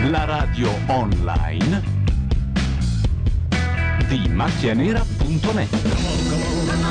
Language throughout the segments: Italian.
la radio online di macchianera.net.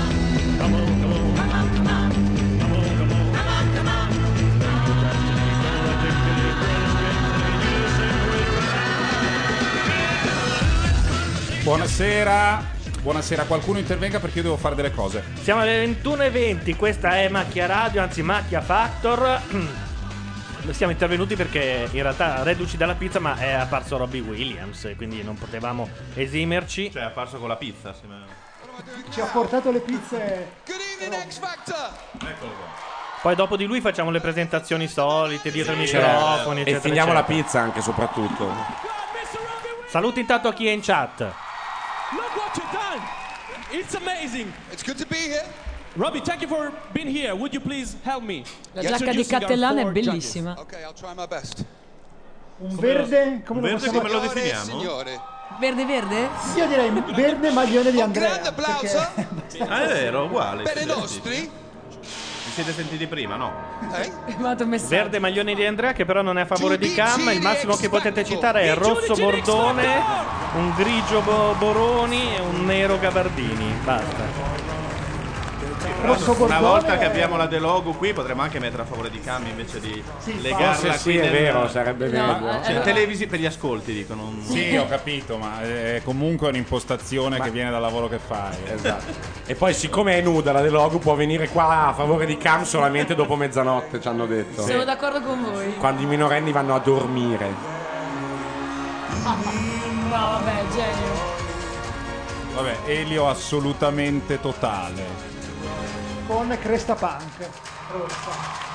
Buonasera, qualcuno intervenga perché io devo fare delle cose. Siamo alle 21:20, questa è Macchia Radio, anzi Macchia Factor. Siamo intervenuti perché in realtà reduci dalla pizza, ma è apparso Robbie Williams, quindi non potevamo esimerci. Cioè è apparso con la pizza, ci ha portato le pizze. Eccolo qua. Poi dopo di lui facciamo le presentazioni solite, dietro i microfoni, eccetera, e finiamo eccetera. la pizza anche soprattutto. Saluti intanto a chi è in chat. Look what you've done! It's amazing! It's good to be here. Robbie, thank you for being here. Would you please help me? La giacca di Cattellana è bellissima. Okay, I'll try my best. Un verde? Come lo Verde possiamo come lo Signore, definiamo? signore. Verde verde? Io direi verde maglione di Un Andrea. grande applauso Ah, è vero, uguale. per i siete nostri. Vi siete sentiti prima, no? Vado messaggio. Verde maglione di Andrea, che però non è a favore di Cam. Il massimo che potete citare è rosso Bordone, un grigio Boroni e un nero Gabardini. Basta. Rosso Una Bordone volta che è- abbiamo la Delogu qui potremmo anche mettere a favore di Cam invece di legarla Forse sì, qui è nel- vero, sarebbe No, meglio. Cioè, televisi per gli ascolti dicono. Sì, ho capito, ma è comunque un'impostazione che viene dal lavoro che fai. Esatto. E poi siccome è nuda la Delogu può venire qua a favore di Cam solamente dopo mezzanotte, ci hanno detto. Sono d'accordo con voi. Quando i minorenni vanno a dormire. No, vabbè, genio. Vabbè, Elio assolutamente totale. con cresta punk rossa.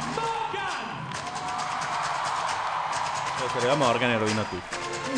Se arriva Morgan e rovina tutto.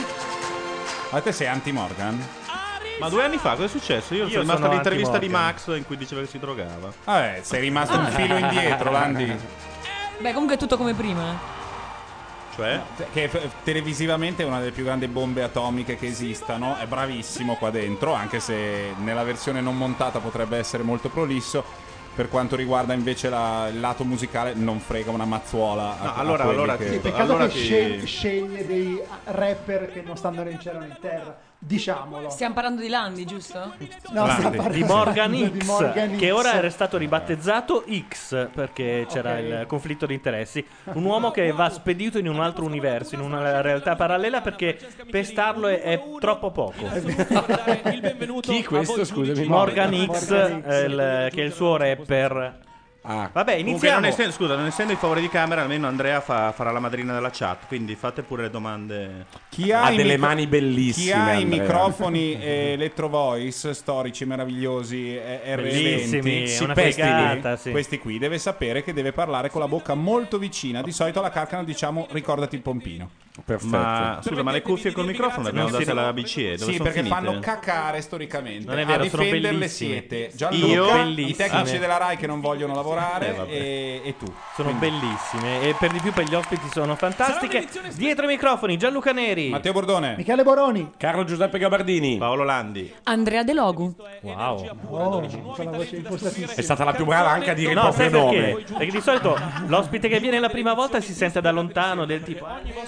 Ma te sei anti-Morgan? Ma 2 anni fa cosa è successo? Io sono rimasto sono all'intervista di anti-Morgan. Max in cui diceva che si drogava. Vabbè, sei rimasto un filo indietro, Landi. Beh, comunque è tutto come prima. Cioè? Che televisivamente è una delle più grandi bombe atomiche che esistano. È bravissimo qua dentro, anche se nella versione non montata potrebbe essere molto prolisso. Per quanto riguarda invece il lato musicale, non frega una mazzuola. No, a allora quelli ti- che... Sì, peccato allora che ti- sceglie dei rapper che non stanno né in cielo né in terra, diciamolo. Stiamo parlando di Landi, giusto? No, Landi. stiamo parlando Di Morgan di X, Morgan che X. ora era stato ribattezzato X perché c'era Ok. il conflitto di interessi. Un uomo che va spedito in un altro universo, in una realtà parallela, perché pestarlo è troppo poco. Chi questo, scusami? Morgan X, Morgan X. che è il suo rapper. Ah, Vabbè, Comunque, iniziamo. non essendo in favore di camera, almeno Andrea farà la madrina della chat. Quindi fate pure le domande. Chi ha i delle micro- mani bellissime. Chi ha i Andrea. microfoni Electro Voice storici, meravigliosi, Bellissimi, R20, una questi, figata, sì. questi qui deve sapere che deve parlare con la bocca molto vicina. Di solito alla Carcano diciamo ricordati il pompino. Perfetto. Ma scusa, ma le cuffie col microfono le abbiamo Non si- date alla BCE? Dove Sì, sono perché finite? fanno cacare storicamente. Non è vero, a sono difenderle bellissime. siete Io? Gianluca, i Bellissime. tecnici della Rai che non vogliono lavorare vabbè. e tu. Sono bellissime e per di più per gli ospiti sono fantastiche. Dietro i microfoni Gianluca Neri. Matteo Bordone. Michele Boroni. Carlo Giuseppe Gabardini. Paolo Landi. Andrea De Logu. Wow. Oh, con la voce impostatissima. È stata la più brava anche a dire No, il sai proprio perché? nome. Perché di solito l'ospite che viene la prima volta si sente da lontano, del tipo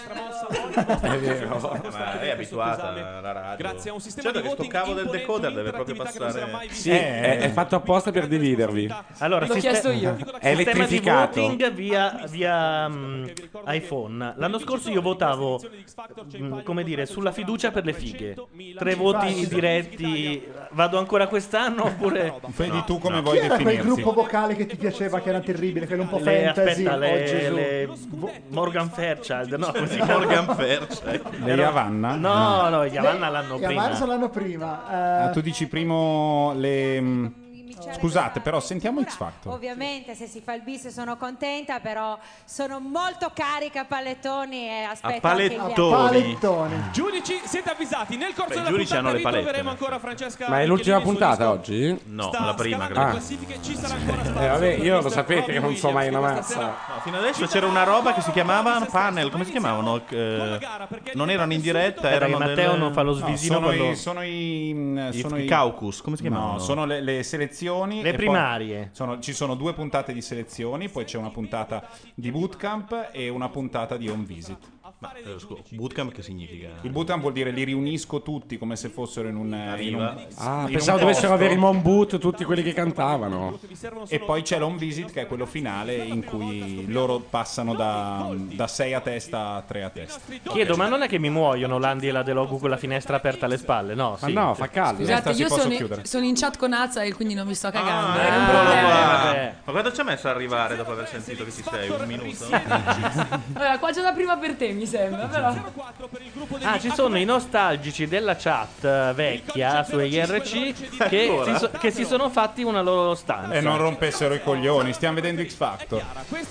È vero. Ma è abituata alla radio. Grazie a un sistema Certo di che sto voting cavo del imponente, decoder deve proprio un'interattività che non passare. sarà mai Sì, vista. è fatto apposta per dividervi. allora L'ho chiesto io. È elettrificato. Sistema di voting via iPhone. L'anno scorso io votavo come dire sulla fiducia per le fighe. 3 voti diretti. Vado ancora quest'anno oppure Vedi tu come Chi vuoi era quel definirti. gruppo vocale che ti piaceva, che era terribile, che era un po' le, fantasy? aspetta, Oh, Gesù. le Morgan Fairchild, no, come si chiama? Morgan Fairchild. Le Yavanna? No, Yavanna l'anno Che prima. avanza l'anno prima. Ah, tu dici primo le... Scusate, però sentiamo X Factor. Ovviamente se si fa il bis sono contenta, però sono molto carica a pallettoni e aspetto A anche gli altri. palettoni. Palettone. Giudici, siete avvisati. Nel corso Beh, i della giudici puntata hanno le palette, ritroveremo no? ancora Francesca. Ma è l'ultima Michelini puntata sul disco. oggi? No, Sta la prima, scalando credo. le classifiche, ci sarà ancora spazio Vabbè, io lo per sapete che non so mai una Robbie mazza. Williams No, fino adesso c'era una roba che si chiamava panel, come si chiamavano? Non erano in diretta, Aspetta, erano che Matteo delle- non fa lo No, svisino quando... sono i i caucus, come si chiamavano? No, sono le selezioni. Le e poi primarie. ci sono 2 puntate di selezioni, poi c'è una puntata di bootcamp e una puntata di home visit. Bootcamp che significa? Il bootcamp vuol dire li riunisco tutti come se fossero in un Pensavo dovessero avere i Mon Boot tutti quelli che cantavano. E poi c'è l'home visit, che è quello finale in cui loro passano da 6 a testa a 3 a testa. Chiedo, ma non è che mi muoiono Landi e la Delogu con la finestra aperta alle spalle? No, Ma sì. no, fa caldo. Scusate, io sono in chat con Azza e quindi non mi sto cagando. È un Eccolo problema. qua. Ma quanto ci ha messo ad arrivare dopo aver sentito che ci sei? Un minuto? Allora, qua già da prima per te, mi sembra, però. Ah, ci sono i nostalgici della chat vecchia su IRC che si sono fatti una loro stanza. E non rompessero i coglioni, stiamo vedendo X Factor.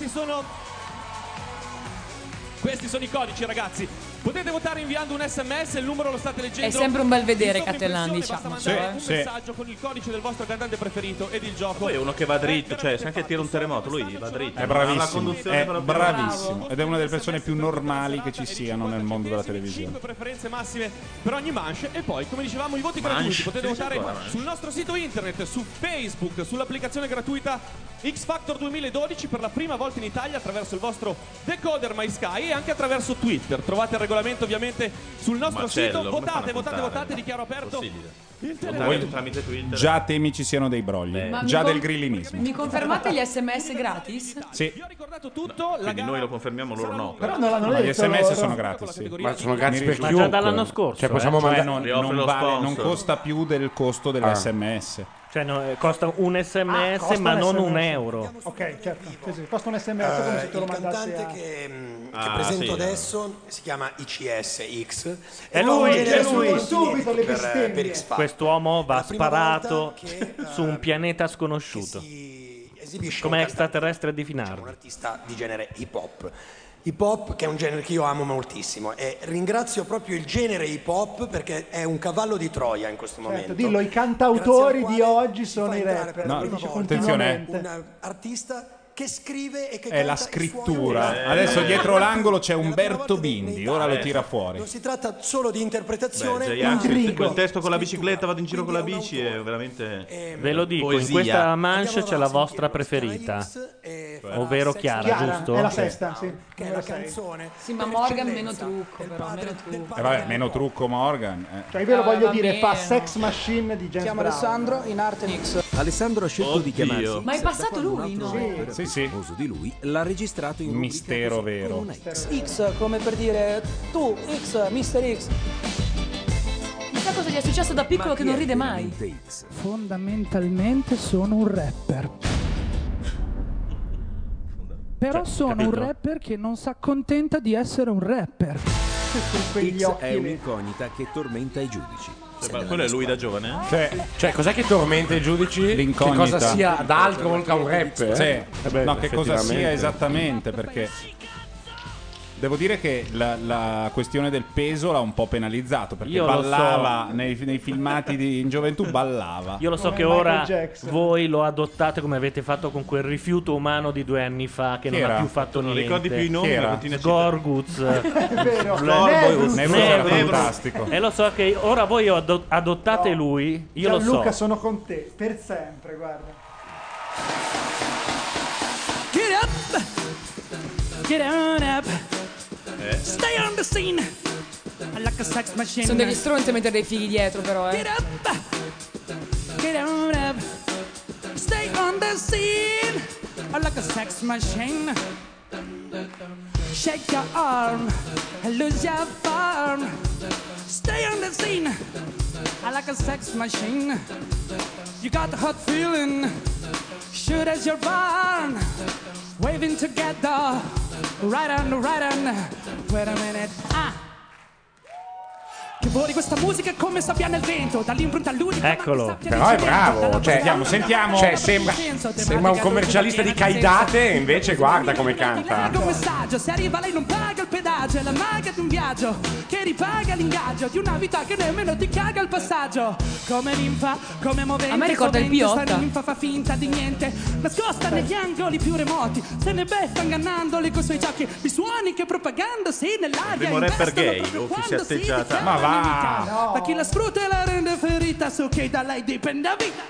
Questi sono i codici, ragazzi. Potete votare inviando un SMS, il numero lo state leggendo. È sempre un bel vedere Cattelan, diciamo. Un messaggio con il codice del vostro cantante preferito ed il gioco. Poi è uno che va dritto, cioè se anche tira un terremoto, lui va dritto. È non ha una bravissimo, conduzione è proprio- bravissimo. Ed è una delle persone più normali che ci siano nel mondo della televisione. 5 preferenze massime per ogni manche. E poi, come dicevamo, i voti gratuiti. Potete votare sul nostro sito internet, su Facebook, sull'applicazione gratuita X Factor 2012 per la prima volta in Italia attraverso il vostro decoder MySky e anche attraverso Twitter. Trovate il regolamento ovviamente sul nostro Macello, sito. come fanno a Votate, votare? dichiaro aperto. Il Votare tramite Twitter. Già temi ci siano dei brogli, Ma già mi del grillinismo. Mi confermate gli SMS gratis? Sì. Quindi noi lo confermiamo, loro no. Però non l'hanno Ma gli detto SMS loro. sono gratis, sì. Ma sono gratis per Ma chiunque. già dall'anno scorso, Cioè possiamo Cioè mandare... non, Riopre lo vale, non sponsor. costa più del costo dell'SMS. Cioè, costa un SMS, costa ma un non SMS. un euro. Ok, certo. Sì, sì. Costa un SMS come se te lo Il mandassi cantante a... che presento sì. adesso si chiama ICSX. È lui, genere è lui. subito le per bestemmie. X Factor. Quest'uomo va È la prima sparato volta che, su un pianeta sconosciuto. si esibisce Come un extraterrestre di un Finardi. artista di genere hip hop. Hip hop che è un genere che io amo moltissimo e ringrazio proprio il genere hip hop perché è un cavallo di Troia in questo momento. Certo, dillo, i cantautori Grazie al di quale oggi si sono fa i entrare rapper. per la No, prima volta attenzione, un artista che scrive e che È la canta i suoi scrittura. origini. Adesso dietro l'angolo c'è Umberto Della prima volta Bindi, in ora lo Italia. tira fuori. Non si tratta solo di interpretazione, Beh, ma intrigo. quel testo con la scrittura. bicicletta, vado in giro con la Quindi bici, è veramente... Ve lo dico, Poesia. in questa manche Andiamo c'è la avanti, vostra si chiama preferita, X e farà ovvero Sex Chiara, Chiara, giusto? è la sesta, sì. che è la canzone. Sì, ma per Morgan eccellenza meno trucco, del però, padre- meno del trucco. padre Vabbè, del meno pop. trucco Morgan. Cioè, io ve lo voglio va dire, fa bene. Sex Machine di James Chiamo Brown. Alessandro in arte X. Alessandro ha scelto di Oddio. chiamarsi Ma è passato lui, no? Sì, sì. famoso di lui, l'ha registrato in rubrica Mistero così, vero. con una X. X come per dire tu, X, Mr. X. Chissà cosa gli è successo da piccolo Ma che chi non è ride mai. veramente X? Fondamentalmente sono un rapper. Però sono capito? un rapper che non si accontenta di essere un rapper. Con quegli X occhi è lì. un'incognita che tormenta i giudici. Ma quello è lui da giovane? Cioè, cos'è che tormenta i giudici? Che L'incognita. cosa sia d'altro oltre a un rap? Sì. Beh, No, che cosa sia effettivamente. esattamente, perché devo dire che la questione del peso l'ha un po' penalizzato, perché Io lo ballava nei filmati in gioventù, ballava. Io lo so Come che Michael ora Jackson. voi lo adottate come avete fatto con quel rifiuto umano di 2 anni fa che Chi non era? ha più fatto Non niente. ricordi più i nomi, Chi ma era? continui a citare. Gorguz. È vero. Nevros. Nevros era Nevros. fantastico. E lo so che ora voi adottate No. lui. Io lo Gianluca, so. sono con te per sempre, guarda. Get up! Get on up! Stay on the scene! Like a sex machine. Sono degli stronzi a mettere dei fighi dietro, però, Get up! Get on up! Stay on the scene! Like a sex machine. Shake your arm, lose your form. Stay on the scene. Like a sex machine. You got the hot feeling. Shoot as you're born. Waving together. Right on, right on. Wait a minute. Che vuoi questa musica è come sabbia nel vento, dall'impronta ludica. Eccolo. Però è bravo, cioè, sentiamo. Cioè, sembra un commercialista di caidate e invece guarda come canta. Un messaggio, se arriva lei non paga il pedaggio, è la maga di un viaggio che ripaga l'ingaggio di una vita che nemmeno ti caga il passaggio. Come ninfa, come movente, A me ricorda il sovente, Piotta. sta ninfa fa finta di niente, nascosta negli angoli più remoti, se ne beffa ingannandoli coi suoi giochi, i suoni che propagandosi nell'aria Il primo rapper investono gay, proprio o chi si quando atteggia dichiara Ma va. nemica. No. Ma chi la sfrutta e la rende ferita, so che da lei dipende la vita.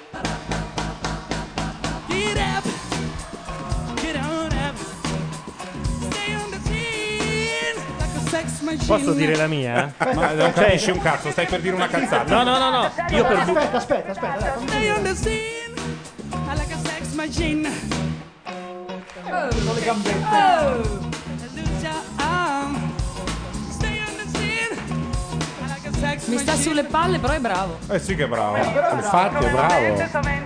Get up, get on up, stay on the scene like a sex machine. Posso dire la mia? Ma non capisci un cazzo, stai per dire una cazzata. No. Io per Aspetta, dai, Stay on the scene. I like a sex machine. con le gambette. Lose your arm. Stay on the scene. I like a sex Mi sta sulle palle, però è bravo. Sì che è bravo. Infatti è bravo.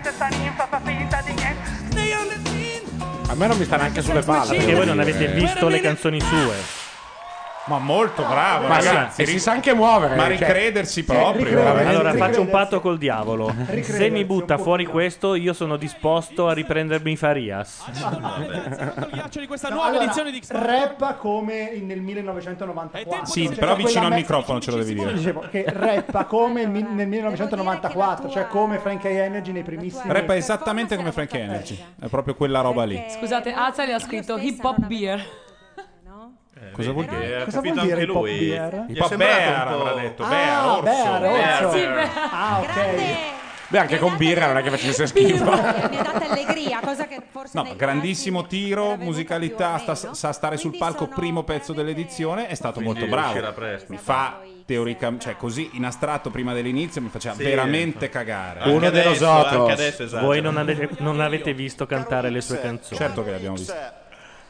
Stay on the scene. A me non mi sta neanche sulle palle. Perché voi non avete visto le canzoni sue. Ma molto bravo, Ma ragazzi. e si sa anche muovere. Ma cioè. ricredersi proprio. Allora faccio un patto col diavolo. Se mi butta fuori questo, io sono disposto a riprendermi Farias. Ghiaccio di questa No, nuova allora, edizione di rappa come nel 1994. Sì, Cioè, però vicino al quella microfono ce lo devi dire. Dicevo che rappa come nel 1994, cioè come Frankie Energy nei primissimi. Rappa esattamente come Frankie Energy. È proprio quella roba lì. Scusate, Azali ha scritto hip hop beer. Cosa vuol dire? Cosa vuol dire hip hop beer? Hip hop bear avrà detto. Bear, orso. Orso. Sì, beh. Ah, ok. Beh, anche con birra non è che facesse schifo. Mi ha dato allegria, cosa che forse No, nei grandissimo altri tiro, era venuta musicalità, più o meno. sa stare sul Quindi palco, sono primo pezzo dell'edizione, è stato Quindi molto bravo. uscirà presto. Mi fa teoricamente, cioè così in astratto prima dell'inizio mi faceva veramente cagare. Uno dello Zoto. Anche adesso, esatto. Voi non avete visto cantare le sue canzoni. Certo che le abbiamo viste.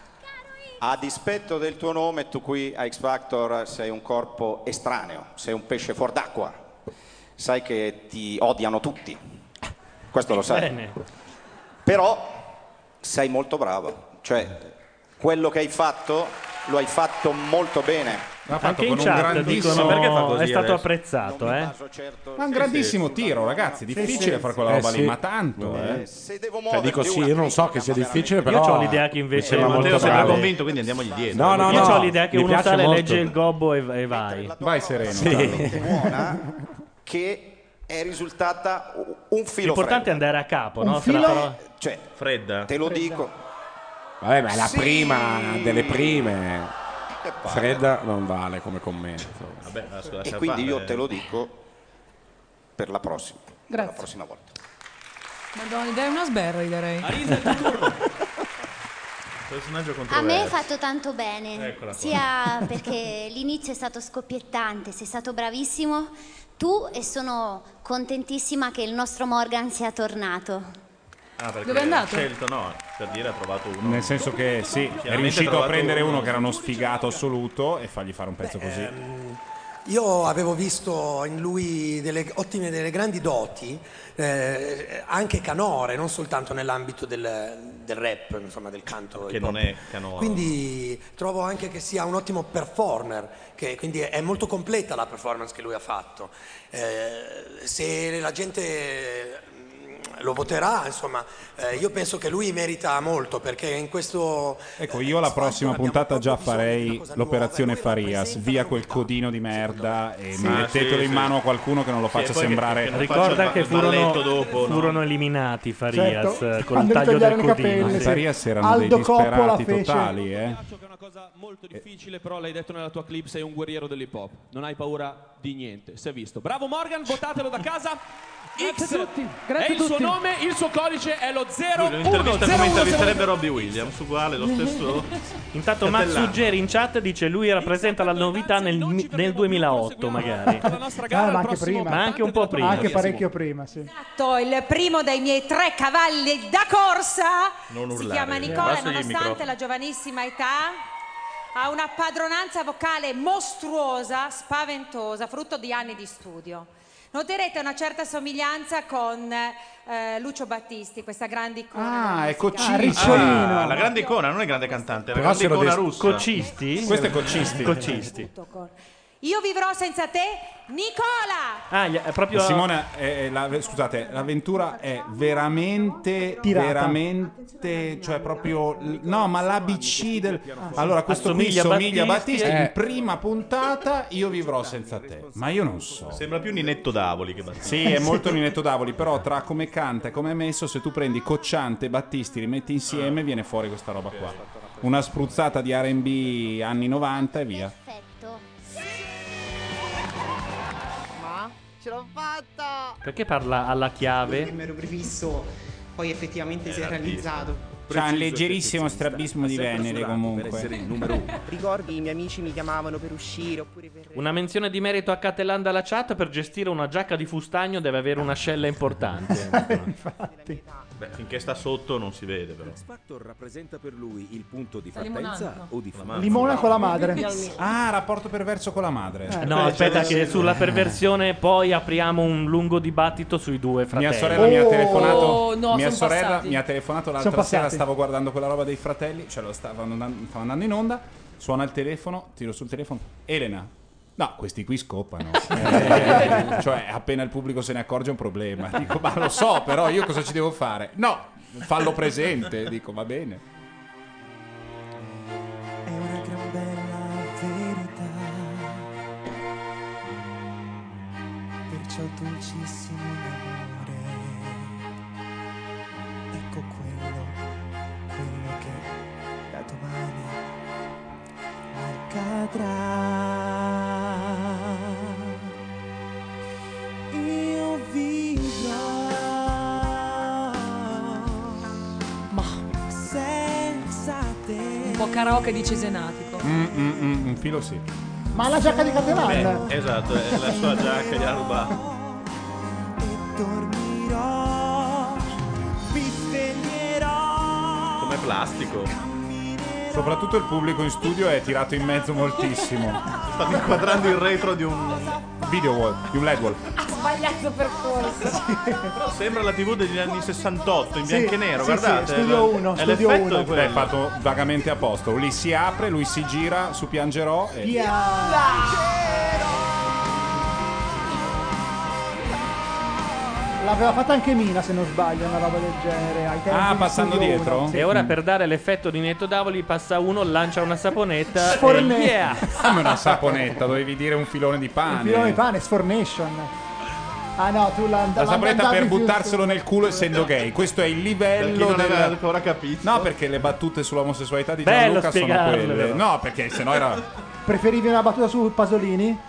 A dispetto del tuo nome, tu qui a X Factor sei un corpo estraneo, sei un pesce fuor d'acqua. Sai che ti odiano tutti. Questo lo sai. Bene. Però sei molto bravo. Cioè, quello che hai fatto, lo hai fatto molto bene. L'ha fatto Anche in con un chat grandissimo... dicono perché fa così è stato adesso? apprezzato, Ma un grandissimo tiro, ragazzi. Difficile fare quella roba lì, sì. ma tanto, se devo Cioè dico sì, io non so che sia difficile, Io però ho l'idea che invece mi sembra Matteo molto sembra bravo. convinto, quindi andiamogli dietro. No, no, Io no. ho l'idea che mi uno piace sale, molto. legge il gobbo e vai. Vai sereno. Sì. buona che è risultata un filo L'importante è freddo. andare a capo, Un no? filo- Però- Cioè, Fredda. te lo dico. Vabbè, ma è la Sì. prima delle prime. Che palle. Fredda non vale come commento. Vabbè, scusa, E sa quindi fare. io te lo dico per la prossima. Per la Grazie. prossima volta. Madonna, dai una sberra, direi. Personaggio A controverso. me è fatto tanto bene, Eccola qua. sia perché l'inizio è stato scoppiettante, sei stato bravissimo tu e sono contentissima che il nostro Morgan sia tornato. Ah, perché Dove è andato? ha scelto, no, per dire ha trovato uno. Nel senso che sì, è Chiaramente riuscito a trovato prendere uno uno. che era uno sfigato assoluto e fargli fare un pezzo così. Io avevo visto in lui delle grandi doti, anche canore, non soltanto nell'ambito del rap, insomma del canto. Che hip hop. non è canore. Quindi trovo anche che sia un ottimo performer, quindi è molto completa la performance che lui ha fatto. Se la gente lo voterà, insomma, io penso che lui merita molto perché in questo... Ecco, io la prossima puntata già farei l'operazione Farias, via quel codino di merda e mettetelo in mano a qualcuno che non lo faccia poi sembrare... che non Ricorda che balletto dopo, no? furono eliminati Farias Certo, col quando taglio gli del tagliarono i codino. capelli, sì. Farias erano Aldo dei Coppola disperati fece- totali, Che è una cosa molto difficile, però l'hai detto nella tua clip, sei un guerriero dell'hip hop. Non hai paura di niente, si è visto. Bravo Morgan, votatelo da casa. X Grazie è a il suo tutti. nome, il suo codice è lo Lui lo intervista come 01. intervisterebbe Robbie Williams, uguale, lo stesso. Intanto Max Cartellano. Suggeri in chat dice lui rappresenta la novità nel 2008 magari. La nostra gara, ma il anche prossimo prima. Ma anche un po' prima. Anche parecchio prima, sì. Esatto, il primo dei miei 3 cavalli da corsa Non si urlare, chiama Nicola, abbassagli il nonostante microfono. la giovanissima età ha una padronanza vocale mostruosa, spaventosa, frutto di anni di studio. Noterete una certa somiglianza con Lucio Battisti, questa grande icona. Ah, è Ricciolino. La grande icona, non è grande cantante, la Però grande se lo icona des- russa. Cocisti? Questo è Cocisti. Cocisti. Io vivrò senza te, Nicola! Ah, è proprio Simone, scusate, l'avventura è veramente, Tirata. veramente, cioè proprio, no, ma l'ABC del... Allora, questo qui Assomiglia a somiglia a Battisti. Battisti, in prima puntata io vivrò senza te, ma io non so. Sembra più Ninetto Davoli che Battisti. Sì, è molto Ninetto Davoli, però tra come canta e come è messo, se tu prendi Cocciante e Battisti, li metti insieme, viene fuori questa roba qua. Una spruzzata di R&B anni 90 e via. Perfetto. Ma ce l'ho fatta! Perché parla alla chiave? Che mi ero prefisso, poi effettivamente si è realizzato. C'ha un leggerissimo strabismo di Venere comunque. Per essere il numero 1. Ricordi i miei amici mi chiamavano per uscire oppure per... Una menzione di merito a Catellan dalla chat: per gestire una giacca di fustagno deve avere un'ascella importante. Infatti. Beh, finché sta sotto non si vede però. X Factor rappresenta per lui il punto di Sta limonando. partenza o di fine? Limona con la madre. Ah, rapporto perverso con la madre. No, aspetta, che sulla perversione poi apriamo un lungo dibato sui due fratelli. Mia sorella mi ha telefonato. no, mia son sorella passati. mi ha telefonato Sono l'altra passati. sera. Stavo guardando quella roba dei fratelli. Cioè, stava andando in onda. Suona il telefono. Tiro sul telefono. Elena. No, questi qui scoppano. Cioè, appena il pubblico se ne accorge è un problema. Dico, ma lo so, però io cosa ci devo fare? No, fallo presente. Dico, va bene. È una gran bella verità, perciò dolcissimo l'amore, ecco quello che da domani mi accadrà. Io vivrò, ma senza te. Un po' karaoke di Cesenatico. Un filo sì. Ma la giacca di Catellan. Esatto, è la sua giacca, gli ha rubato. Dormirò, mi sveglierò. Come plastico. Soprattutto il pubblico in studio è tirato in mezzo moltissimo. Stavo inquadrando il retro di un video wall, di un LED wall. Ha sbagliato percorso. Però sembra la TV degli anni 68 in Sì, bianco e nero, sì, guardate. sì, Studio 1, è Studio l'effetto 1. è quello. È fatto vagamente apposta. Lì si apre, lui si gira su Piangerò e L'aveva fatta anche Mina, se non sbaglio, una roba del genere. Ai tempi di passando Studio dietro? 1. Sì. E ora per dare l'effetto di Netto Davoli passa uno, lancia una saponetta Sforne. e yeah! come una saponetta, dovevi dire un filone di pane. Il filone di pane, Sfornation. Ah no, tu La saponetta per buttarselo nel culo essendo gay. Questo è il livello non aveva del... ancora capito. No, perché le battute sull'omosessualità di Bello Gianluca sono spiegarle, quelle. però. No, perché sennò era... Preferivi una battuta su Pasolini?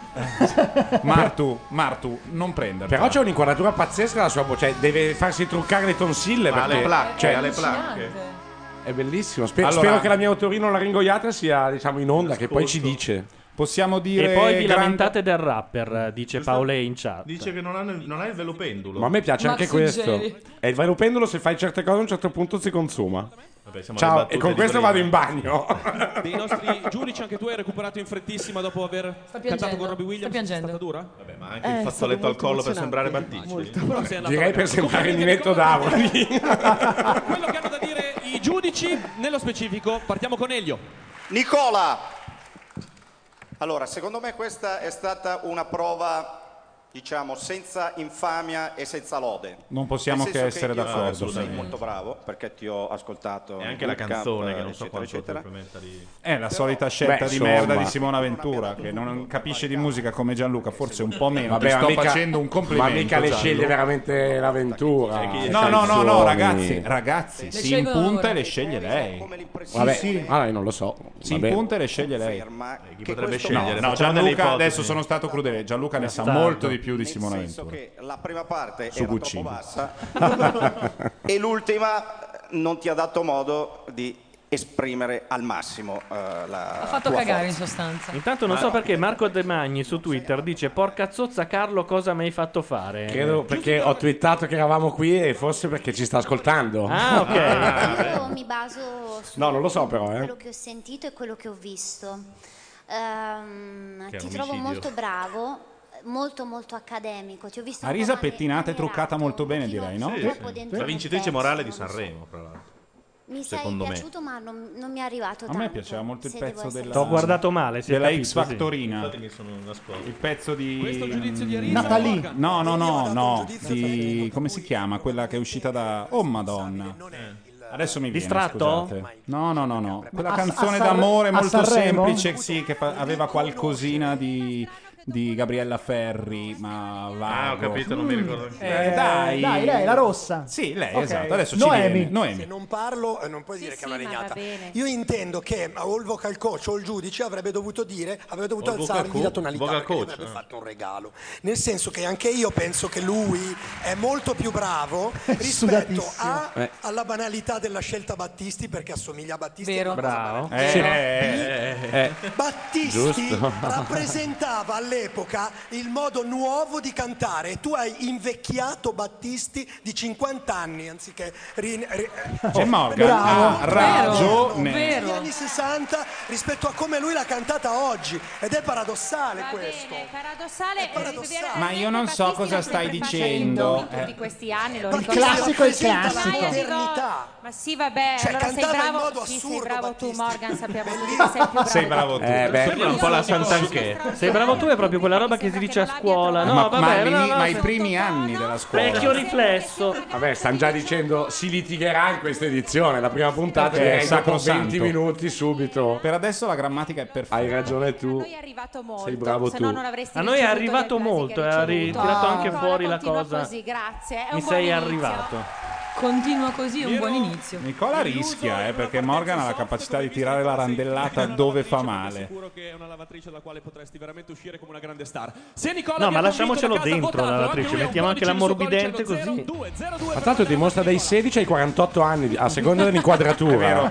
Martu, non prenderla. Però c'è un'inquadratura pazzesca la sua voce, cioè deve farsi truccare le tonsille Ma perché alle placche, cioè, alle placche. è bellissimo. Allora- Spero che la mia otorinolaringoiata sia, diciamo, in onda, che poi ci dice. Possiamo dire E poi vi grande- lamentate del rapper, dice Paolo in chat. Dice che non ha il velo pendulo. Ma a me piace Max anche questo. Ruggeri. E il vero pendolo, se fai certe cose a un certo punto si consuma. Vabbè, siamo alle Ciao, battute e con di questo prima. vado in bagno. Dei nostri giudici, anche tu hai recuperato in frettissima dopo aver cantato con Robbie Williams. Sta piangendo. È stata dura? Vabbè, ma anche il fazzoletto al collo per sembrare Battici. Però sei andato Direi bene. per sembrare Comunque, Ninetto Davoli. Quello che hanno da dire i giudici, nello specifico, partiamo con Elio. Nicola! Allora, secondo me questa è stata una prova, diciamo, senza infamia e senza lode. Non possiamo Nel che senso essere io d'accordo, so che sei sì. molto bravo, perché ti ho ascoltato. E anche in la bootcamp, canzone, che non so eccetera, quanto eccetera. complementa di... È la solita scelta Beh, di merda insomma. di Simona Ventura, che non capisce di musica come Gianluca, forse un po' meno. Vabbè, Ti ma sto mica- facendo un complimento. Ma mica le Gianlu. sceglie veramente l'avventura. No, ragazzi, Le si scelgono impunta e loro. le sceglie lei. Vabbè, vabbè, non lo so. Si Vabbè. impunta e le sceglie lei. Chi potrebbe No, scegliere? no, Facciamo delle Gianluca, ipotesi. adesso sono stato crudele. Gianluca ne sa Bastardo. molto di più di Simona Nel senso Ventura. che la prima parte Su era Guccini. troppo bassa e l'ultima non ti ha dato modo di esprimere al massimo la Ha fatto tua cagare in forza. sostanza. Intanto non so perché Marco De Magni su Twitter dice: porca zozza Carlo, cosa mi hai fatto fare? Credo perché ho twittato che eravamo qui e forse perché ci sta ascoltando. Ah, ok. Io mi baso su No, non lo so però, quello che ho sentito e quello che ho visto. Che è Ti un trovo omicidio. molto bravo, molto molto accademico. Ti ho visto un Arisa po' pettinata e truccata molto bene, direi, no? troppo dentro La nel vincitrice pezzo, morale di non lo so. Sanremo, tra l'altro. Mi sei Secondo me. piaciuto, ma non mi è arrivato A tanto. me piaceva molto il se devo pezzo essere della... T'ho guardato male, si è della capito, X sì. Factorina. Infatti mi sono nascosto. Il pezzo di... Questo è il giudizio di Arisa. Natalie. No, di... come si chiama? Quella che è uscita da... Oh madonna. Adesso mi viene, Distratto? scusate. No. Quella A- canzone a d'amore a molto Sanremo? semplice, sì, che aveva qualcosina di di Gabriella Ferri, ma va. Ho capito, non mi ricordo. Dai, lei, la rossa. Sì, lei, Ok. esatto. Adesso Noemi. ci viene. Se non parlo, non puoi dire che è una ma va legnata. bene. Io intendo che o il vocal coach o il giudice avrebbe dovuto O il alzargli vocal la tonalità, vocal perché gli coach, avrebbe fatto un regalo. Nel senso che anche io penso che lui è molto più bravo rispetto alla banalità della scelta Battisti, perché assomiglia a Battisti. Vero. Bravo. Battisti Giusto. rappresentava all'epoca il modo nuovo di cantare e tu hai invecchiato Battisti di 50 anni anziché C'è Morgan ha ragione. negli anni 60 rispetto a come lui l'ha cantata oggi, ed è paradossale questo. Paradossale. Ma io non so cosa stai dicendo. In tutti questi anni lo Perché ricordo. classico è classico. Ma sì, vabbè, Cioè, allora sei cantava in bravo. modo Sì, sei assurdo, bravo tu, Battisti. Morgan, sappiamo tutti che sei più bravo. Sei bravo tu. Sembra un po' la Santanchè. Sei bravo tu, è proprio quella roba che si dice a scuola. No, ma, vabbè, ma i primi anni della scuola. Vecchio riflesso. Vabbè, stanno già dicendo si litigherà in questa edizione. La prima puntata direi dopo sacrosanto. 20 minuti subito. Per adesso la grammatica è perfetta. Hai ragione tu. È arrivato molto. Sei bravo se no tu. non avresti A noi è ricevuto arrivato le frasi molto, che hai ha ricevuto. ritirato anche Nicola, fuori la continua cosa. Così, grazie. È Mi un sei buon arrivato. Continua così, è un buon inizio. Nicola rischia, perché Morgan ha la capacità di tirare la randellata dove fa male. Sicuro che è una lavatrice dalla quale potresti veramente uscire come una grande star. Se Nicola No, vi ma ha lasciamocelo convinto da casa, dentro la votatelo, lavatrice, anche lui ha un mettiamo anche codice, il suo l'ammorbidente codice così. 0202. Ma tanto dimostra dai 16 ai 48 anni, a seconda dell'inquadratura.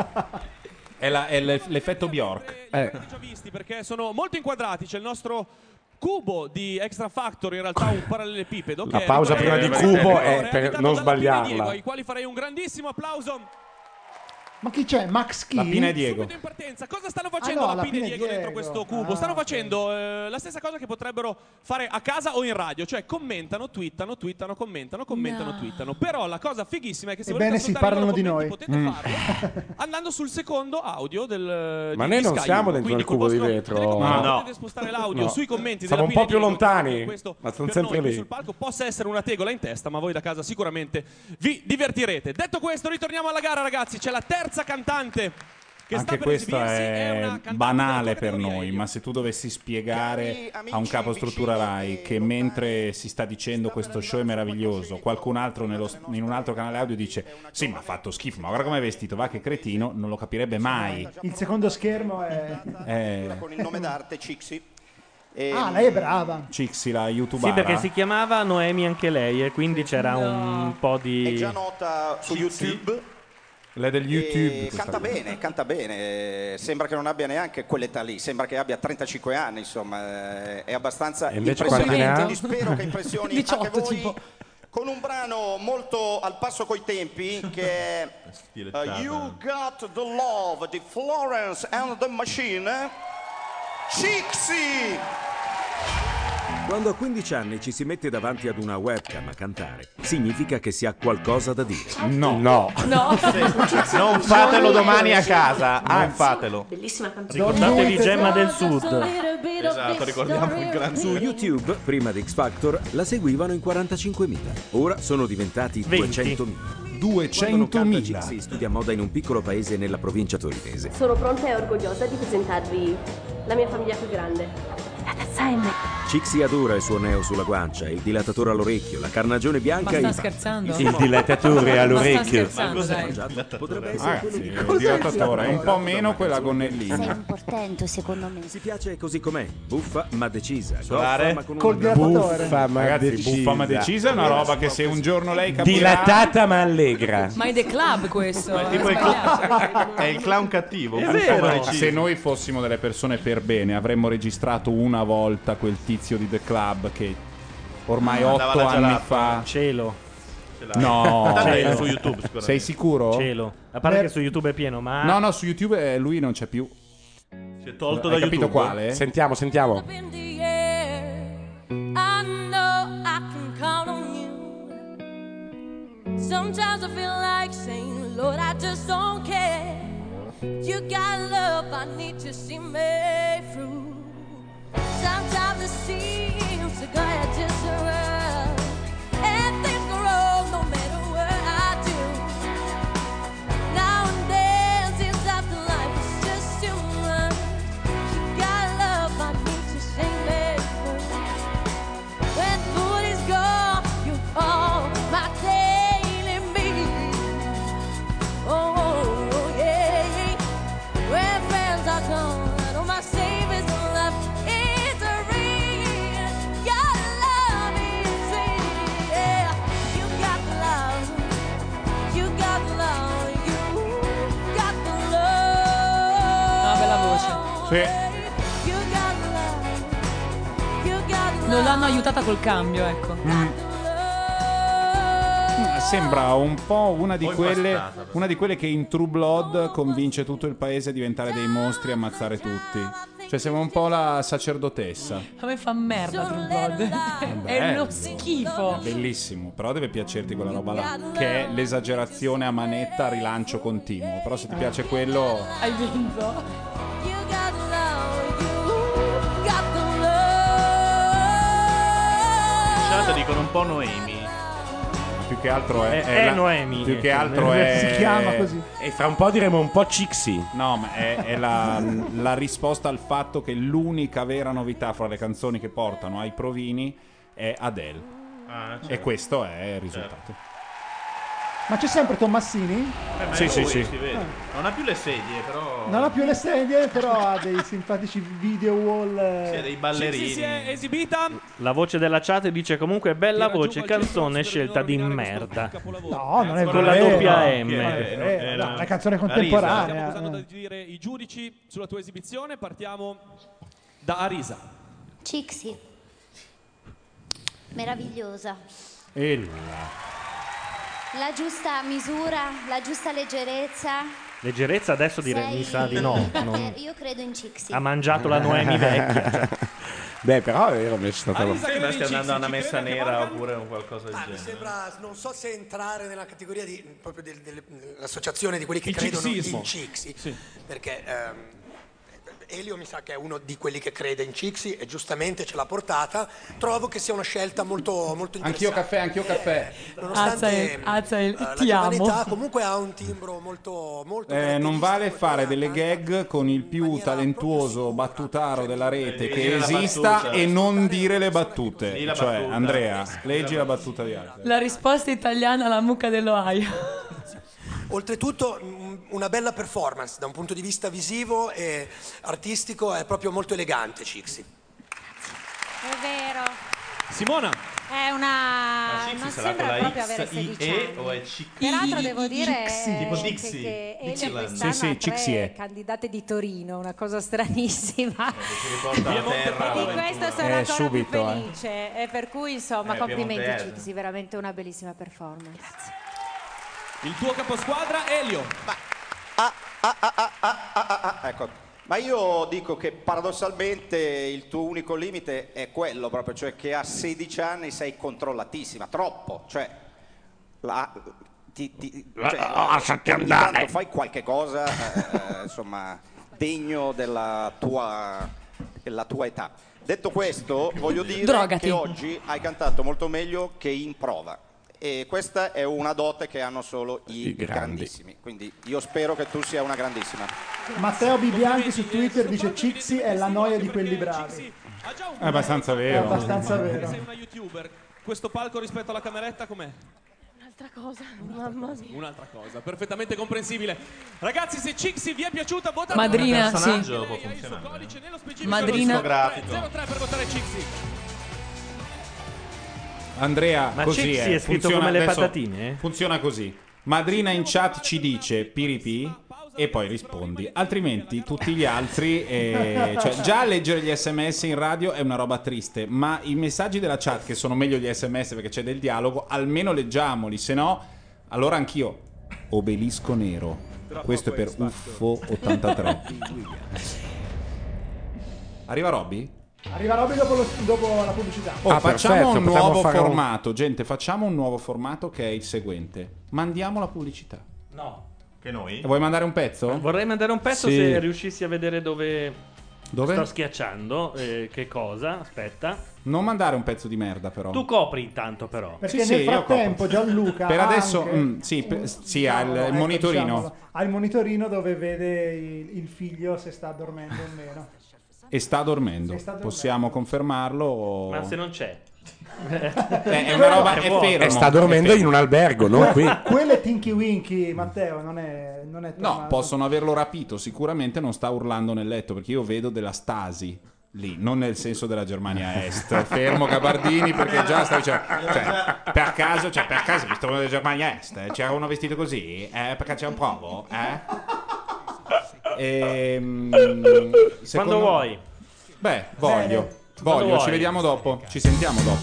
È l'effetto Bjork. Già visti perché sono molto inquadrati. C'è il nostro cubo di Extra Factor, in realtà un parallelepipedo. La che pausa prima di cubo è abitato per non dalla Pina sbagliarla. Diego, ai quali farei un grandissimo applauso. Ma chi c'è? Max chi? La Pina e Diego. Subito in partenza, cosa stanno facendo no, la la Pina e Pina e Diego dentro Diego. questo cubo? Stanno facendo la stessa cosa che potrebbero fare a casa o in radio, cioè commentano, twittano, commentano, twittano. Però la cosa fighissima è che se Ebbene volete sì, ascoltare i loro parlano di commenti noi. potete farlo andando sul secondo audio del Ma di noi non Sky siamo Uno. dentro Quindi il cubo col di vostro vetro. telecomando No. potete spostare l'audio No. sui commenti Siamo della un po' Pina e più Diego. lontani, Questo ma sono per sempre noi qui lì. sul palco possa essere una tegola in testa, ma voi da casa sicuramente vi divertirete. Detto questo, ritorniamo alla gara, ragazzi. C'è la terza cantante che sta Anche per questo esibirsi, è una cantante banale della per categoria noi, ma se tu dovessi spiegare a un capo struttura Rai che mentre si sta dicendo questo show è meraviglioso, qualcun altro in un altro canale audio dice sì ma ha fatto schifo, ma guarda come è vestito, va che cretino, non lo capirebbe mai. Il secondo schermo è... Con il nome d'arte Cixi. Ah, lei è brava. Cixi, la youtubera. Sì, perché si chiamava Noemi anche lei, e quindi c'era un po' È di... già nota su YouTube. Lei del YouTube. Canta bene, sembra che non abbia neanche quell'età lì, sembra che abbia 35 anni, insomma, è abbastanza E invece quanti ne ha? impressionante. Quindi spero che impressioni 18 anche voi tipo. con un brano molto al passo coi tempi che è You Got the Love di Florence and the Machine. Cixi! Quando a 15 anni ci si mette davanti ad una webcam a cantare, significa che si ha qualcosa da dire. No. No. Non fatelo domani a casa, fatelo. Bellissima canzone. Ricordatevi Gemma del Sud. Esatto, ricordiamo il grande. Su YouTube, prima di X Factor, la seguivano in 45.000. Ora sono diventati 20. 200.000. Quando canta 200.000. Cixi, studia moda in un piccolo paese nella provincia torinese. Sono pronta e orgogliosa di presentarvi la mia famiglia più grande. La tazza M. Cixi adora il suo neo sulla guancia, il dilatatore all'orecchio, la carnagione bianca Ma e sta i scherzando? Il dilattatore all'orecchio. Ma sta scherzando, dai. potrebbe essere quello Ragazzi, di il dilattatore è un po' meno quella Sei gonnellina. un portento, secondo me. Si piace così com'è, buffa ma decisa. Solare? Goffa, ma con Col una dilattatore. Buffa ma Ragazzi, decisa. buffa ma decisa è una roba che se un giorno lei capirà... Dilatata ma allegra. Ma è The Club questo. È è tipo il sbagliato. È il clown cattivo. È buffa vero. ma decisa. Se noi fossimo delle persone per bene avremmo registrato una volta quel tizio di The Club che ormai 8 Andava la anni gelata. fa... Cielo. No, Tanto è su YouTube, sicuramente. sei sicuro? Cielo. A parte che su YouTube è pieno, ma... No, su YouTube lui non c'è più. Si è tolto Hai da capito YouTube. quale? Sentiamo. In the air, I know I can count on you. Sometimes I feel like saying, Lord, I just don't care. You got love, I need to see me through. Sometimes it seems to go just around, and things go wrong no matter what I do. Now and then, seems after life is just too much. You got love, I need to sing it Non l'hanno aiutata col cambio, ecco. Sembra un po' una di quelle che in True Blood convince tutto il paese a diventare dei mostri e ammazzare tutti. Cioè sembra un po' la sacerdotessa. A me fa merda True Blood. È uno schifo. È bellissimo, però deve piacerti quella roba là, che è l'esagerazione a manetta a rilancio continuo. Però se ti piace quello... Hai vinto. Dicono un po' Noemi. Più che altro è Noemi. Più che altro è... Si chiama così. E fra un po' diremo un po' Cixi. No, ma è la risposta al fatto che l'unica vera novità fra le canzoni che portano ai provini è Adele. Certo. E questo è il risultato. Ma c'è sempre Tommasini? Sì, sì, sì. Si vede. Non ha più le sedie, però. Non ha più le sedie, però ha dei simpatici video wall. Sì, dei ballerini. Si è esibita. La voce della chat dice comunque bella voce, canzone scelta di merda. No, non è con la vero. doppia No, M. no, una canzone Stiamo contemporanea. usando da dire i giudici sulla tua esibizione. Partiamo da Arisa. Cixi. Meravigliosa. La giusta misura, la giusta leggerezza. Leggerezza adesso mi sa di no. Io credo in Cixi. Ha mangiato la Noemi vecchia. Cioè. Beh, però è vero, mi è stata Mi sa che stia andando a una messa nera oppure un qualcosa del Mi genere. sembra, non so se entrare nella categoria proprio dell'associazione di quelli che Il credono cixismo. in Cixi, perché Elio mi sa che è uno di quelli che crede in Cixi e giustamente ce l'ha portata. Trovo che sia una scelta molto, molto interessante. Anch'io caffè. Nonostante Azael, la ti giovanetà, amo. comunque ha un timbro molto, molto Non vale fare delle gag con il più talentuoso battutaro della rete che dire la esista battuta. e non dire le battute. Dì la Cioè, battuta. Andrea, leggi la battuta di Arte. La risposta italiana alla mucca dell'Ohio. Oltretutto una bella performance da un punto di vista visivo e artistico, è proprio molto elegante Cixi. È vero. Simona. È una... Cixi non sarà sembra con la proprio avere 16 anni. o è Cixi? Peraltro devo dire Tipo che Dixie. Elio Dixieland. quest'anno Sì, ha Cixi tre è. candidate di Torino, una cosa stranissima. Si riporta a terra. E di questo sono ancora subito, più felice. E per cui insomma complimenti Piemontese. Cixi, veramente una bellissima performance. Grazie. Il tuo caposquadra, Elio. Ecco, ma io dico che paradossalmente il tuo unico limite è quello proprio, cioè che a 16 anni sei controllatissima, troppo, cioè lasciati ogni andare. tanto fai qualche cosa insomma degno della tua età. Detto questo, voglio dire Drogati. che oggi hai cantato molto meglio che in prova. E questa è una dote che hanno solo i grandissimi. Quindi io spero che tu sia una grandissima. Matteo Bibianchi su Twitter dice Cixi è la noia di quelli bravi. È abbastanza È vero. abbastanza vero. Sei una youtuber. Questo palco rispetto alla cameretta com'è? Un'altra cosa, mamma mia. Un'altra cosa, perfettamente comprensibile. Ragazzi, se Cixi vi è piaciuta, votate Madrina, Il personaggio sì. può funzionare. codice nello specifico. Madrina. 03 per votare Cixi. Andrea, Ma così Cixi è scritto funziona, come le adesso patatine? Funziona così. Madrina in chat ci dice piripi e poi rispondi. Altrimenti tutti gli altri cioè già leggere gli SMS in radio è una roba triste, ma i messaggi della chat, che sono meglio gli SMS perché c'è del dialogo, almeno leggiamoli, se no allora anch'io obelisco nero. Questo è per Uffo 83. Arriva Robby? Arriva Robby dopo la pubblicità. Facciamo perfetto, un potremmo nuovo fare formato, gente, facciamo un nuovo formato che è il seguente. Mandiamo la pubblicità. No. Che noi? E vuoi mandare un pezzo? Vorrei mandare un pezzo Sì. se riuscissi a vedere dove Dove? sto schiacciando. Che cosa? Aspetta. Non mandare un pezzo di merda però. Tu copri intanto però. Perché Sì, nel sì, io frattempo copro. Gianluca Per adesso anche- sì, ha il Ecco, monitorino. diciamolo. Ha il monitorino dove vede il figlio se sta dormendo o meno. E sta dormendo. E sta dormendo. Possiamo confermarlo o... Ma se non c'è. è una roba, è fermo. E sta dormendo in un albergo, non qui. Quello è Tinky Winky, Matteo, non è No, Tommaso. possono averlo rapito, sicuramente non sta urlando nel letto, perché io vedo della Stasi lì, non nel senso della Germania Est. Fermo Gabardini, perché già stai dicendo, cioè, per caso ho visto uno della Germania Est, c'era uno vestito così, perché c'è un provo, Quando vuoi. Beh, voglio. Quando Ci vuoi. vediamo dopo. Ci sentiamo dopo.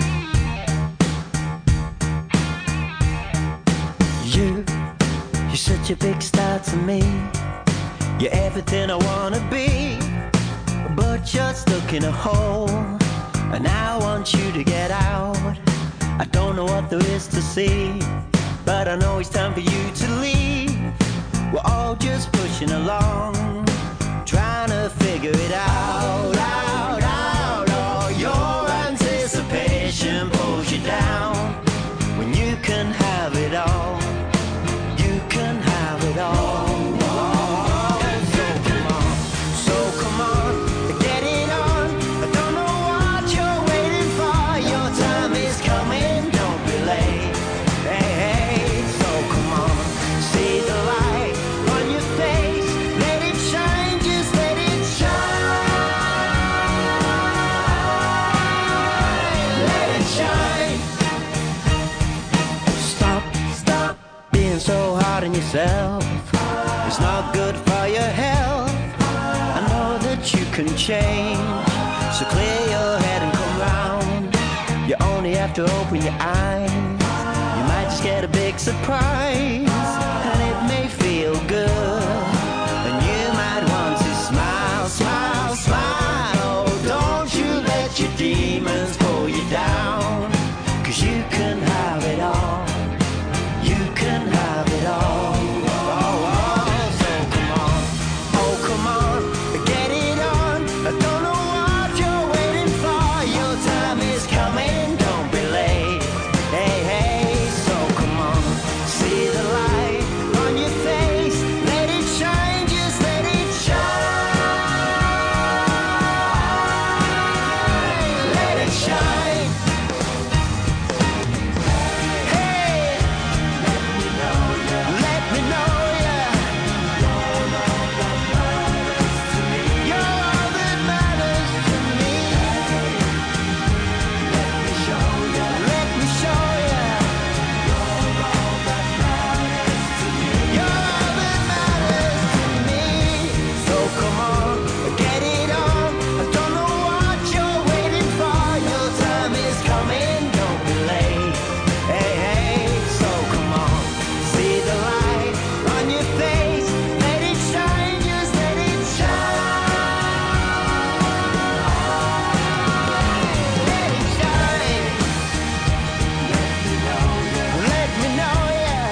You're such a big star to me. You're everything I wanna be, but you're stuck in a hole, and I want you to get out. I don't know what there is to see, but I know it's time for you to leave. We're all just pushing along, trying to figure it out. Oh, your anticipation pulls you down when you can have it all. You can have it all. So hard on yourself, it's not good for your health. I know that you can change, so clear your head and come round. You only have to open your eyes, you might just get a big surprise, and it may feel good, and you might want to smile, smile, smile. Oh, don't you let your demons pull you down, 'cause you can have it all. You can have it all. So come on, get it on. I don't know what you're waiting for. Your time is coming, don't be late. Hey, so come on, see the light on your face. Let it shine, just let it shine. Let it shine. Hey. Let me know, yeah. You're all that matters to me. Let me show you. Let me show you. You're all that matters to me. You're all that matters to me. So come on, get it on. I don't know what you're waiting for. Your time is coming, don't be late. Hey, so come on. See the light on your face, let it shine, just let it shine. Let it shine. Let me know, yeah.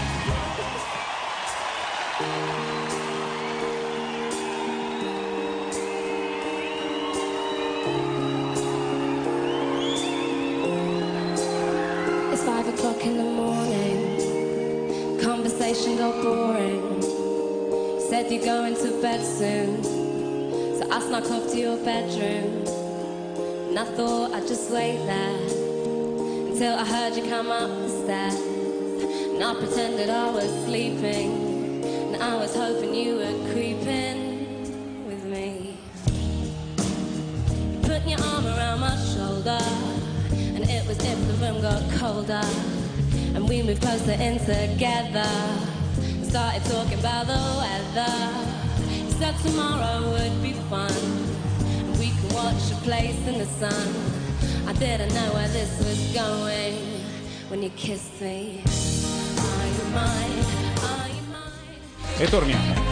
It's 5 o'clock in the morning. Conversation got boring. You said you're going to bed soon, so I snuck off to your bedroom. And I thought I'd just wait there until I heard you come up the stairs. And I pretended I was sleeping, and I was hoping you were creeping with me. You put your arm around my shoulder, and it was if the room got colder, and we moved closer in together and started talking about the weather. You said tomorrow would be fun, and we could watch a place in the sun. I didn't know where this was going when you kissed me. Are you mine? Are you mine? E torniamo.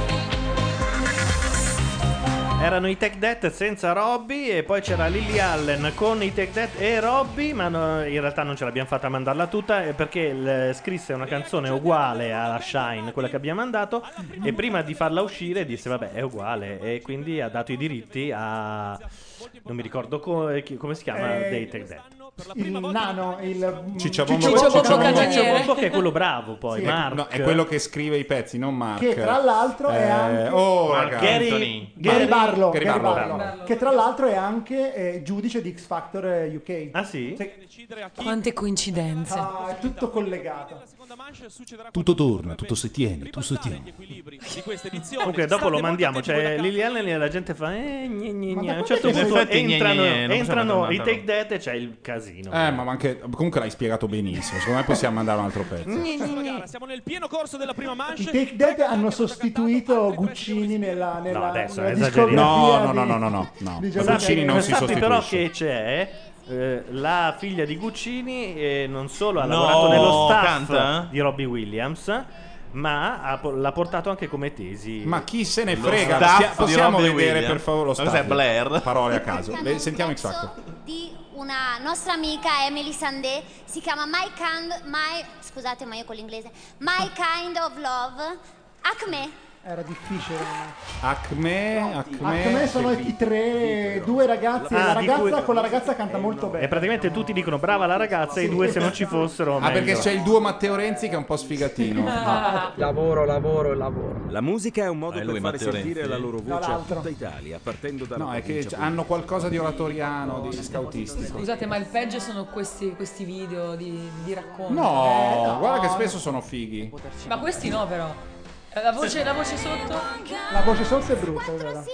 Erano i Take That senza Robbie, e poi c'era Lily Allen con i Take That e Robbie, ma in realtà non ce l'abbiamo fatta mandarla tutta, perché scrisse una canzone uguale alla Shine, quella che abbiamo mandato, e prima di farla uscire disse vabbè è uguale, e quindi ha dato i diritti a... non mi ricordo come si chiama, dei Take That. Il nano, il Cicciabombo Cicciabombo, che è quello bravo poi, Sì. Mark. No, è quello che scrive i pezzi, non Mark. che tra l'altro è anche ragazzi. Gary Barlow, Gary Barlow. che tra l'altro è anche giudice di X Factor UK. Ah sì? Quante coincidenze. È tutto collegato. Tutto torna, tutto si tiene, tutto si tiene. di questa edizione. Comunque dopo lo mandiamo, cioè Lily Allen e la gente fa gne, gne, gne. A un certo punto entrano i Take That e c'è il casino. Ma anche comunque l'hai spiegato benissimo. Secondo me possiamo mandare un altro pezzo. Siamo nel pieno corso della prima manche. I Take That hanno sostituito Guccini nella No, adesso nella esageriamo. No. di Guccini non si Sappi però sostituisce. che c'è la figlia di Guccini non solo ha lavorato nello staff canta? di Robbie Williams, ma l'ha portato anche come tesi. Ma chi se ne Lo frega? staff Possiamo di Robbie vedere Williams. per favore lo Ma cos'è, staff? Blair? Parole a caso. Sentiamo X Factor. Di una nostra amica Emily Sandé, si chiama scusate ma io con l'inglese, My Kind of Love, Acme. Era difficile. Acme sono i due ragazzi. Ah, La ragazza di cui- con la ragazza canta molto bene. E praticamente tutti dicono brava la ragazza, e i due se non ci fossero. perché meglio. c'è il duo Matteo Renzi che è un po' sfigatino. Lavoro. La musica è un modo lui, per fare Matteo sentire Renzi. la loro voce a Dall'altro. tutta Italia, partendo dalla No, è che provincia hanno qualcosa di oratoriano, di scautistico. Scusate, ma il peggio sono questi video di racconto. No, guarda che spesso sono fighi. Ma questi no, però. La voce sotto. La voce sotto è brutta, è vero.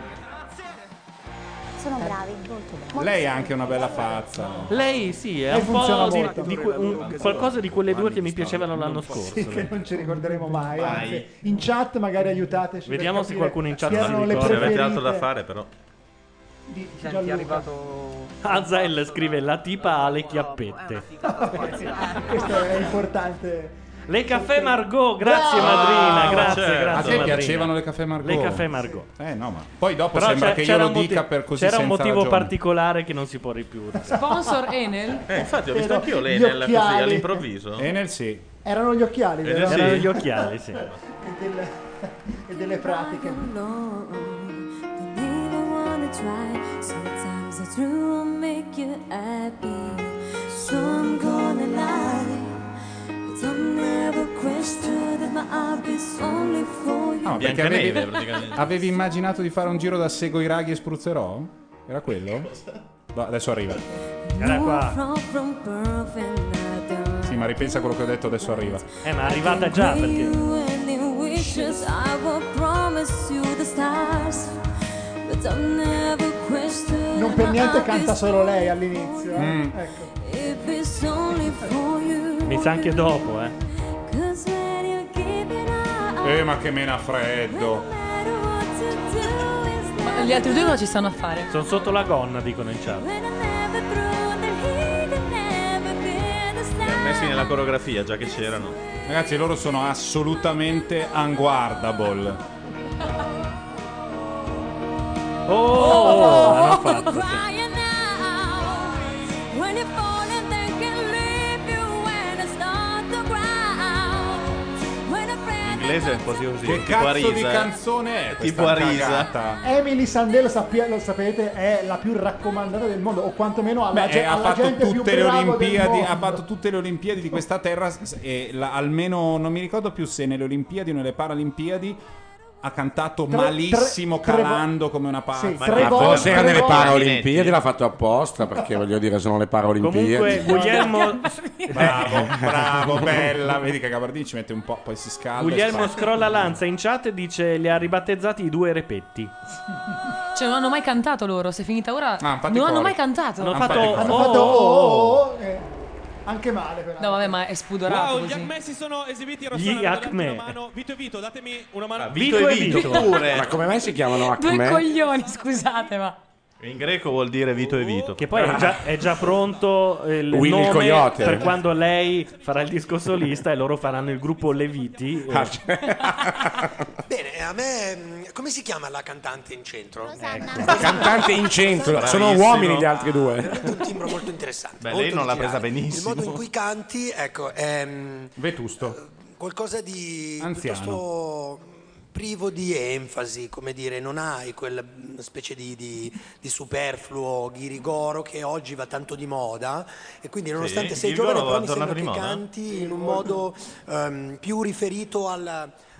Sono bravi. Lei ha anche una bella fazza. Lei sì, è Lei un funziona po' molto. qualcosa di quelle due che mi piacevano l'anno scorso. Sì, che non ci ricorderemo mai. Anzi, in chat magari aiutateci. per Vediamo se capire qualcuno in chat chi si erano le ricorda. Se avete preferite altro da fare, però. di Senti, è Gianluca. arrivato... Azael scrive la tipa ha le chiappette. Questo è importante. Le caffè Margot, grazie madrina, grazie, A grazie te madrina. piacevano le caffè Margot? Le caffè Margot. No, ma poi dopo Però sembra che io c'era lo un motivo- dica per così C'era un senza motivo ragione. particolare che non si può ripiudere. Sponsor Enel. Infatti ho visto Però anch'io gli l'Enel così occhiali. all'improvviso. Enel sì. Erano gli occhiali, vero? Sì. Erano gli occhiali, sì. E delle pratiche. Sometimes the truth will make you happy. So I'm gonna lie. But I'll never question that my heart is only for you. No, perché Biancaneve, praticamente. avevi immaginato di fare un giro da Sego i raghi e spruzzerò? Era quello? No, adesso arriva. Era qua. From birth and I don't Sì, ma ripensa a quello che ho detto, adesso arriva. Ma è arrivata già perché you any wishes. I will promise you the stars. But I'll never question. Non per niente my canta heart solo lei all'inizio. Ecco. if it's only for you. mi sa anche dopo, 'Cause when you give it up, Ma che mena freddo. no matter what to do is Ma gli altri due cosa ci stanno a fare? Sono sotto la gonna, dicono in chat. when I never threw that he could never be the Li hanno messi star. nella coreografia, già che c'erano. Ragazzi, loro sono assolutamente unguardable. Hanno fatto. Crying now when you're falling, they can leave you when it starts to ground. When a friend In inglese è così così. Che tipo cazzo Arisa, di canzone è tipo questa Arisa. cagata? Emily Sandé, lo sapete, è la più raccomandata del mondo, o quantomeno alla, Beh, ha alla fatto gente più tutte le brava del Olimpiadi, mondo. ha fatto tutte le Olimpiadi di questa terra e almeno non mi ricordo più se nelle Olimpiadi o nelle Paralimpiadi ha cantato malissimo, calando come una pazza. Sì, Ma tre volte, forse era nelle tre volte. Paralimpiadi, l'ha fatto apposta, perché voglio dire, sono le Paralimpiadi. Comunque Guglielmo Bravo, bella. Vedi che Gabardini ci mette un po', poi si scalda. Guglielmo scrolla Lanza in chat e dice li ha ribattezzati i due repetti. Cioè, non hanno mai cantato loro. Se è finita ora, infatti non hanno cori. mai cantato. Hanno Han fatto fatto Hanno fatto anche male però. No, vabbè, ma è spudorato Wow, gli così. Acme si sono esibiti. Gli Rossana, datemi Acme. una mano. Vito e Vito, datemi una mano. Vito e Vito. pure. Ma come mai si chiamano Due Acme? coglioni, scusate, ma. In greco vuol dire Vito e Vito. Che poi è già pronto il Willy nome Coyote. per quando lei farà il disco solista e loro faranno il gruppo Leviti. Bene, a me come si chiama la cantante in centro? Cantante in centro, sono Bravissimo. uomini gli altri due. Veramente un timbro molto interessante. Beh, molto lei non l'ha originale. presa benissimo. Il modo in cui canti, ecco, è Vetusto. qualcosa di Anziano. piuttosto privo di enfasi, come dire, non hai quella specie di superfluo ghirigoro che oggi va tanto di moda, e quindi nonostante sei Ghirigoro giovane però è mi sembra tornato che di moda? canti in un modo più riferito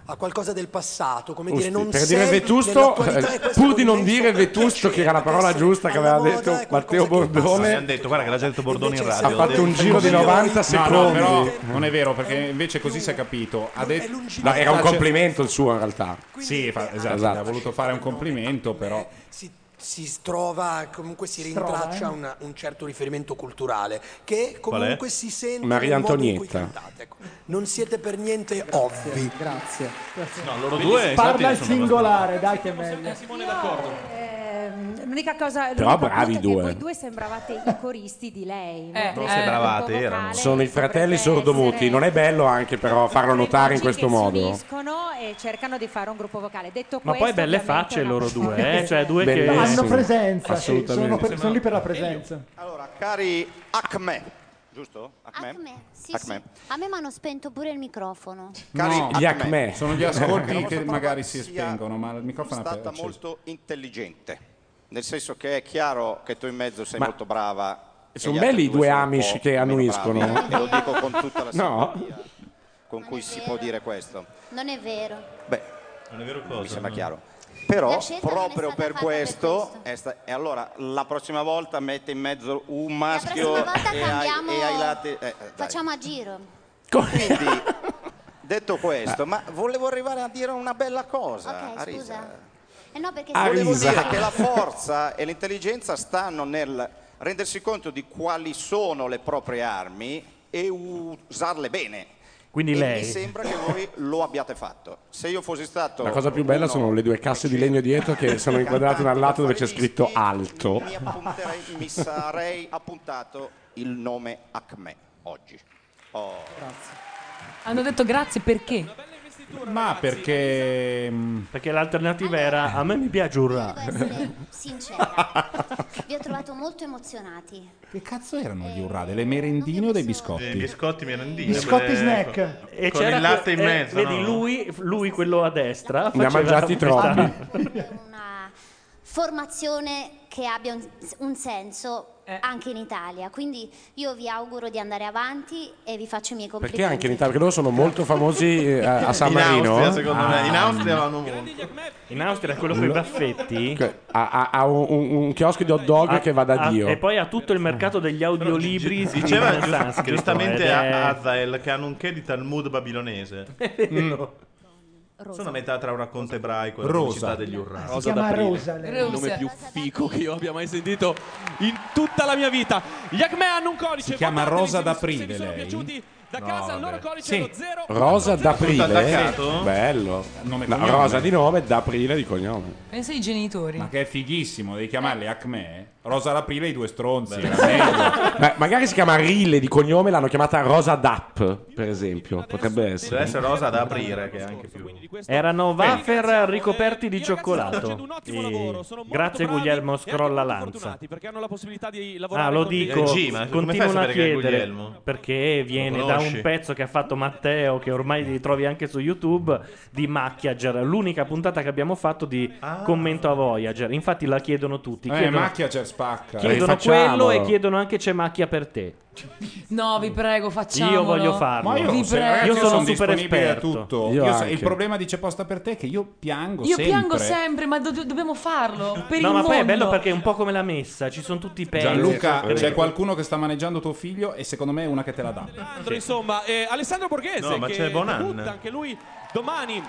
a qualcosa del passato, come Usti, dire, non per sei dire vetusto, nell'attualità, e questo pur di è un non dire vetusto, che era la parola giusta che aveva detto Matteo Bordone, hanno detto, guarda che l'ha già detto Bordone in radio. ha fatto un giro di 90 secondi. No, però non è vero, perché invece così si è capito. Ha detto, No, era un complimento il suo in realtà. Sì, esatto, ha voluto fare un complimento, però si trova, comunque si rintraccia un certo riferimento culturale che comunque si sente Maria nel modo in cui Antonietta. cantate, ecco. Non siete per niente ovvi. Grazie. No, loro due Parla il singolare, dai che è meglio. Simone è d'accordo. L'unica cosa, Però l'unico bravi punto è che due. voi due sembravate i coristi di lei. Non sembravate, erano. Sono i fratelli sordomuti. Non è bello anche però farlo notare in questo modo. Si uniscono e cercano di fare un gruppo vocale. Detto Ma questo, poi belle ovviamente facce una- loro due, cioè due che Bellissimi. Hanno presenza, sì, Assolutamente. sono lì per la presenza. Allora, cari Acme, giusto? Acme? Sì, Acme. sì. A me mi hanno spento pure il microfono. Cari No, Gli Acme. sono gli ascolti La che vostra magari prova si sia spengono, ma il microfono è stata acceso. molto intelligente, nel senso che è chiaro che tu in mezzo sei molto brava. e Sono gli altri belli i due sono un amici po' che meno annuiscono. bravi, e lo dico con tutta la No. simpatia con cui si può dire questo. Non è vero. Beh, Non è vero cosa? mi sembra chiaro. Però La scelta non è proprio stata per fatta questo, e allora la prossima volta mette in mezzo un maschio prossima volta cambiamo- e ai lati. Dai. Facciamo a giro. Quindi, detto questo, ma volevo arrivare a dire una bella cosa. Ok, Arisa. scusa. No, perché Volevo Arisa. dire che la forza e l'intelligenza stanno nel rendersi conto di quali sono le proprie armi e usarle bene. Quindi E lei. mi sembra che voi lo abbiate fatto. Se io fossi stato La cosa più bella uno sono le due casse di legno dietro che sono inquadrate da un lato dove c'è scritto alto. mi sarei appuntato il nome Acme oggi. Oh. Hanno detto grazie perché? Ma perché Perché l'alternativa era a me mi piace un devo essere sincera. Vi ho trovato molto emozionati. Che cazzo erano gli urrà? Delle merendine o dei biscotti? Biscotti merendini. Biscotti snack. E Con il latte in mezzo. Vedi, no? lui quello a destra Ne ha faceva mangiati questa- troppi. Una formazione che abbia un senso anche in Italia. Quindi io vi auguro di andare avanti e vi faccio i miei complimenti. Perché anche in Italia? Perché loro sono molto famosi a San In Marino. Austria, secondo me. In Austria vanno molto. In Austria è quello con i baffetti. Ha un chiosco di hot dog che va da Dio. E poi ha tutto il mercato degli audiolibri Diceva in sanscrito, giustamente ed è- Azael che hanno un che di Talmud babilonese. Sono a metà tra un racconto ebraico e la Rosa. pubblicità degli urrà. Rosa chiama d'aprile. Rosa, lei. Il nome più fico che io abbia mai sentito in tutta la mia vita. Gli Acme hanno un codice. Si chiama votateli Rosa se vi- d'aprile, se vi sono lei? piaciuti. Da casa il loro codice Sì. è lo 0. Rosa Tutto d'aprile. attaccato? Bello. Nome e No, cognome. Rosa di nome, d'aprile di cognome. Pensa ai genitori. Ma che è fighissimo, devi chiamarli Acme. Rosa d'aprile i due stronzi. era meglio. Beh, magari si chiama Rile di cognome, l'hanno chiamata Rosa Dapp, per esempio. Potrebbe Deve essere. essere rosa da aprire, che è anche più. Erano wafer ricoperti di cioccolato. E grazie Guglielmo Scrolla Lanza. Perché hanno la possibilità di lavorare Ah, lo con dico, G, ma come fai a continuano a sapere che è chiedere Guglielmo? perché viene Lo da conosci? un pezzo che ha fatto Matteo, che ormai li trovi anche su YouTube, di Macchiager, l'unica puntata che abbiamo fatto di commento a Voyager. Infatti la chiedono tutti. Macchia c'è spacca. Chiedono quello e chiedono anche c'è macchia per te. No, vi prego, facciamolo. Io voglio farlo. Ma io, Vi prego. ragazzi, Io sono super disponibile a esperto. tutto. Io Il anche. problema di C'è posta per te è che io piango Io sempre. piango sempre, ma dobbiamo farlo per No, il ma mondo. poi è bello perché è un po' come la messa, ci sono tutti i pezzi. Gianluca, c'è qualcuno che sta maneggiando tuo figlio e secondo me è una che te la dà. Alessandro, insomma, Alessandro Borghese No, ma che c'è Bonan. debutta anche lui domani.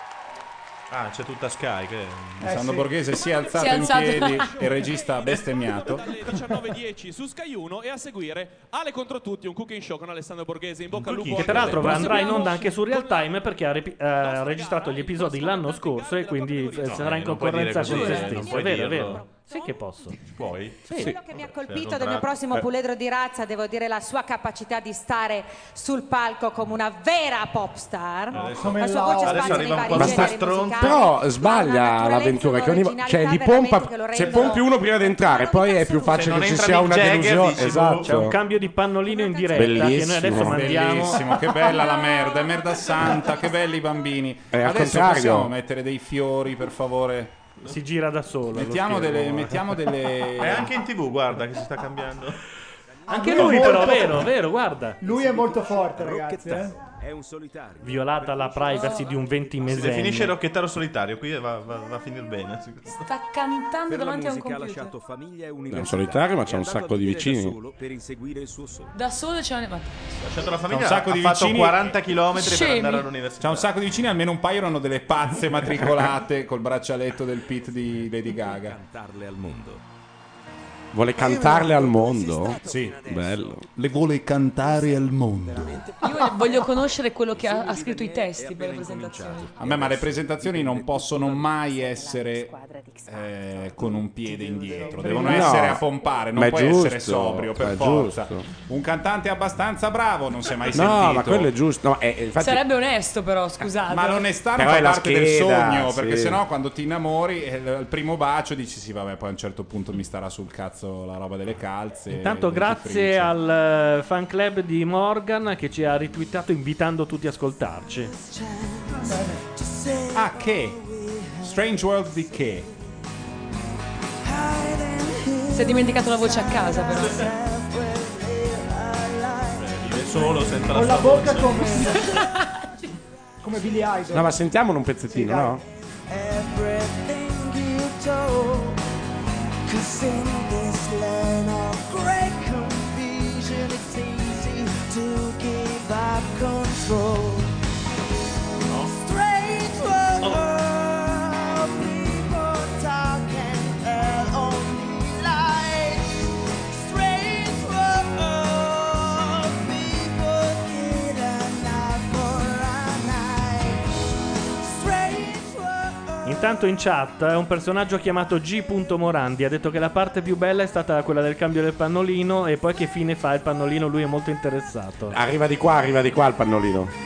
Ah, c'è tutta Sky. Che... Alessandro Borghese si è alzato Si è in alzato. piedi e il regista ha bestemmiato. Dalle 19:10 su Sky 1 e a seguire Ale contro tutti, un cooking show con Alessandro Borghese. In bocca al lupo. Che tra l'altro anche- andrà in onda anche su Real Time perché ha registrato gli episodi l'anno scorso e quindi sarà in non puoi dire concorrenza con così, se non stesso. puoi È vero, è dirlo. vero. Sì che posso. Puoi? Quello che mi ha colpito non del mio tra- prossimo puledro di razza, devo dire, la sua capacità di stare sul palco come una vera pop star. Come La sua Laura. voce Adesso spazia nei arriva un vari po' Ma di generi stronzo. musicali. Però Ha una sbaglia naturalezza, l'avventura che un'originalità li veramente pompa, che lo se rendono- pompi uno prima di entrare, poi è più facile non che ci entra sia Mick una Jagger, delusione. dici, Esatto. C'è un cambio di pannolino in diretta che noi adesso Bellissimo. mandiamo. Bellissimo, che bella la merda, è merda santa, che belli i bambini. Al Adesso contrario. possiamo mettere dei fiori, per favore. Si gira da solo. Mettiamo delle. È anche in TV, guarda che si sta cambiando. Anche lui però, vero, vero, guarda. Lui è molto forte, ragazzi. È un solitario. Violata la privacy di un 20 Si definisce mese. rocchettaro solitario, qui va a finire bene. Sta cantando Per la davanti a un musica ha computer. lasciato famiglia e È un università. solitario, ma c'ha È un andato sacco a di vivere da vicini. solo per inseguire il suo sogno. Da solo ce n'è. Lasciato la C'ha famiglia, un sacco di ha fatto vicini 40 km per Scemi. andare all'università. C'ha un sacco di vicini, almeno un paio erano delle pazze matricolate col braccialetto del pit di Lady Gaga. Cantarle al mondo. Vuole cantarle al mondo? Sì. Bello. Le vuole cantare al mondo. Io voglio conoscere quello che ha scritto i testi per le presentazioni. A me, ma le presentazioni non possono mai essere con un piede indietro, devono No, essere a pompare, non ma è può giusto, essere sobrio per è forza. giusto. Un cantante abbastanza bravo, non si è mai sentito. No, ma quello è giusto. No, infatti, Sarebbe onesto, però, scusate. Ma l'onestà non Però fa è la parte del scheda, sogno, sì. perché sennò quando ti innamori al primo bacio dici sì vabbè, poi a un certo punto mi starà sul cazzo la roba delle calze. Intanto del grazie dentifricio. al fan club di Morgan che ci ha retweetato invitando tutti a ascoltarci. Ah, che? Strange World di che? Si è dimenticato la voce a casa, però. Vive solo, senta Con la la sua bocca voce. come Billy Idol. No, ma sentiamolo un pezzettino, no? Everything you told, 'cause in this land of great confusion, it's easy to give up control. Strange world, people talk and tell only lies. Strange world, people get enough for a night. Strange world. Intanto in chat un personaggio chiamato G. Morandi ha detto che la parte più bella è stata quella del cambio del pannolino e poi che fine fa il pannolino, lui è molto interessato. Arriva di qua il pannolino.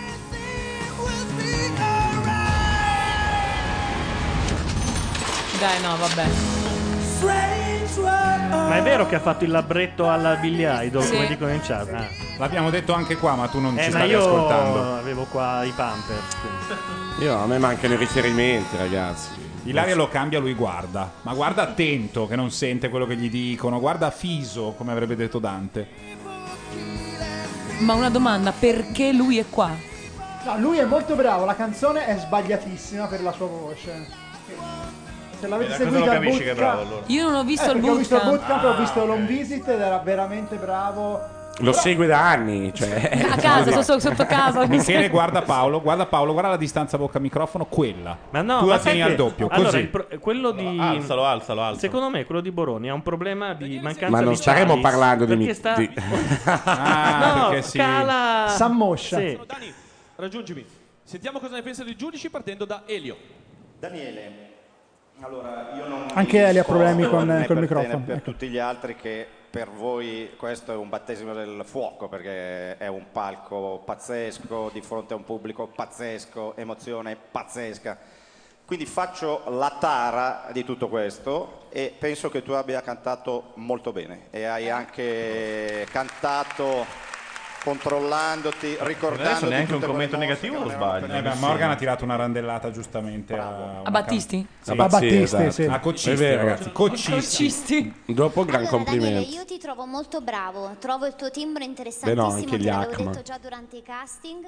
Dai, no, vabbè. Strange world. Ma è vero che ha fatto il labbretto alla Billy Idol, Sì. come dicono in chat? Ah. L'abbiamo detto anche qua, ma tu non ci Ma stavi io ascoltando. avevo qua i Pampers. quindi. A me mancano i riferimenti, ragazzi. Ilaria lo cambia, lui guarda. Ma guarda attento, che non sente quello che gli dicono. Guarda fiso, come avrebbe detto Dante. Ma una domanda, perché lui è qua? No, lui è molto bravo, la canzone è sbagliatissima per la sua voce. Se l'avete Da cosa seguita lo al capisci che è bravo bootcamp, allora? Io non ho visto il perché ho visto il bootcamp. bootcamp, ho visto l'home visit ed era veramente bravo. Lo segue da anni, cioè. A casa, sotto casa. Michele, guarda Paolo, guarda la distanza bocca microfono, quella. Ma no, tu ma la sai tieni che- al doppio, allora, così. quello di Alzalo. Secondo me quello di Boroni ha un problema di mancanza Ma non di staremo Chalice, parlando di perché sta... Ah, no, perché sì. cala S'ammoscia. Sì. Dani, raggiungimi. Sentiamo cosa ne pensano i giudici partendo da Elio. Daniele, allora io non Anche mi lei ha problemi nascondo, con- né col per te, né microfono, per ecco. tutti gli altri che per voi questo è un battesimo del fuoco perché è un palco pazzesco di fronte a un pubblico pazzesco, emozione pazzesca. Quindi faccio la tara di tutto questo e penso che tu abbia cantato molto bene e hai anche cantato controllandoti, ricordandoti Adesso neanche un tutte commento quelle negativo mosse o che non sbaglio? erano per Morgan ha tirato una randellata giustamente a Battisti? Sì. A Battisti, sì. A Coccisti, È vero. ragazzi, Coccisti. Cocisti. Dopo gran Allora, Daniele, complimenti. io ti trovo molto bravo, trovo il tuo timbro Beh, interessantissimo, no, anche gli te l'avevo Acma. detto già durante i casting.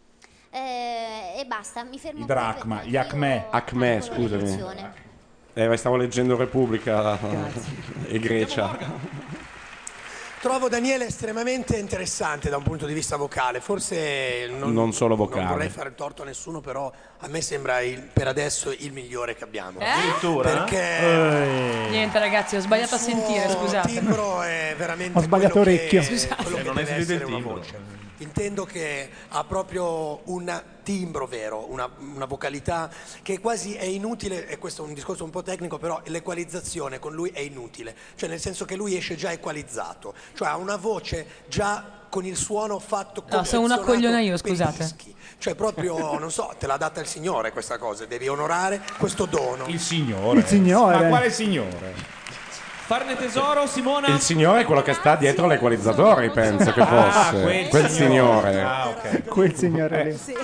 E basta, mi fermo I qui Drachma, perché gli Acme. io Acme, carico scusami. l'emozione. Ma stavo leggendo Repubblica e Grecia. Trovo Daniele estremamente interessante da un punto di vista vocale, forse Non solo vocale. Non vorrei fare torto a nessuno, però a me sembra per adesso il migliore che abbiamo. Addirittura? Perché Niente, ragazzi, ho sbagliato a sentire, il scusate. timbro è veramente Ho sbagliato quello orecchio. che, quello che non hai deve sentito il essere una timbro. voce. Intendo che ha proprio un timbro vero, una vocalità che quasi è inutile, e questo è un discorso un po' tecnico, però l'equalizzazione con lui è inutile, cioè nel senso che lui esce già equalizzato, cioè ha una voce già con il suono fatto No, sono una confezionato cogliona io, per i scusate. dischi. Cioè proprio, non so, te l'ha data il Signore questa cosa, devi onorare questo dono. Il signore. Il signore. Ma quale signore? Farne tesoro, Simona. Il signore è quello che sta dietro l'equalizzatore, penso che fosse. Quel signore. Ah, ok. Quel signore lì. Sì,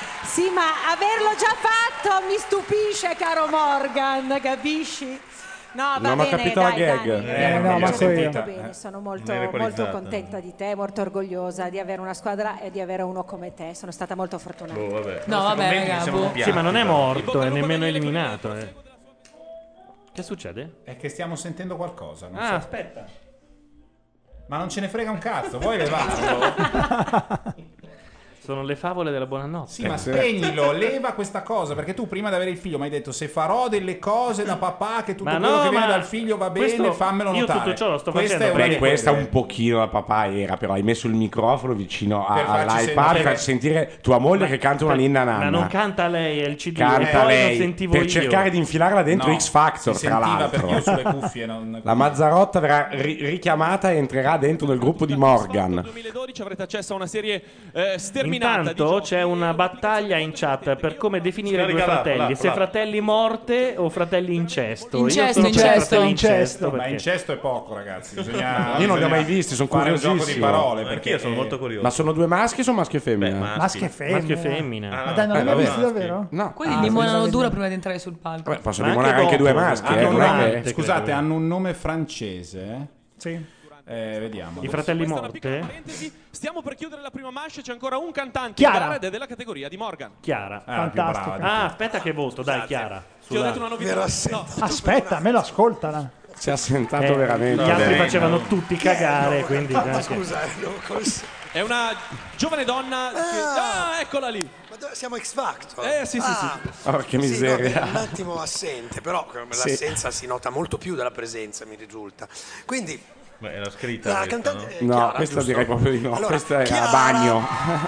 ma averlo già fatto mi stupisce, caro Morgan, capisci? No, va Non ho bene, capito la dai, gag. Dani. No, ma Molto bene, sono molto equalizzata. contenta di te, molto orgogliosa di avere una squadra e di avere uno come te. Sono stata molto fortunata. No, vabbè, raga, boh. Sì, ma non è morto, è nemmeno eliminato. Che succede? È che stiamo sentendo qualcosa. Non so. Aspetta. Ma non ce ne frega un cazzo, vuoi levarlo? Sono le favole della buonanotte. Sì, ma spegnilo, leva questa cosa, perché tu prima di avere il figlio mi hai detto se farò delle cose da papà che tutto Ma quello no, che viene ma dal figlio va bene, questo- fammelo io notare. tutto ciò lo sto Questa facendo. è una Beh, di questa quelle. un pochino da papà era, però hai messo il microfono vicino Per farci all'iPad sentire- per sentire tua moglie che canta una ninna nanna. Ma non canta lei, è il CD. Canta e poi lei non sentivo per io. cercare di infilarla dentro No, X Factor, si tra sentiva l'altro. perché io sulle cuffie non... La Mazzarotta verrà richiamata e entrerà dentro del gruppo di Morgan. 2012 avrete accesso a una serie sterminata di Intanto c'è una battaglia in chat per come definire i due Scarica là, fratelli, là, se là. fratelli morte o fratelli incesto. Incesto, Io sono per incesto. fratelli Incesto. Ma perché- incesto è poco, ragazzi. Bisogna, Io non li ho mai bisogna visti, sono fare un gioco di curiosissimo. parole. Perché Anch'io sono molto curioso. Ma sono due maschi o sono maschio e femmina? Maschio e femmina. Maschio e femmina. Ma dai, non li hai vabbè. visti davvero? No. Quelli Ah, limonano sì, duro sì. prima di entrare sul palco. Vabbè, possono Ma limonare anche anche due dopo, maschi. Hanno non è una- che- scusate, hanno un nome francese. Sì. Vediamo. I fratelli Questa è una piccola morte? parentesi. Stiamo per chiudere la prima manche. C'è ancora un cantante Chiara. in gara ed è della categoria di Morgan. Chiara. Ah, la più brava Fantastica. di Ah, aspetta che voto, dai, Chiara. Ti ho Sulla- detto una novità. No. Aspetta, me lo ascoltala. Si è assentato veramente. Gli altri bene. facevano tutti cagare, quindi... Ma scusa, È una giovane donna che... eccola lì. ma siamo X Factor. Sì. Porca Sì, miseria. no, un attimo assente, però l'assenza si nota molto più della presenza, mi risulta. Quindi Beh, era scritta la questa, cantante no? No, Chiara, questa giusto? direi proprio di no. Allora, Questa è a Chiara- bagno.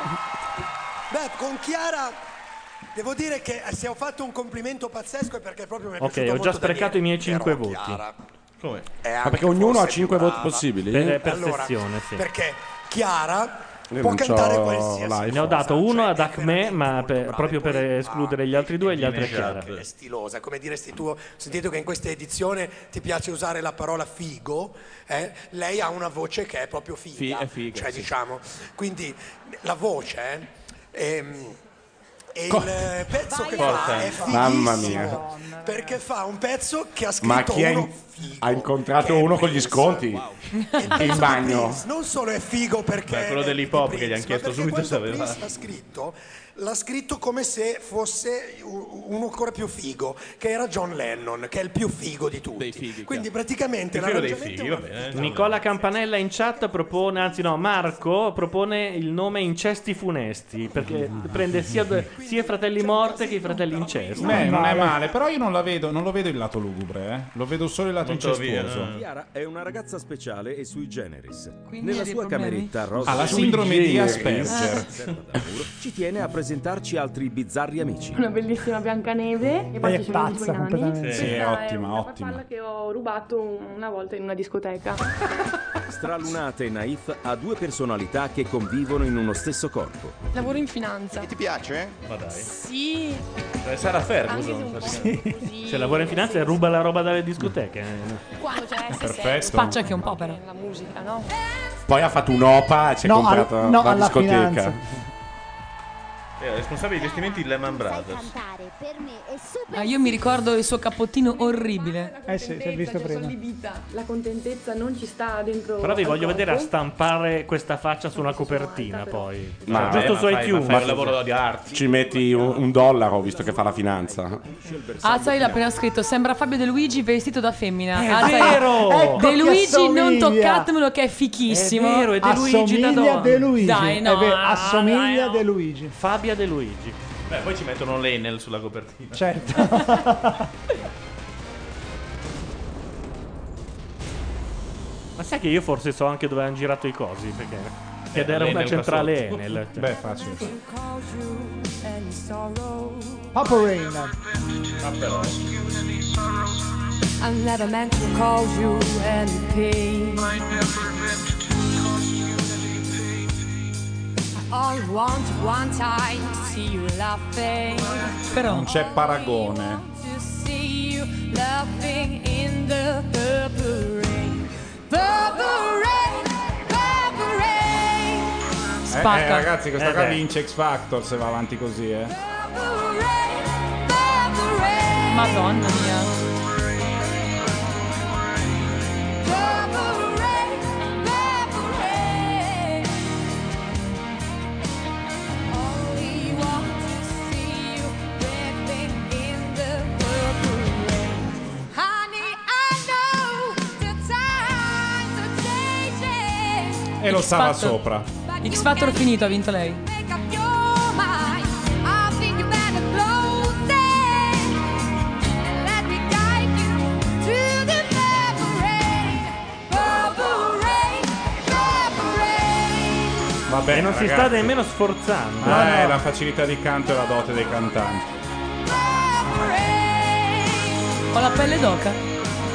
Beh, con Chiara devo dire che se ho fatto un complimento pazzesco è perché proprio mi è Ok, piaciuto ho già molto sprecato i miei Daniele, 5 però voti. Chiara Come? è Ma anche perché ognuno ha forse 5 più voti brava. possibili? Per Allora, sezione, sì. Perché Chiara Io può non cantare c'ho qualsiasi live. Ne ho dato cosa, uno cioè, ad Acme, ma proprio per escludere gli altri due e gli altri a Chiara. è stilosa, come diresti tu, ho sentito che in questa edizione ti piace usare la parola figo, lei ha una voce che è proprio figa, È figa, cioè sì. diciamo, quindi la voce e il pezzo che fa è fighissimo, Mamma mia. perché fa un pezzo che ha scritto Ma chi uno ha incontrato uno con gli sconti in bagno? non solo è figo perché Beh, quello è dell'hip hop di che gli hanno Prince, chiesto ma subito perché se quando aveva. Prince l'ha scritto come se fosse uno ancora più figo, che era John Lennon, che è il più figo di tutti. Quindi praticamente Il figlio dei l'arrangiamento fighi, va bene. Nicola Campanella in chat propone, anzi no, Marco propone il nome Incesti Funesti, perché prende sia i fratelli morte che i fratelli incesto. Beh, non è male, però io non lo vedo il lato lugubre, lo vedo solo il lato Non te lo via, incestuoso. Chiara è una ragazza speciale e sui generis. Quindi Nella hai dei sua problemi? cameretta rosa Ha la sui sindrome di generis, Asperger. serra da muro, ci tiene a presentarci altri bizzarri amici. Una bellissima Biancaneve e poi Lei ci è sono i pazza suoi nani. completamente. Sì, è ottima, una ottima. farfalla che ho rubato una volta in una discoteca. Stralunata e naif ha due personalità che convivono in uno stesso corpo. Lavoro in finanza. Ti piace? Ma dai. Sì, Sarà anche se Ferguson. un po' così. Se lavora in finanza e ruba la roba dalle discoteche. Quando c'è Perfetto. Spaccia anche un po' però. la musica, no? Poi ha fatto un'opa e si è No, comprato no, la alla discoteca. finanza. Responsabile di investimenti Lehman Brothers. Cantare per me è super Ah, io mi ricordo il suo cappottino orribile. Sì, si è visto C'è prima. solo di vita. La contentezza non ci sta dentro. Però vi al voglio vedere a corpo. stampare questa faccia su una copertina poi. Ma Giusto su fai un iTunes. lavoro di arte. Ci metti un dollaro visto che fa la finanza. Ah, sai, l'ha appena scritto. Sembra Fabio De Luigi vestito da femmina. È Ah, sai, vero! Ecco De che Luigi, non assomiglia. toccatemelo che è fichissimo. È vero, è De Luigi da Assomiglia a donna. De Luigi. Dai, no, È vero, dai, assomiglia no. a De Luigi. Fabia De Luigi. Beh, poi ci mettono l'Enel sulla copertina. Certo. Ma sai che io forse so anche dove hanno girato i cosi? Perché ed era l'Enel una qua centrale sotto. Enel. Beh, facile. Purple Rain. Ah, però. I never meant to cause you any pain. I only wanted one time to see you laughing. Però Non c'è paragone. To see you laughing in the purple rain. Purple rain, purple rain. spacca. Ragazzi, questa qua beh. vince X Factor se va avanti così, Purple rain, purple rain. Madonna mia. E lo X stava Factor. sopra. X Factor finito, ha vinto lei. Vabbè, E non si sta ragazzi. nemmeno sforzando. La facilità di canto e la dote dei cantanti. Ho la pelle d'oca.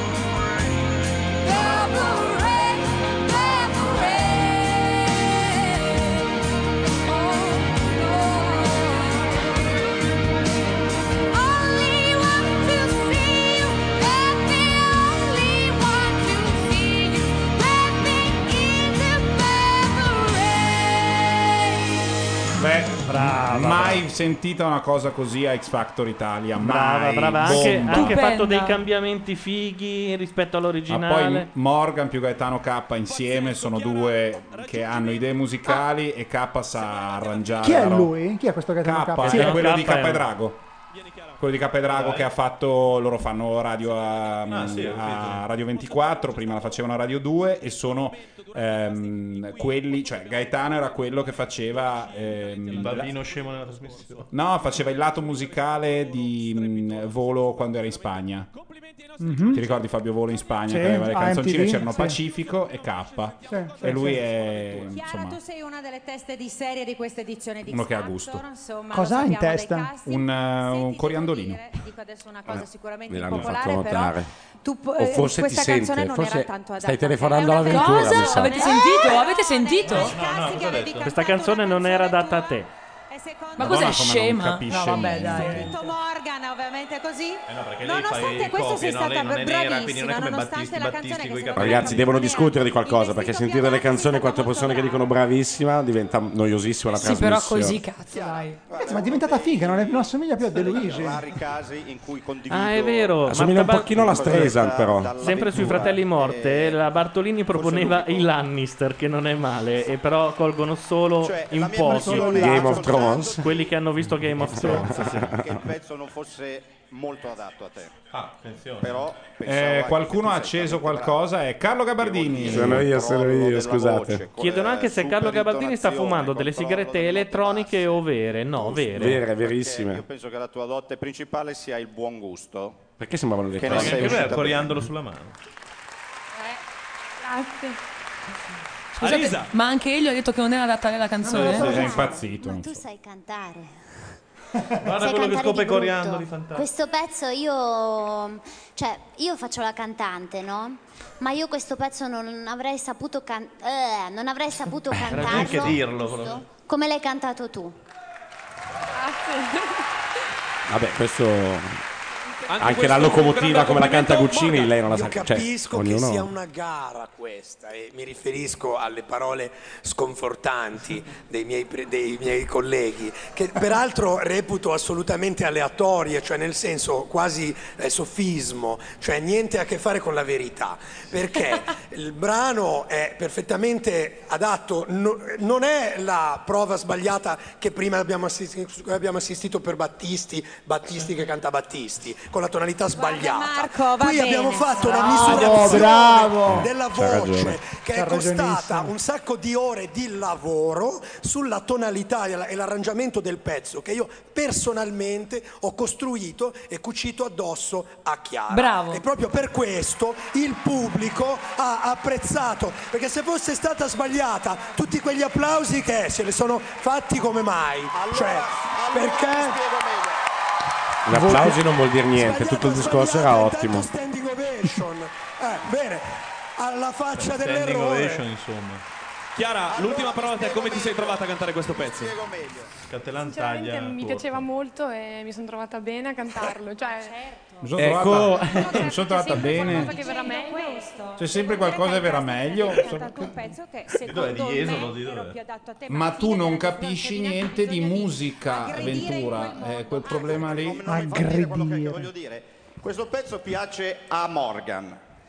Beh, Brava, mai sentita una cosa così a X Factor Italia. Brava, mai. brava. Anche Bomba. fatto dei cambiamenti fighi rispetto Ma all'originale. poi Morgan più Gaetano K insieme sono due che hanno idee musicali e K sa arrangiare. Chi è la roba. lui? Chi è questo Gaetano K? K Sì, è quello K di K è- e Drago. Quello di K e Drago che ha fatto, loro fanno radio a Radio 24, prima la facevano a Radio 2 e sono quelli, cioè Gaetano era quello che faceva Il bambino scemo nella trasmissione. no, faceva il lato musicale di Volo quando era in Spagna. Mhm. Ti ricordi Fabio Volo in Spagna Sì, che aveva le a canzoncine, MTV, c'erano sì. Pacifico e K. Sì, E lui sì. è Chiara, insomma tu sei una delle teste di serie di questa edizione di uno X che ha Factor, gusto. insomma, Cosa lo ha in sappiamo dai testa? casting. Un coriandolino. Dico adesso una cosa sicuramente Me l'hanno impopolare, fatto però notare. o forse questa ti canzone sente, non forse era tanto adatta. stai telefonando all'avventura, Cosa? mi sa. Avete sentito? Avete sentito? Cosa ha detto? Questa canzone non era adatta a te. Ma Madonna, cos'è come scema? non capisce No, vabbè, niente. dai. Scritto Morgan, ovviamente così. perché lei Nonostante fa i questo copie, sei no? stata Lei non è nera, quindi non è bravissima, come nonostante la canzone Battisti che coi secondo capelli. Ragazzi, devono discutere di qualcosa perché sentire le canzoni quante persone che dicono bravissima diventa noiosissima la Sì, però trasmissione. così, cazzo, dai. Ragazzi, ma è diventata figa, non assomiglia più a De Luigi. Rari casi in cui condivido. Ah, è vero. Assomiglia un Marta pochino alla Streisand, però. Sempre sui Fratelli Morte, la Bartolini proponeva i Lannister, che non è male, e però colgono solo in pochi Game of Thrones. quelli che hanno visto Game of Thrones. sì. Che il pezzo non fosse molto adatto a te. Attenzione. Però pensavo Qualcuno ha acceso qualcosa, è Carlo Gabardini. Sono io, scusate. Chiedono anche se Carlo Gabardini sta fumando delle sigarette elettroniche o vere. No, vere. Vere, verissime. Io penso che la tua dote principale sia il buon gusto. Perché sembravano le Che ne sei Anche lui uscita ha coriandolo sulla mano. Grazie. Arisa. Scusate, ma anche egli ha detto che non era adatta a lei la canzone? È impazzito. Ma tu sai cantare. Guarda Sai quello che cantare scopre di coriandoli, brutto. fantastico. Questo pezzo io faccio la cantante, no? Ma io questo pezzo non avrei saputo Era cantarlo anche dirlo. Però. come l'hai cantato tu. Vabbè, questo... Anche questo la un locomotiva grande come la canta complimento, Guccini, Morgan. lei non la sa. Io Cioè, capisco che ognuno... sia una gara questa e mi riferisco alle parole sconfortanti dei miei colleghi, che peraltro reputo assolutamente aleatorie, cioè nel senso quasi sofismo, cioè niente a che fare con la verità, perché il brano è perfettamente adatto, non è la prova sbagliata che prima abbiamo assistito per Battisti che canta Battisti, con la tonalità sbagliata. Marco, va Qui bene. abbiamo fatto una Bravo, misurazione bravo. della C'ha voce ragione. che C'ha è costata ragionissimo. un sacco di ore di lavoro sulla tonalità e l'arrangiamento del pezzo che io personalmente ho costruito e cucito addosso a Chiara. Bravo. E proprio per questo il pubblico ha apprezzato, perché se fosse stata sbagliata tutti quegli applausi che se le sono fatti come mai? Cioè, perché... Gli applausi non vuol dire niente, tutto il discorso era ottimo. Standing ovation. Bene, alla faccia Standing dell'errore. ovation, insomma. Chiara, l'ultima parola a te, come ti sei trovata a cantare questo pezzo? Cattelan Sinceramente taglia. mi corto. piaceva molto e mi sono trovata bene a cantarlo. Cioè, Mi sono Ecco. trovata, mi sono trovata bene. che verrà meglio. C'è sempre qualcosa che verrà meglio. Un pezzo che Dov'è? secondo Di Jesolo, me di era dov'è? più adatto a te, Ma alla tu fine non della capisci canzone niente di bisogna musica, aggredire in Ventura. quel modo. Quel problema lì. Non mi fa bene quello che voglio dire. Questo pezzo piace a Morgan.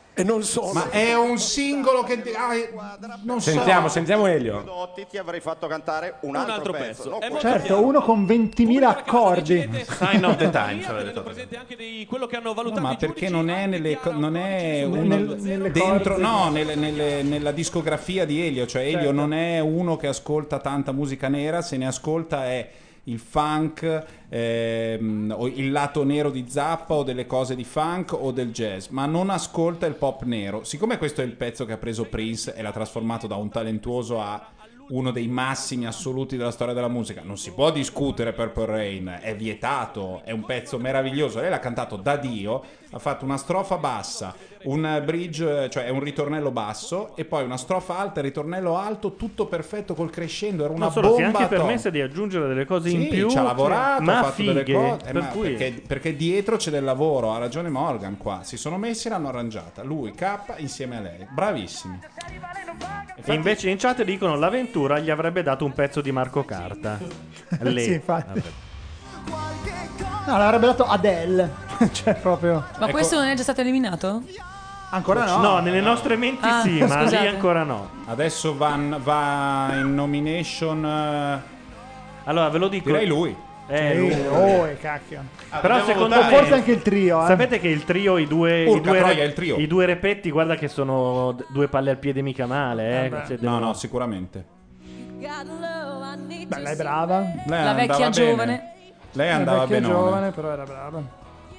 E non solo. Ma è un singolo che non so. Sentiamo Elio. Dotti ti avrei fatto cantare un altro pezzo. No, Certo, uno con 20.000 accordi. Sign of the Times. Quello che hanno valutato ma perché non è nelle dentro, corde. no, nella discografia di Elio, cioè Elio Certo. non è uno che ascolta tanta musica nera, se ne ascolta è il funk, o il lato nero di Zappa o delle cose di funk o del jazz, ma non ascolta il pop nero. Siccome questo è il pezzo che ha preso Prince e l'ha trasformato da un talentuoso a uno dei massimi assoluti della storia della musica, non si può discutere Purple Rain, è vietato, è un pezzo meraviglioso. Lei l'ha cantato da Dio, ha fatto una strofa bassa, un bridge, cioè è un ritornello basso e poi una strofa alta e ritornello alto, tutto perfetto col crescendo, era una Non solo, si è bomba anche atomica. permessa di aggiungere delle cose Sì, in più, ci ha lavorato, ma ha fatto delle fighe, cose, per ma cui perché dietro c'è del lavoro, ha ragione Morgan qua, si sono messi e l'hanno arrangiata, lui, K insieme a lei, bravissimi. E invece in chat dicono l'avventura gli avrebbe dato un pezzo di Marco Carta. Lei. Sì, infatti. No, l'avrebbe dato Adele. Cioè, proprio. Ma questo non è già stato eliminato? Ancora no? No, nelle nostre menti Ah, sì, ma lì scusate. ancora no. Adesso va in nomination. Allora ve lo dico. Direi lui. Lui. Cacchio. Però secondo me forse anche il trio, Sapete che il trio, i due Troia, il trio. i due repetti, guarda che sono due palle al piede mica male, Cioè, No, sicuramente. Beh, lei è brava. Lei La vecchia andava bene. giovane. Lei andava La vecchia bene. giovane, però era brava.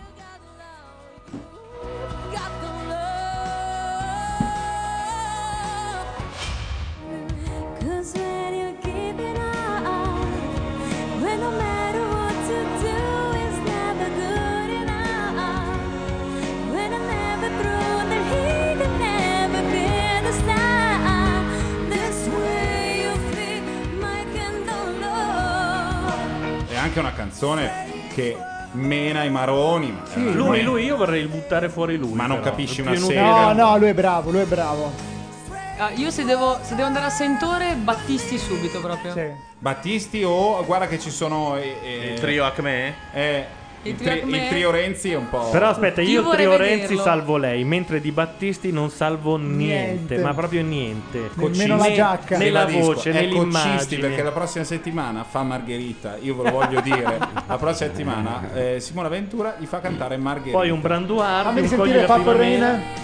Cause when you keep it up, when no matter what to do is never good enough. When I never through that he could never be the star. This way you feel my candle low. È anche una canzone che mena i maroni. Ma Lui, io vorrei buttare fuori lui. Ma non però. capisci Più una inutile. sega. No, lui è bravo, lui è bravo. Ah, io se devo andare a sentore, Battisti subito proprio. Battisti o guarda che ci sono Il trio Acme? il trio Acme. il trio Renzi è un po'. Però aspetta, Io io vorrei trio Renzi vederlo. salvo lei, mentre di Battisti non salvo niente, ma proprio niente. Nemmeno la giacca. Né la Ribadisco, voce, è né cocisti, l'immagine. perché la prossima settimana fa Margherita, io ve lo voglio dire. La prossima settimana Simona Ventura gli fa cantare Margherita. Poi un Branduardi, Fammi un sentire Cogli la Purple primavera. Rain.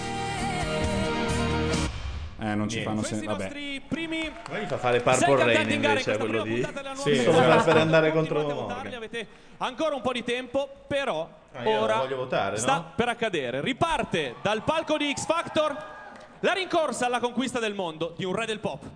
Non ci fanno vabbè. Ma gli fa fare Purple Rain invece, quello lì. Sì, solo esatto. per andare contro Votarli, avete ancora un po' di tempo, però io ora voglio votare, sta no? per accadere. Riparte dal palco di X Factor la rincorsa alla conquista del mondo di un re del pop.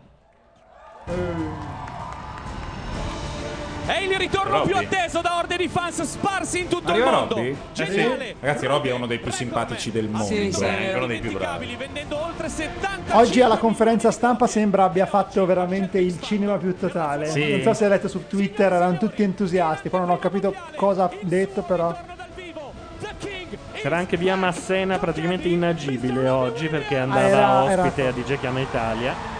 È il ritorno Robby. più atteso da orde di fans sparsi in tutto Arriva il mondo. Robby? Geniale. Ragazzi, Robby è uno dei più simpatici del mondo. Sì, sì. È uno dei più bravi. Vendendo oltre 70 Oggi alla conferenza stampa sembra abbia fatto veramente il cinema più totale. Sì. Non so se hai letto su Twitter, erano tutti entusiasti. Poi non ho capito cosa ha detto, però. C'era anche via Massena praticamente inagibile oggi perché andava era- ospite a DJ Chiama Italia.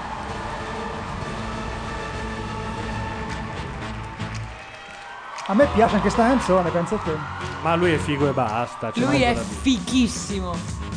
A me piace anche sta canzone, pensa a te. Ma lui è figo e basta. c'è Lui molto è da dire. fighissimo.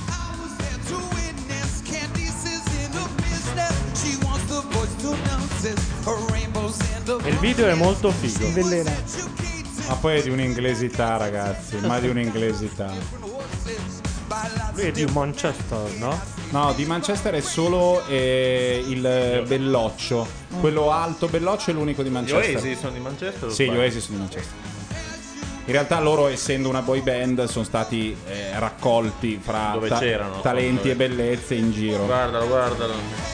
E il video è molto figo. Bellena. Ma poi è di un'inglesità, ragazzi. Ma di un'inglesità. Lui è di Manchester, no? No, di Manchester è solo il Belloccio. Quello alto Belloccio è l'unico di Gli Manchester. Oasis sono di Manchester? o Sì, gli sbaglio? Oasis sono di Manchester. In realtà loro, essendo una boy band, sono stati raccolti fra Dove c'erano, talenti dove- e bellezze in giro. Guardalo.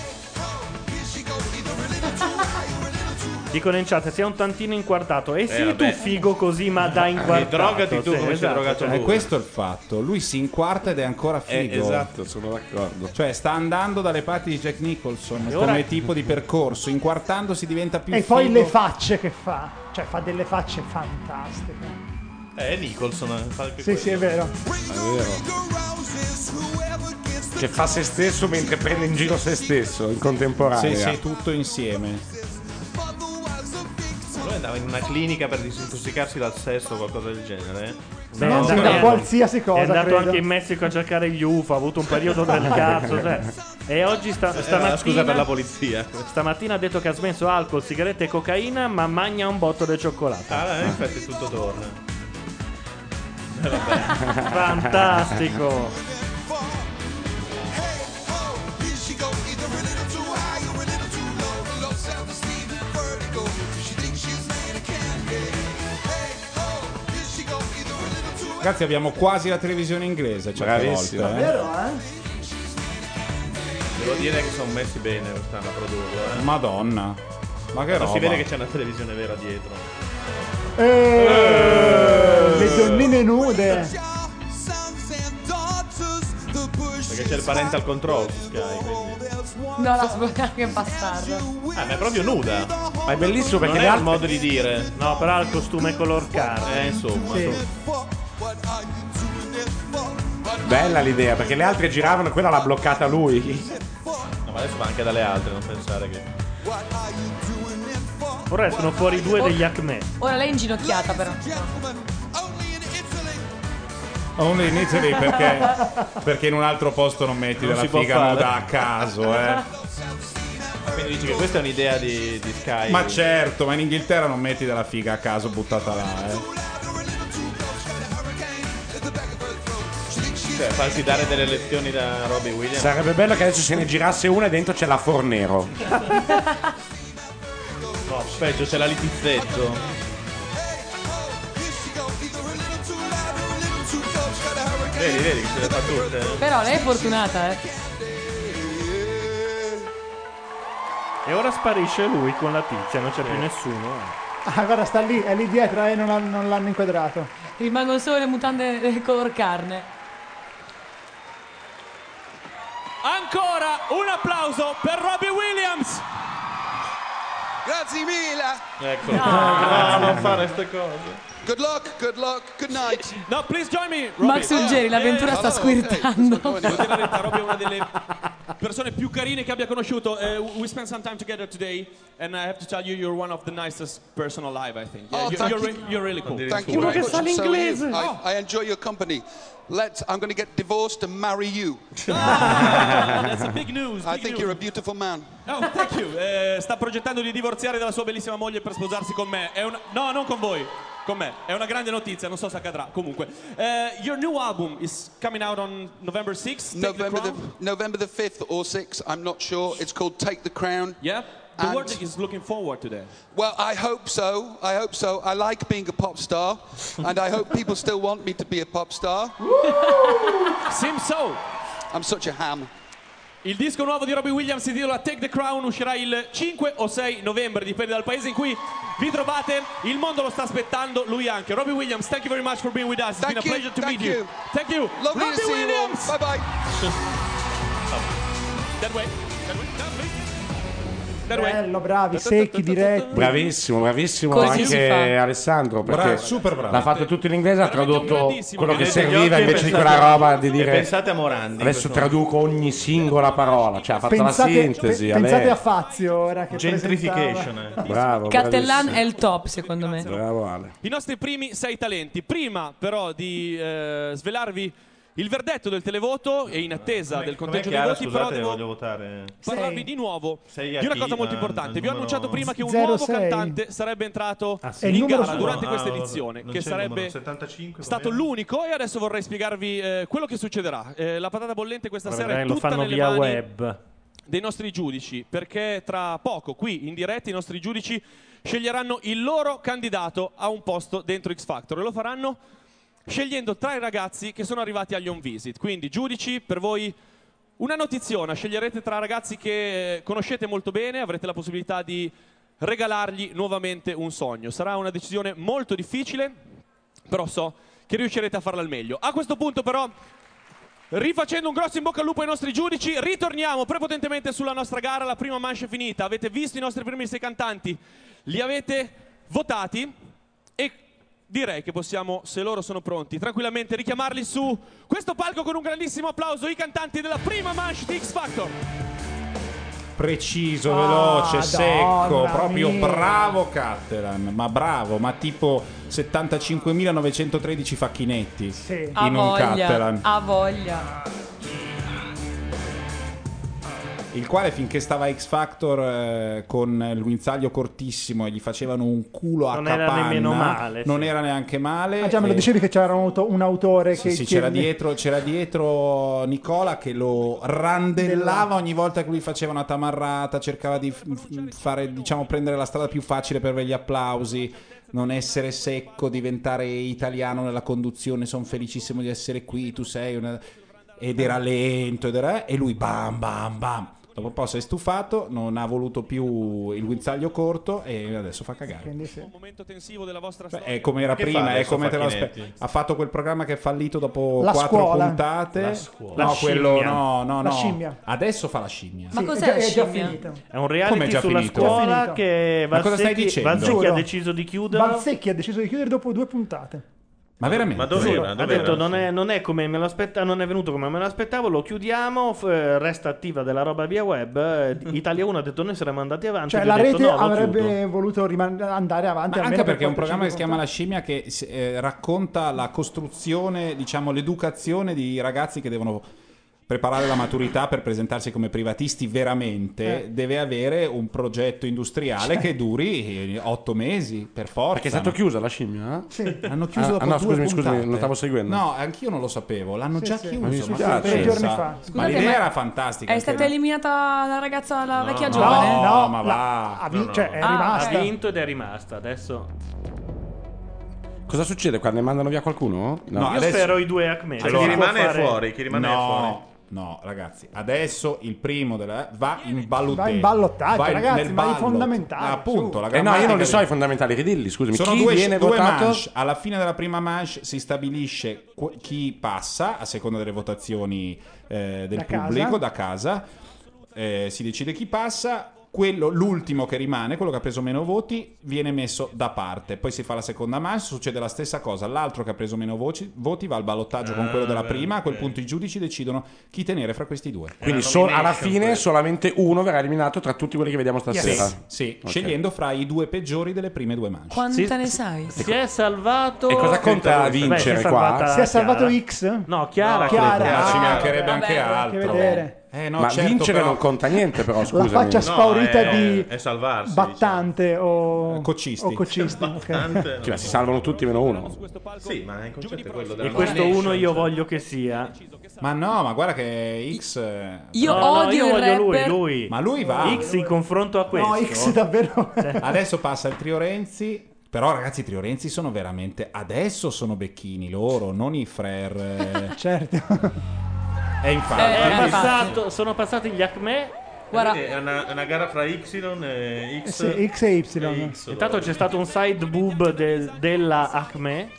Dicono in chat, sei un tantino inquartato. E sì, tu vabbè. figo così, ma da inquartato. drogati tu sì, come sei esatto, drogato cioè, lui. È questo il fatto. Lui si inquarta ed è ancora figo. Esatto, sono d'accordo. Cioè, sta andando dalle parti di Jack Nicholson E come ora- tipo di percorso. Inquartando si diventa più E figo. poi le facce che fa. Cioè, fa delle facce fantastiche. È Nicholson. Fa anche Sì, sì, è vero. È vero. Che fa se stesso mentre prende in giro se stesso in contemporanea. Sì, sì, tutto insieme. Lui in una clinica per disintossicarsi dal sesso o qualcosa del genere? Beh, Non è da qualsiasi cosa, È andato credo. anche in Messico a cercare gli UFO, ha avuto un periodo del cazzo. Cioè. E oggi stamattina. Scusa per la polizia. Stamattina ha detto che ha smesso alcol, sigarette e cocaina, ma mangia un botto di cioccolato. Infatti tutto torna. Fantastico. Ragazzi, abbiamo quasi la televisione inglese certe Bravissimo. volte. Vero, Devo dire che sono messi bene quest'anno a produrlo. Madonna. Ma che roba. Si vede che c'è una televisione vera dietro. Le donnine nude. Perché c'è il parental control su Sky, quindi. No, la sbagliata che bastardo. Ma è proprio nuda. Ma è bellissimo perché non le è altre il modo di dire. No, però ha il costume color carne. Insomma. Sì. Bella l'idea, perché le altre giravano e quella l'ha bloccata lui. No, ma adesso va anche dalle altre, non pensare che. Ora escono fuori due degli Acme. Ora lei è inginocchiata però. Only in Italy perché in un altro posto non metti Non della si può figa fare. nuda a caso, Quindi dici che questa è un'idea di Sky. Ma certo, ma in Inghilterra non metti della figa a caso buttata là, Cioè, farsi dare delle lezioni da Robbie Williams. Sarebbe bello che adesso se ne girasse una e dentro c'è la Fornero. No, peggio c'è la Litizzetto. Vedi che ce le fa tutte. Però lei è fortunata, E ora sparisce lui con la tizia, non c'è più nessuno. Ah, guarda, sta lì, è lì dietro e non l'hanno inquadrato. Rimangono solo le mutande color carne. Ancora un applauso per Robbie Williams. Grazie mille. Ecco. No. Non fare queste cose. Good luck, good night. No, please join me, Robbie. Max Ruggeri, l'avventura sta squirtando. Devo dire la verità, Robbie è una delle persone più carine che abbia conosciuto. We spent some time together today, and I have to tell you, you're one of the nicest person alive, I think. Yeah, Oh, thank you. you're really cool. Thank you very much. So are you. I enjoy your company. I'm going to get divorced and marry you. That's a big news. I think you're a beautiful man. Oh, thank you. Sta progettando di divorziare dalla sua bellissima moglie per sposarsi con me. No, non con voi. Con me. È una grande notizia, non so se accadrà. Comunque, your new album is coming out on November 6th. November the 5th or 6th, I'm not sure. It's called Take the Crown. Yeah? The world is looking forward to that. Well, I hope so. I like being a pop star, and I hope people still want me to be a pop star. Seems so. I'm such a ham. Il disco nuovo di Robbie Williams si intitola Take the Crown, uscirà il 5 o 6 novembre, dipende dal paese in cui vi trovate. Il mondo lo sta aspettando, lui anche. Robbie Williams, thank you very much for being with us. It's been a pleasure to meet you. Thank you. Lovely Robbie to see Williams. you all. Bye bye. That way. Bello, bravi, secchi, diretti. Bravissimo Così si anche fa. Alessandro, perché Bravo, super bravo. l'ha fatto tutto in inglese, ha tradotto quello che Vedete gli serviva occhi e invece di pensate- quella roba di dire e pensate a Morandi. adesso questo- traduco ogni singola parola, cioè ha fatto la sintesi. Pensate a Fazio ora che Gentrification, presentava. Bravo, Cattelan bravissimo. è il top, secondo me. Bravo Ale. I nostri primi 6 talenti. Prima però di svelarvi il verdetto del televoto e in attesa del conteggio dei voti, però Scusate, devo voglio votare. parlarvi di nuovo Sei a di una chi? cosa molto Ah, importante. il Vi ho numero- annunciato prima che un 06. nuovo cantante sarebbe entrato È il in numero gara suo. durante questa vabbè. edizione, Non che c'è il sarebbe numero 75, stato com'era? l'unico, e adesso vorrei spiegarvi quello che succederà. La patata bollente questa sera è Lo tutta fanno nelle via mani web. dei nostri giudici, perché tra poco qui in diretta i nostri giudici sceglieranno il loro candidato a un posto dentro X Factor e lo faranno scegliendo tra i ragazzi che sono arrivati agli home visit. Quindi giudici, per voi una notiziona, sceglierete tra ragazzi che conoscete molto bene, avrete la possibilità di regalargli nuovamente un sogno. Sarà una decisione molto difficile, però so che riuscirete a farla al meglio. A questo punto però, rifacendo un grosso in bocca al lupo ai nostri giudici, ritorniamo prepotentemente sulla nostra gara. La prima manche è finita, avete visto i nostri primi 6 cantanti, li avete votati e direi che possiamo, se loro sono pronti, tranquillamente richiamarli su questo palco con un grandissimo applauso, i cantanti della prima manche di X Factor. preciso, veloce, secco, proprio mia. bravo Cattelan, ma bravo, ma tipo 75.913 facchinetti Ha in un voglia, Cattelan. ha voglia. Il quale finché stava a X Factor con il guinzaglio cortissimo e gli facevano un culo a Non era capanna, nemmeno male, non era neanche male. Ah già, me lo dicevi che c'era un autore che... Sì, c'era dietro Nicola che lo randellava ogni volta che lui faceva una tamarrata, cercava di fare, diciamo, prendere la strada più facile per avere gli applausi, non essere secco, diventare italiano nella conduzione, sono felicissimo di essere qui, tu sei una... Ed era lento, e lui bam bam bam. Dopo un po' si è stufato, non ha voluto più il guinzaglio corto e adesso fa cagare. Un momento tensivo della vostra storia. È come era Che prima, fa è adesso come te lo Facchinetti? Ha fatto quel programma che è fallito dopo La 4 scuola. puntate. La scuola. No, La quello scimmia. no. La scimmia. Adesso fa la scimmia. Ma Sì, cos'è è la già scimmia? finito. È un Com'è reality già sulla finito? scuola Già finito. che Ma cosa stai dicendo? Valsecchi ha Giuro. deciso di chiudere. Valsecchi ha deciso di chiudere dopo 2 puntate. Ma veramente? Ma dov'era? Ha detto non è come me lo aspettavo, non è venuto come me lo aspettavo, lo chiudiamo, resta attiva della roba via web. Italia 1 ha detto noi saremmo andati avanti. Cioè gli ho la detto, rete no, lo avrebbe chiudo. voluto andare avanti. Ma almeno anche per perché è un 4-5 programma che si chiama La puntate. Scimmia che racconta la costruzione, diciamo l'educazione di ragazzi che devono preparare la maturità per presentarsi come privatisti veramente. Deve avere un progetto industriale che duri 8 mesi per forza. Perché è stato chiusa la scimmia? Sì. Hanno chiuso dopo no, 2 scusami, puntate. non stavo seguendo. No, anch'io non lo sapevo. L'hanno Sì, già sì. chiuso. Ma mi Ma dispiace. che 3 giorni pensa? fa. Ma Scusate, l'idea ma era fantastica. È anche stata la- eliminata la ragazza, la vecchia no, giovane? no, ma va. Cioè, è Ah, rimasta. Ha vinto ed è rimasta. Adesso Cosa succede quando ne mandano via qualcuno? No, io adesso- spero i 2 Acme. Cioè, Allora, chi rimane può è fare- fuori, chi rimane è fuori. No, ragazzi, adesso il primo va in ballottaggio. Va in ballottaggio, ragazzi, ma i fondamentali, Appunto, su. la No, io grammatica non li so di- i fondamentali, ridilli, scusami. Sono Chi viene due votato? manche. Alla fine della prima manche si stabilisce chi passa a seconda delle votazioni del Da casa. pubblico da casa. Si decide chi passa. L'ultimo che rimane, quello che ha preso meno voti, viene messo da parte. Poi si fa la seconda manche, succede la stessa cosa. L'altro che ha preso meno voti va al ballottaggio con quello della prima. A quel punto i giudici decidono chi tenere fra questi due. Quindi alla fine solamente uno verrà eliminato tra tutti quelli che vediamo stasera. Sì, Ok. scegliendo fra i 2 peggiori delle prime 2 manche. Quanta ne sai? Si è salvato. E cosa conta vincere si è qua? salvata Si è salvato Chiara. X? No, Chiara. Chiara. credo. Ci mancherebbe anche vabbè, altro. Che vedere. No, Ma certo, vincere però- non conta niente, però La scusami. faccia spaurita di è salvarsi. Battante o Coccisti. ok. Cioè, si salvano tutti meno uno. Sì, ma il concetto è quello E della questo uno io voglio che sia. Ma no, ma guarda che X. Io No, odio io il voglio rapper. lui. Ma lui va. X in confronto a questo. No, X davvero. Adesso passa il Trio Renzi. Però, ragazzi, i Trio Renzi sono veramente. Adesso sono becchini loro, non i Frère. Certo. E infatti. Sono passati gli Acme. Guarda, Quindi è una gara fra Y e X. Sì, X e Y. Intanto c'è stato un side boob della Acme.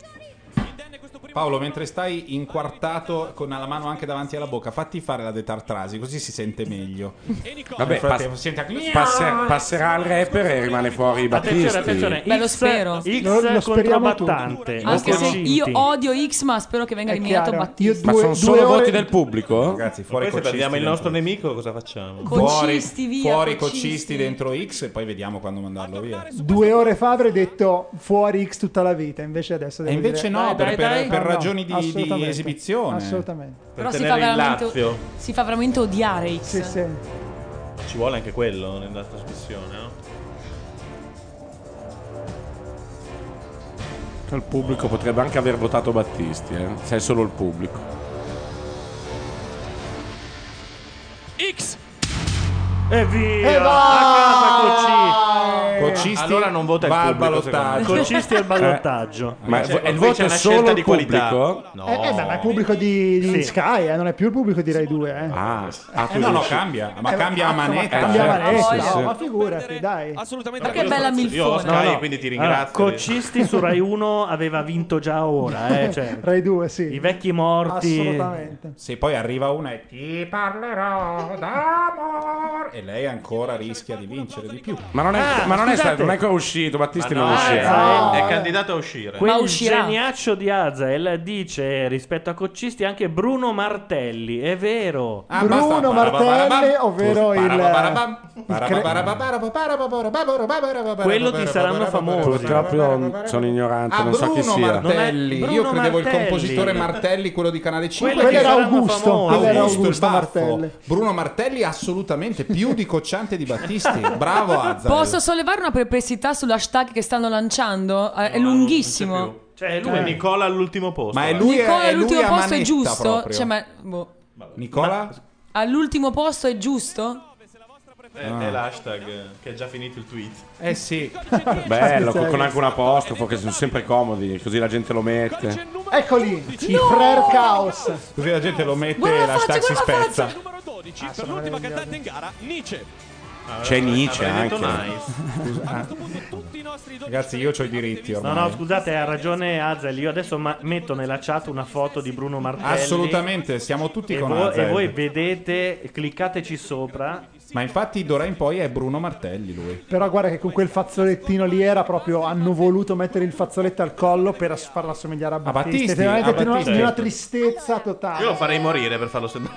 Paolo, mentre stai inquartato con la mano anche davanti alla bocca, fatti fare la detartrasi, così si sente meglio. Vabbè, Nel frattempo si sente passerà il rapper e rimane fuori Battisti. Attenzione, Beh, lo X, spero. X Lo contro speriamo tutti. Battante. anche se Coccinti. io odio X, ma spero che venga È eliminato chiaro. Battisti. Ma sono solo voti del pubblico? Ragazzi, fuori Poi se coccisti perdiamo il nostro dentro. nemico, cosa facciamo? Coccisti, via, fuori coccisti. coccisti dentro X e poi vediamo quando mandarlo via. 2 ore fa avrei detto fuori X tutta la vita, invece adesso E devo invece dire... no, Dai, dai. per No, ragioni di assolutamente. esibizione. Assolutamente. Però Per si fa, tenere il veramente, Lazio. si fa veramente odiare X. Sì, sì. Ci vuole anche quello nella trasmissione, no? Il pubblico potrebbe anche aver votato Battisti, se è solo il pubblico. X. E via. E A casa Coccisti Allora non vota il va al pubblico, ballottaggio. Coccisti al ballottaggio. Ma Invece il qui voto c'è è una solo scelta il di qualità. pubblico? No. Beh, ma è il pubblico di Sì. Sky, non è più il pubblico di Rai 2. Ah, tu No, no, dici- cambia, ma cambia a manetta. Cambia certo, manetta, sì, no, sì. ma figurati, dai. Assolutamente. Ma che bella Io ho milfona. Sky, quindi ti Allora, ringrazio. Coccisti su Rai 1 aveva vinto già ora, cioè, Rai 2, sì. i vecchi morti. Assolutamente. Se poi arriva una e ti parlerò d'amor e lei ancora rischia di vincere di più. Ma non è, scusate. non è ancora uscito, Battisti Ma non no, uscirà. è candidato a uscire. Quel Ma uscirà. geniaccio di Azael dice rispetto a Coccisti anche Bruno Martelli, è vero. Bruno Martelli, ovvero il Quello ti saranno famosi. Purtroppo sono ignorante, non so chi Bruno sia. Martelli. Bruno Io credevo il Martelli. compositore Martelli, quello di Canale 5. Quello era saranno Augusto. famosi. Quello era Augusto, il Augusto baffo. Martelli. Bruno Martelli assolutamente più di Cocciante di Battisti. Bravo Azza. Posso sollevare una perplessità sull'hashtag che stanno lanciando? È lunghissimo. Cioè, lui è Nicola all'ultimo posto. Ma è lui, Nicola è lui all'ultimo a posto è manetta giusto? proprio. Cioè, Nicola? all'ultimo posto è giusto? È l'hashtag che è già finito il tweet. Eh sì. Bello, con anche un apostrofo che sono sempre comodi, così la gente lo mette. Eccoli, i Frere Chaos. Così la gente lo mette Guarda e la l'hashtag si faccia, guarda la spezza. faccia. Numero 12 per l'ultima cantante in gara, Nietzsche. C'è Nietzsche avrei detto anche. nice. Ragazzi, io ho i diritti ormai. No, scusate, ha ragione Azel. Io adesso metto nella chat una foto di Bruno Martelli. Assolutamente, siamo tutti con E Azel. voi vedete, cliccateci sopra. Ma infatti d'ora in poi è Bruno Martelli lui. Però guarda che con quel fazzolettino lì era proprio, hanno voluto mettere il fazzoletto al collo per farla assomigliare a Battisti. Battisti, Veramente a di una, Battisti. di una tristezza totale. Io lo farei morire per farlo sembrare.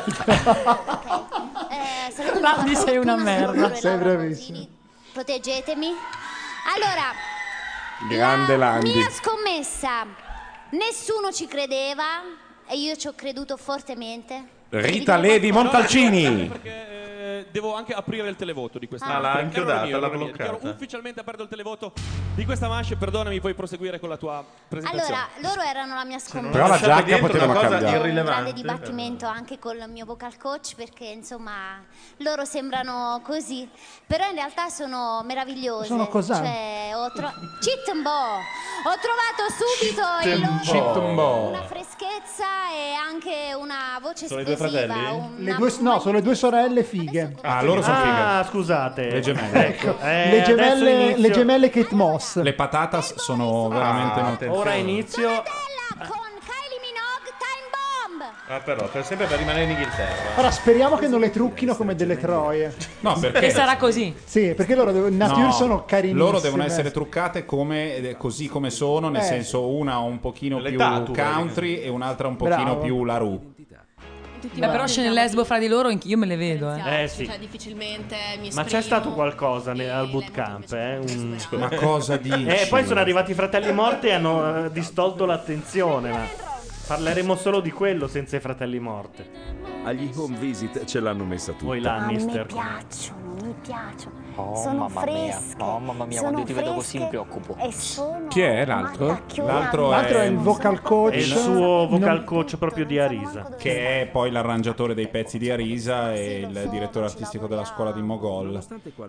Landi sei una merda. Sei bravissimo. Proteggetemi. Allora, Grande Landi. mia scommessa. Nessuno ci credeva e io ci ho creduto fortemente. Rita Levi Montalcini. Devo anche aprire il televoto di questa Ah, l'ha manche. inchiodata, Errore mio, l'ha errore mio. bloccata. Dichiaro ufficialmente aperto il televoto di questa manche. Perdonami, puoi proseguire con la tua presentazione. Allora, loro erano la mia scommessa. Però la giacca potevano un cambiare. grande dibattimento anche con il mio vocal coach perché insomma loro sembrano così, però in realtà sono meravigliose. Sono cos'è? Cioè, Chittenbo. Ho trovato subito il loro Chittenbo. una freschezza e anche una voce Sono i due espressiva. fratelli? No, sono le due sorelle fighe. Ah, loro sono fighe. Ah, scusate. Le gemelle. Ecco, Le adesso gemelle, inizio- le gemelle Kate Moss. Le patatas sono veramente note. Ora inizio. Con Kylie Minogue Time Bomb. Ah, però, per sempre per rimanere in Inghilterra. Ora speriamo che non le trucchino come delle troie. No, Che perché sarà così. Sì, perché loro in natura No, sono carinissime. loro devono essere truccate così come sono, nel senso una un pochino Le più tatu, country e un'altra un pochino Bravo. più la Ru. Beh, però scene lesbo fra di loro io me le vedo. Sì. Cioè, difficilmente mi Ma c'è stato qualcosa al bootcamp, Ma cosa dici? E poi sono arrivati i fratelli morti e hanno distolto l'attenzione. Ma parleremo solo di quello senza i fratelli morti. Agli home visit ce l'hanno messa tutta. Voi Lannister. Mi piacciono. Oh, sono mamma mia. fresche. Oh, mamma mia, sono quando io ti vedo così mi fresche preoccupo. E sono Chi è l'altro? L'altro L'altro è il vocal coach. È il suo vocal coach proprio di Arisa. Che è poi l'arrangiatore dei pezzi di Arisa e il direttore artistico della scuola di Mogol.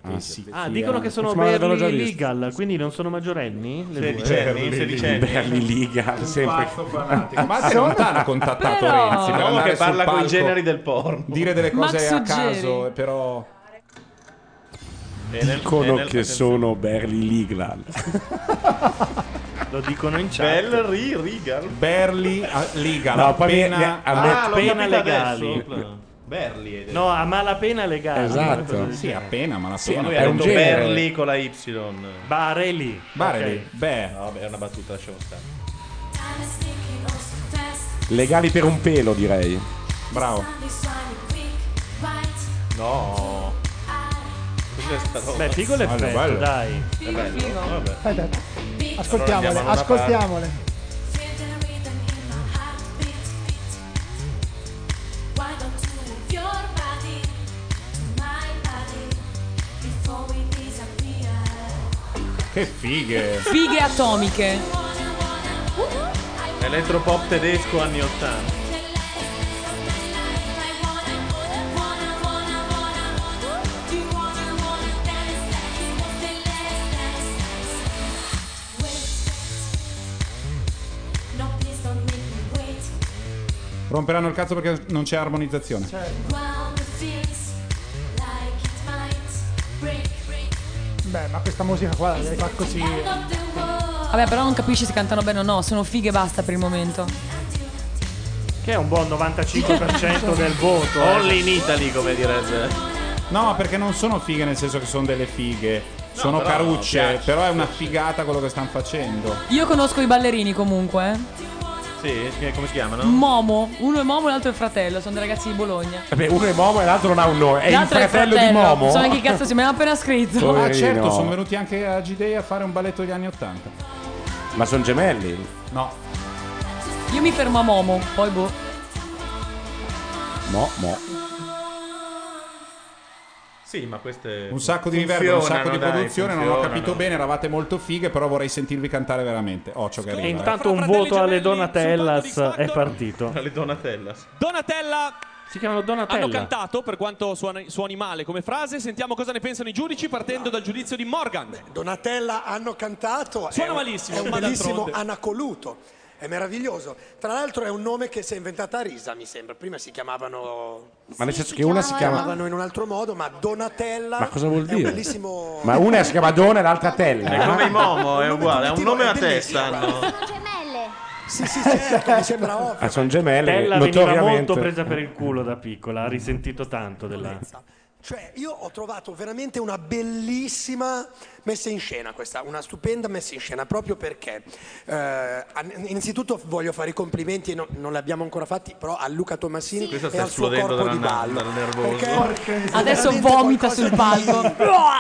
Dicono che sono Ma l'avevo già barely visto. legal, quindi non sono maggiorenni? Le due? Sedicenni. Berli Liga, sempre. Ma te non t'hanno contattato Però- Renzi per Uomo andare che sul parla con i palco, generi del porno. dire delle cose Max a Ruggeri. caso, però Dicono che sono Berli Ligland. Lo dicono in chat. Regal. Berli Liga, No, poi appena Appena legali. Berli. hai detto. No, a malapena legali. Esatto. sì, appena, ma la Sì, pena. lui è ha un detto genere. Berli con la Y. Barely. Barely, Ok. beh, No, vabbè, è una battuta, lasciamo stare. Legali per un pelo, direi. bravo. No. Cos'è sta roba? Beh, figo l'effetto, bello. dai. È bello. Vabbè. Aspetta, Allora ascoltiamole, andiamo da una ascoltiamole. Che fighe. Fighe atomiche. Elettropop tedesco anni 80. Romperanno il cazzo perché non c'è armonizzazione. Beh, ma questa musica qua la fa così. Vabbè, però non capisci se cantano bene o no. Sono fighe e basta per il momento. Che è un buon 95% del voto. Only in Italy, come direbbe. No, ma perché non sono fighe nel senso che sono delle fighe. Sono però carucce, piace. però è una figata quello che stanno facendo. Io conosco i ballerini comunque. Sì, come si chiamano? Momo, uno è Momo e l'altro è fratello, sono dei ragazzi di Bologna. Vabbè, uno è Momo e l'altro non ha un nome. È il L'altro è fratello di Momo? Non so neanche chi cazzo si, me l'ha appena scritto. Poverino. Ah, certo, sono venuti anche a G-Day a fare un balletto degli anni '80. Ma sono gemelli? No. Io mi fermo a Momo, poi boh. Mo. Sì, ma queste Un sacco di riverbero, un sacco di produzione, non ho capito bene, eravate molto fighe, però vorrei sentirvi cantare veramente. Occhio che arriva. E intanto un voto alle Donatellas è partito. Alle Donatellas. Donatella. Si chiamano Donatella. Hanno cantato, per quanto suoni male come frase. Sentiamo cosa ne pensano i giudici partendo dal giudizio di Morgan. Donatella hanno cantato. Suona malissimo, È un ma bellissimo d'altronde. anacoluto. È meraviglioso. Tra l'altro è un nome che si è inventata Risa, mi sembra. Prima si chiamavano... Ma nel senso che una si chiama... in un altro modo, ma Donatella... Ma cosa vuol È un dire? bellissimo... Ma una si chiama Donna e l'altra Tella. È come i Momo, è uguale, è un nome a bellissimo, testa. guarda. hanno. Sì, certo, mi sembra ovvio. Ah, sono gemelle, Tella veniva notoriamente. molto presa per il culo da piccola, ha risentito tanto della... Cioè, io ho trovato veramente una bellissima messa in scena questa, una stupenda messa in scena, proprio perché innanzitutto voglio fare i complimenti, non li abbiamo ancora fatti, però a Luca Tomasini Questo e sta al suo esplodendo corpo di dal ballo. nervoso. Adesso vomita sul palco.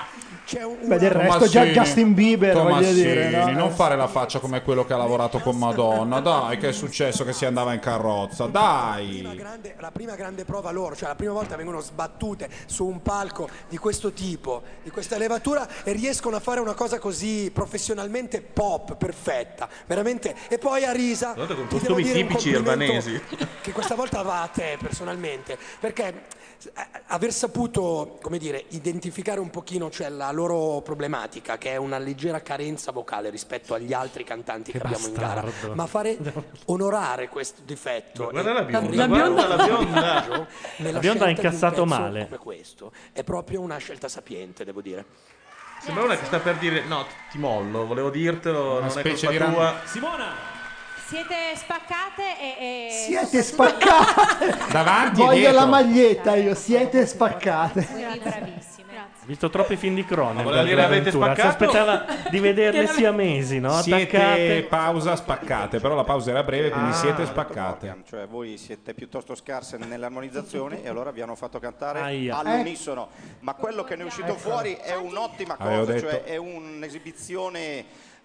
Beh, del resto già Justin Bieber, voglio dire, no? non fare la faccia come quello che ha lavorato con Madonna. Dai, che è successo che si andava in carrozza? Dai. La prima grande prova loro, cioè la prima volta vengono sbattute su un palco di questo tipo, di questa levatura, e riescono a fare una cosa così professionalmente pop, perfetta, veramente. E poi a Risa, Con ti devo costumi dire un tipici complimento albanesi. che questa volta va a te personalmente, perché aver saputo, come dire, identificare un pochino, cioè, la loro problematica, che è una leggera carenza vocale rispetto agli altri cantanti che abbiamo in gara, ma fare onorare questo difetto. Guarda la bionda, La guarda la bionda. La bionda ha incassato male. Come questo è proprio una scelta sapiente, devo dire. Sembra una che sta per dire no, ti mollo, volevo dirtelo, Una non è specie colpa di tua. Simona. Siete spaccate e... Siete spaccate. Davanti e Voglio dietro. la maglietta io, siete spaccate. Bravissime. Ho visto troppi film di Cronenberg. voleva dire avete addirittura. Si spaccato? aspettava di vederle siamesi, no? Siete Attaccate. pausa spaccate, però la pausa era breve, quindi siete spaccate. Morgan, cioè voi siete piuttosto scarse nell'armonizzazione e allora vi hanno fatto cantare Aia. all'unisono. Ma quello che ne è uscito fuori è un'ottima Avevo cosa, detto. cioè è un'esibizione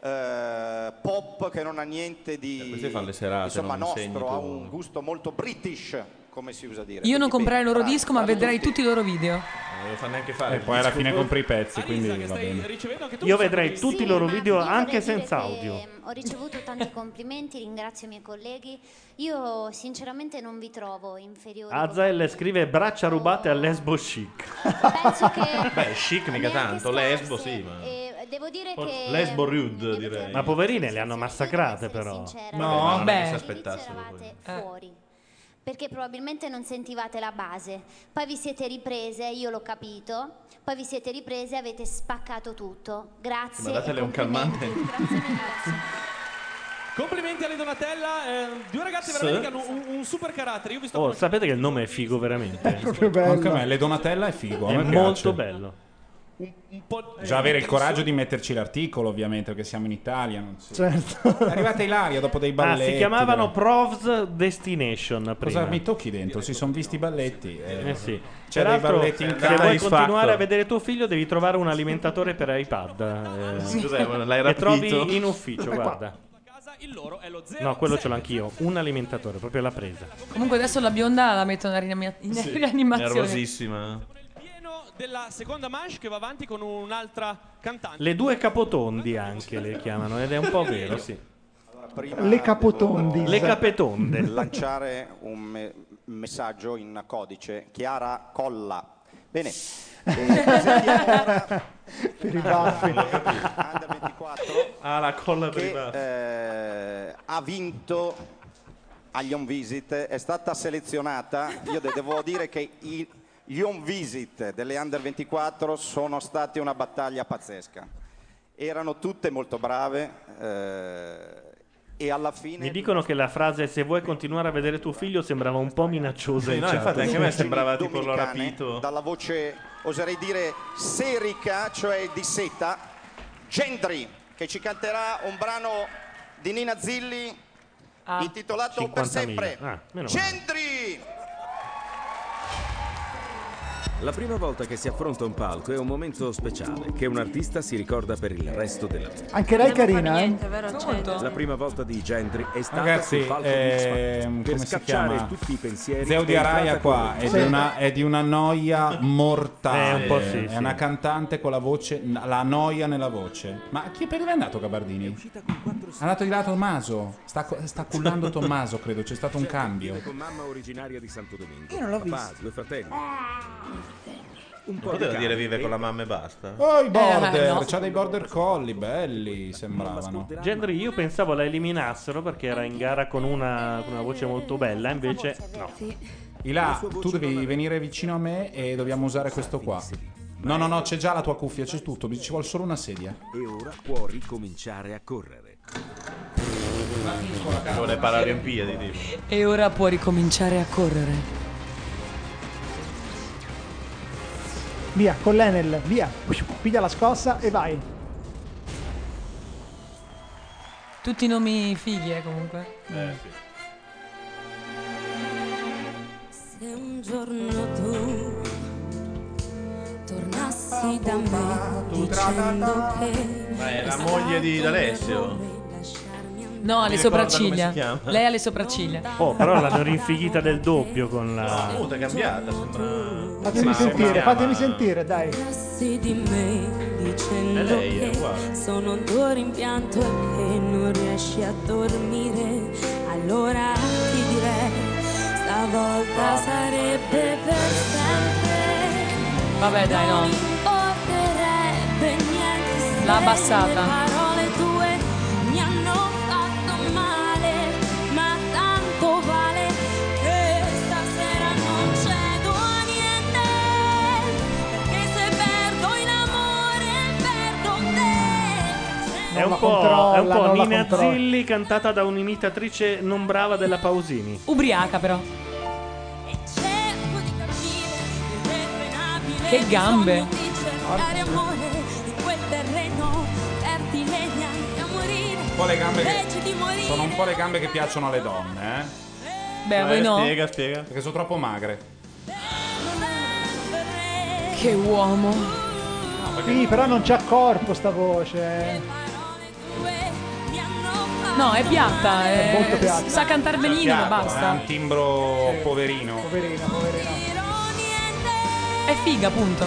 pop che non ha niente di queste fanno le serate, insomma non insegni nostro, ha tu. un gusto molto british, come si usa dire. Io non Quindi comprerei il bene, loro bravi, disco, ma bravi vedrei tutti. tutti i loro video. Non lo fa neanche fare. E poi alla fine compri i pezzi, quindi va bene. Io vedrei tutti i loro ma video io anche vorrei dire senza che audio. Ho ricevuto tanti complimenti, ringrazio i miei colleghi. Io sinceramente non vi trovo inferiori. Azael scrive braccia rubate a lesbo chic. Penso che Beh, chic mica tanto, lesbo sì, ma... devo dire che Lesbo rude, direi. Ma poverine le hanno massacrate però. No, non Beh. è che si aspettassero. eravate fuori. Perché probabilmente non sentivate la base. Poi vi siete riprese, io l'ho capito. Poi vi siete riprese e avete spaccato tutto. Grazie. Ma datele e un calmante. Grazie mille. Complimenti alle Donatella, due ragazze veramente che hanno un super carattere. Io ho visto Oh, sapete che il nome è figo veramente? Proprio bello. Anche a me, le Donatella è figo. a È me molto piace. bello. un po'. Già avere il coraggio di metterci l'articolo, ovviamente, perché siamo in Italia. Non so. Certo. È arrivata Ilaria dopo dei balletti. Si chiamavano Provs Destination prima. Cosa mi tocchi dentro? Si sono visti i balletti. Sì. C'è dei Peraltro, balletti in se casa. vuoi continuare a vedere tuo figlio devi trovare un alimentatore per iPad. Cos'è? L'hai Che trovi rapito? in ufficio, guarda. No, quello ce l'ho anch'io. Un alimentatore, proprio l'ha presa. Comunque adesso la bionda la mettono in rianimazione. Nervosissima. Della seconda manche che va avanti con un'altra cantante. Le due capotondi anche le chiamano, ed è un po' vero, sì. Prima Le capotondi. devo Le capetonde. lanciare un messaggio in codice. Chiara Colla. Bene. Presentiamo ora Per i baffi. Under 24 Ah, la colla per i che baffi. ha vinto agli On Visit, è stata selezionata. Io devo dire che gli On Visit delle Under 24 sono stati una battaglia pazzesca. Erano tutte molto brave e alla fine... Mi dicono che la frase "se vuoi continuare a vedere tuo figlio" sembrava un po' minacciosa. Sì, in no, chat. infatti anche a me sembrava tipo l'ho dominicane, rapito. dalla voce, oserei dire, serica, cioè di seta, Gendry, che ci canterà un brano di Nina Zilli intitolato per 50.000. sempre Meno male. Gendry. La prima volta che si affronta un palco è un momento speciale che un artista si ricorda per il resto della vita. Anche lei carina, La prima volta di Gendry è stata Ragazzi, sul palco di X Factor, per come si scacciare chiama? tutti i pensieri. Zeo di è Araya entrata qua con è di una noia mortale. Un po' sì, È sì. una cantante con la voce, la noia nella voce. Ma per dove è andato Gabardini? È andato di là Tommaso. Sta cullando Tommaso, credo. C'è stato un cambio. con mamma originaria di Santo Domingo. Io non l'ho Papà, visto. 2 fratelli. Un Non po' di poteva dire calma vive e- con la mamma e basta. Oh, i border, no. c'ha dei border collie belli, sembravano. Gendry, io pensavo la eliminassero perché era in gara con una voce molto bella, invece no. Ila, tu devi venire vicino a me e dobbiamo usare questo qua. No, c'è già la tua cuffia, c'è tutto, ci vuole solo una sedia. E ora può ricominciare a correre. Con le Paralimpiadi, tipo. E ora può ricominciare a correre. Via, con l'Enel, via. Piglia la scossa e vai. Tutti i nomi fighi, comunque. Se un giorno tu tornassi da me dicendo che Ma è la moglie di D'Alessio. No, ha le Mi ricorda sopracciglia. come si chiama? Lei ha le sopracciglia. Oh, però l'hanno rinfighita del doppio con la... Appunto, è cambiata, sembra... Fatemi sentire, dai. parlassi di me dicendo È lei, è che uguale. sono un tuo rimpianto e che non riesci a dormire, allora ti direi stavolta sarebbe per sempre. Vabbè, dai, no. Non importerebbe niente se L'ha abbassata. le parole tue mi hanno fatto male, ma tanto vale che stasera non cedo a niente, perché se perdo in amore perdo te. È un po' Nina Zilli cantata da un'imitatrice non brava della Pausini. Ubriaca, però. Che gambe. Cercare amore in quel terreno fertile neanche a morire. Un po' le gambe invece di che morire. sono un po' le gambe che piacciono alle donne, eh? Beh, a voi no? Spiega. Perché sono troppo magre. Che uomo. Sì, però non c'ha corpo sta voce. No, è piatta. È molto piatta. Sa cantare benino, ma Ha basta. un timbro poverino. Poverina. È figa, appunto.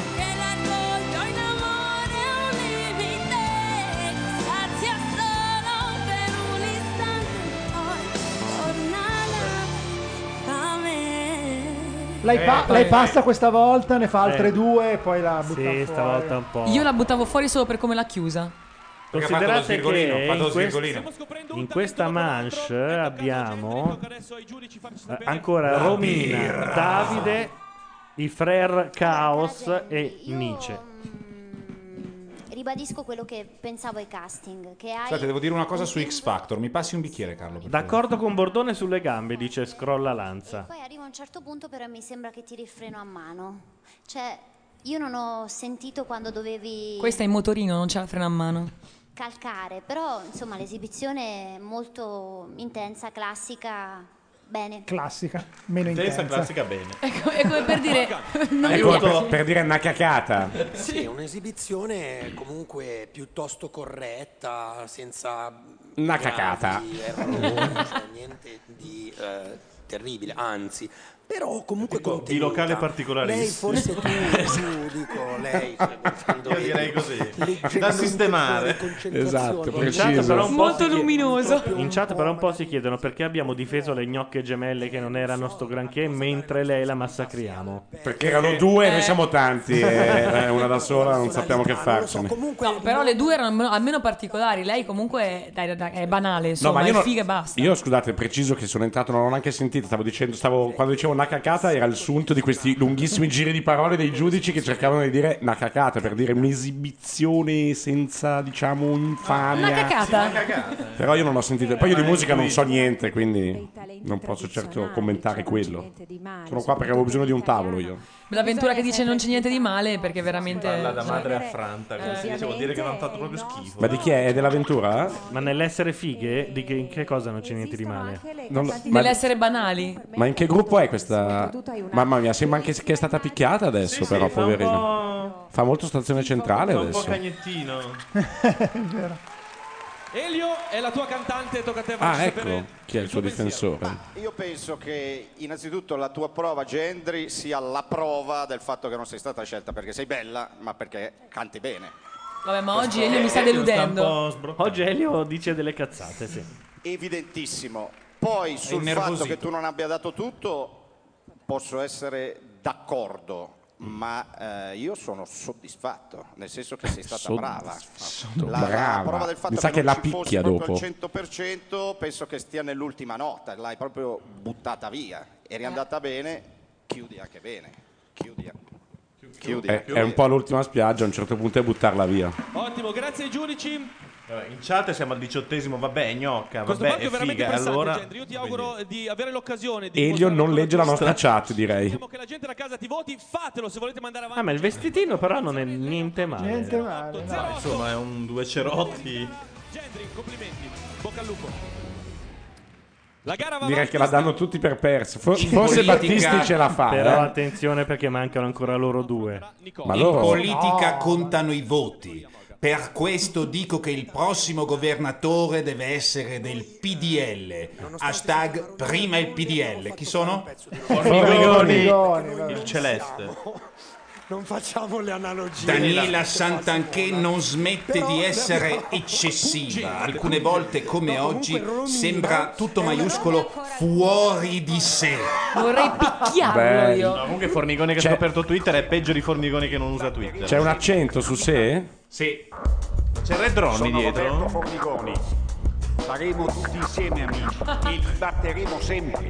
Lei passa questa volta, ne fa altre due e poi la butta fuori. Sì, stavolta un po'. Io la buttavo fuori solo per come l'ha chiusa. Considerate che svirgolino. in questa manche abbiamo ancora Romina, Davide, i Frère Chaos e Nietzsche. Ribadisco quello che pensavo ai casting. Che hai... Scusate, devo dire una cosa su X Factor. Mi passi un bicchiere, Carlo? per D'accordo con Bordone sulle gambe, dice Scrolla Lanza. Poi arriva a un certo punto però mi sembra che tiri il freno a mano. Cioè, io non ho sentito quando dovevi Questa è in motorino, non c'è la freno a mano. calcare, però insomma l'esibizione è molto intensa, classica, bene. Classica, meno Intensa, intensa. classica, bene. È come per dire... Ecco, per dire una cacata. Sì, un'esibizione comunque piuttosto corretta, senza Una cacata. gravi errori, cioè niente di terribile, anzi. Però comunque contenuta. Di locale particolarissimo. Lei forse dico lei. Io direi così. Da sistemare. Esatto, In chat però un po' In chat però un po' si chiedono perché abbiamo difeso le gnocche gemelle che non erano sto granché mentre lei la massacriamo. Perché erano due e noi siamo tanti. E una da sola non sappiamo che farcene. No, però le due erano almeno particolari. Lei comunque dai, è banale, insomma, è figa e basta. Io scusate, preciso che sono entrato, non l'ho neanche sentito. Quando dicevo una cacata era il sunto di questi lunghissimi giri di parole dei giudici che cercavano di dire una cacata per dire un'esibizione senza, diciamo, infamia. Una cacata? Però io non ho sentito. Poi io di musica non so niente, quindi non posso certo commentare quello. Sono qua perché avevo bisogno di un tavolo io. L'avventura che dice non c'è niente di male perché veramente... Parla da madre affranta, così vuol dire che non ha fatto proprio schifo. Ma di chi è? È dell'avventura? Ma nell'essere fighe, in che cosa non c'è niente di male? Nell'essere banali. Ma in che gruppo è questa? Mamma mia, sembra anche che è stata picchiata adesso, Sì, però, fa un poverino. Fa molto stazione centrale Fa un po' adesso. cagnettino. È vero. Elio è la tua cantante, tocca a te Ah, farci ecco sapere chi è il suo difensore. Io penso che innanzitutto la tua prova, Gendry, sia la prova del fatto che non sei stata scelta perché sei bella, ma perché canti bene. Vabbè, ma oggi Elio mi sta deludendo. Oggi Elio dice delle cazzate, sì. Evidentissimo. Poi sul fatto innervosito. che tu non abbia dato tutto posso essere d'accordo, ma io sono soddisfatto, nel senso che sei stata brava. La prova del fatto Mi sa che non la ci fosse picchia proprio dopo. al 100% penso che stia nell'ultima nota, l'hai proprio buttata via. Eri andata bene, chiudi anche bene. Chiudi. È un po' l'ultima spiaggia, a un certo punto è buttarla via. Ottimo, grazie ai giudici. In chat siamo al 18esimo, vabbè, gnocca, Questo vabbè, marchio è è veramente figa. pressante, Allora, Gendry. Io ti auguro di avere l'occasione di Elio non legge la nostra chat, direi. Vogliamo che la gente da casa ti voti, fatelo se volete mandare avanti. Ah, ma il vestitino però non è niente male. Niente male. no. ma insomma, è un due cerotti. Gendry, complimenti. Bocca al lupo. La gara va Direi avanti. che la danno tutti per perso. Forse politica- Battisti ce la fa. Però attenzione perché mancano ancora loro due. Ma In loro... politica contano i voti. Per questo dico che il prossimo governatore deve essere del PDL. Hashtag prima il PDL. Chi sono? Formigoni, vabbè. il celeste. Non facciamo le analogie. Daniela Santanchè non smette di essere eccessiva. Alcune volte, come oggi, sembra tutto maiuscolo fuori di sé. Vorrei picchiarlo io. No, comunque Formigoni che ha C'è- scoperto Twitter è peggio di Formigoni che non usa Twitter. C'è un accento su sé? Sì. C'è il Red Ronnie dietro. Formigoni. Saremo tutti insieme amici e li batteremo sempre,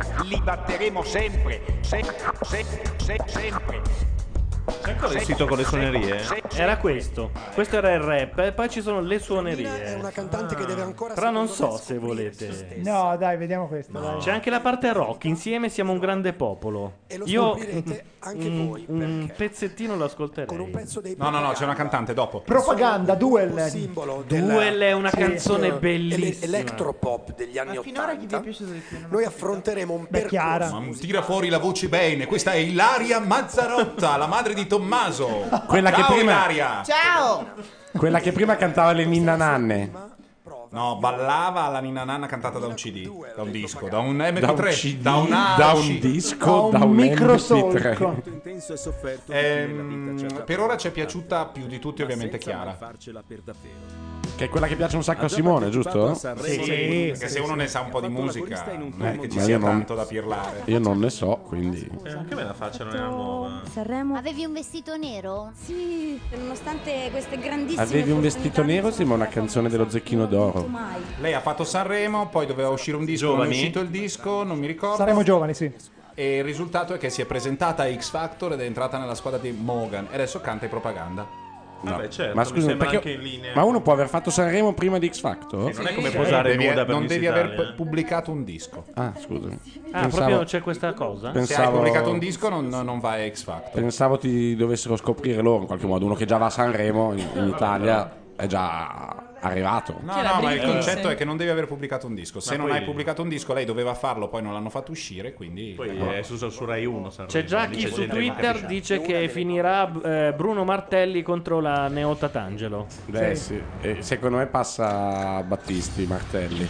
sempre. C'è ancora il sito con le suonerie? Era questo. Questo era il rap e poi ci sono le È suonerie. una cantante che deve ancora. Però non secondo me, so se volete. No, dai, vediamo questo. dai. C'è anche la parte rock, insieme siamo un grande popolo. E lo Io scoprirete anche voi, un pezzettino lo ascolterei. Con un pezzo dei No, c'è una cantante dopo. Propaganda, Duel. simbolo Duel è una Sì, canzone sì, bellissima. Electropop degli anni finora chi ti è 80. piaciuto di più? Noi affronteremo un Beh, Chiara. percorso. Ma tira fuori la voce bene. Questa è Ilaria Mazzarotta, la madre di Tommaso. Quella che Ciao, prima- Ilaria. Ciao! Quella che prima cantava le ninna nanne. No, ballava la Ninna Nanna cantata da un CD, da un disco, da un MP3, Da un CD, da un da un CD. disco, da un microsolco. MP3. Intenso e sofferto Per ora ci è piaciuta più di tutti ovviamente Chiara. Che è quella che piace un sacco a Simone, giusto? Sì, perché se uno ne sa un po' di musica non è che ci Ma sia io non- tanto da pirlare. Io non ne so, quindi... Anche me la faccia non era nuova. Sanremo. Avevi un vestito nero? Sì, nonostante queste grandissime Avevi un vestito nero? Sembra una canzone dello Zecchino d'Oro. Lei ha fatto Sanremo, poi doveva uscire un disco, non è Giovani? uscito il disco, non mi ricordo. Saremo giovani, sì. E il risultato è che si è presentata a X Factor ed è entrata nella squadra di Morgan e adesso canta in propaganda. No. Vabbè, certo, Ma mi scusa, sembra perché... anche in linea. Ma uno può aver fatto Sanremo prima di X Factor? Non è come posare Devi- nuda per non Miss devi Italia, aver pubblicato un disco. Ah, scusa. Ah, proprio c'è questa cosa? Se hai pubblicato un disco non vai a X Factor. Pensavo ti dovessero scoprire loro in qualche modo. Uno che già va a Sanremo in Italia è già arrivato. No, ma il concetto è che non devi aver pubblicato un disco. Se Ma non poi- hai pubblicato un disco, lei doveva farlo, poi non l'hanno fatto uscire, quindi... Poi è su Rai 1. C'è già chi su Twitter dice che finirà Bruno Martelli contro la Neota Tangelo. Beh, sì. E secondo me passa Battisti, Martelli.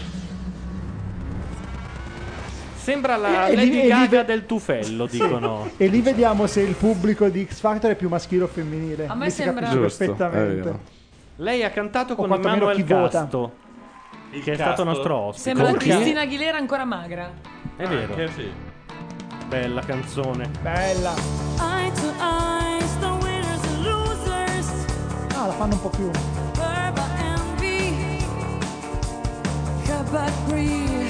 Sembra la E lì- Lady e lì Gaga ve- del tufello, dicono. E lì vediamo se il pubblico di X Factor è più maschile o femminile. A me Lì si sembra- capisce Giusto, perfettamente. Lei ha cantato O con quantomeno Emanuel chi vota. Gasto, che è Gasto? stato nostro ospite. Sembra la Con chi? Cristina Aguilera ancora magra. È vero. Anche sì. Bella canzone. Bella. Eye to eyes, the winners and losers. Ah, la fanno un po' più. Verbal envy, cupboard greed.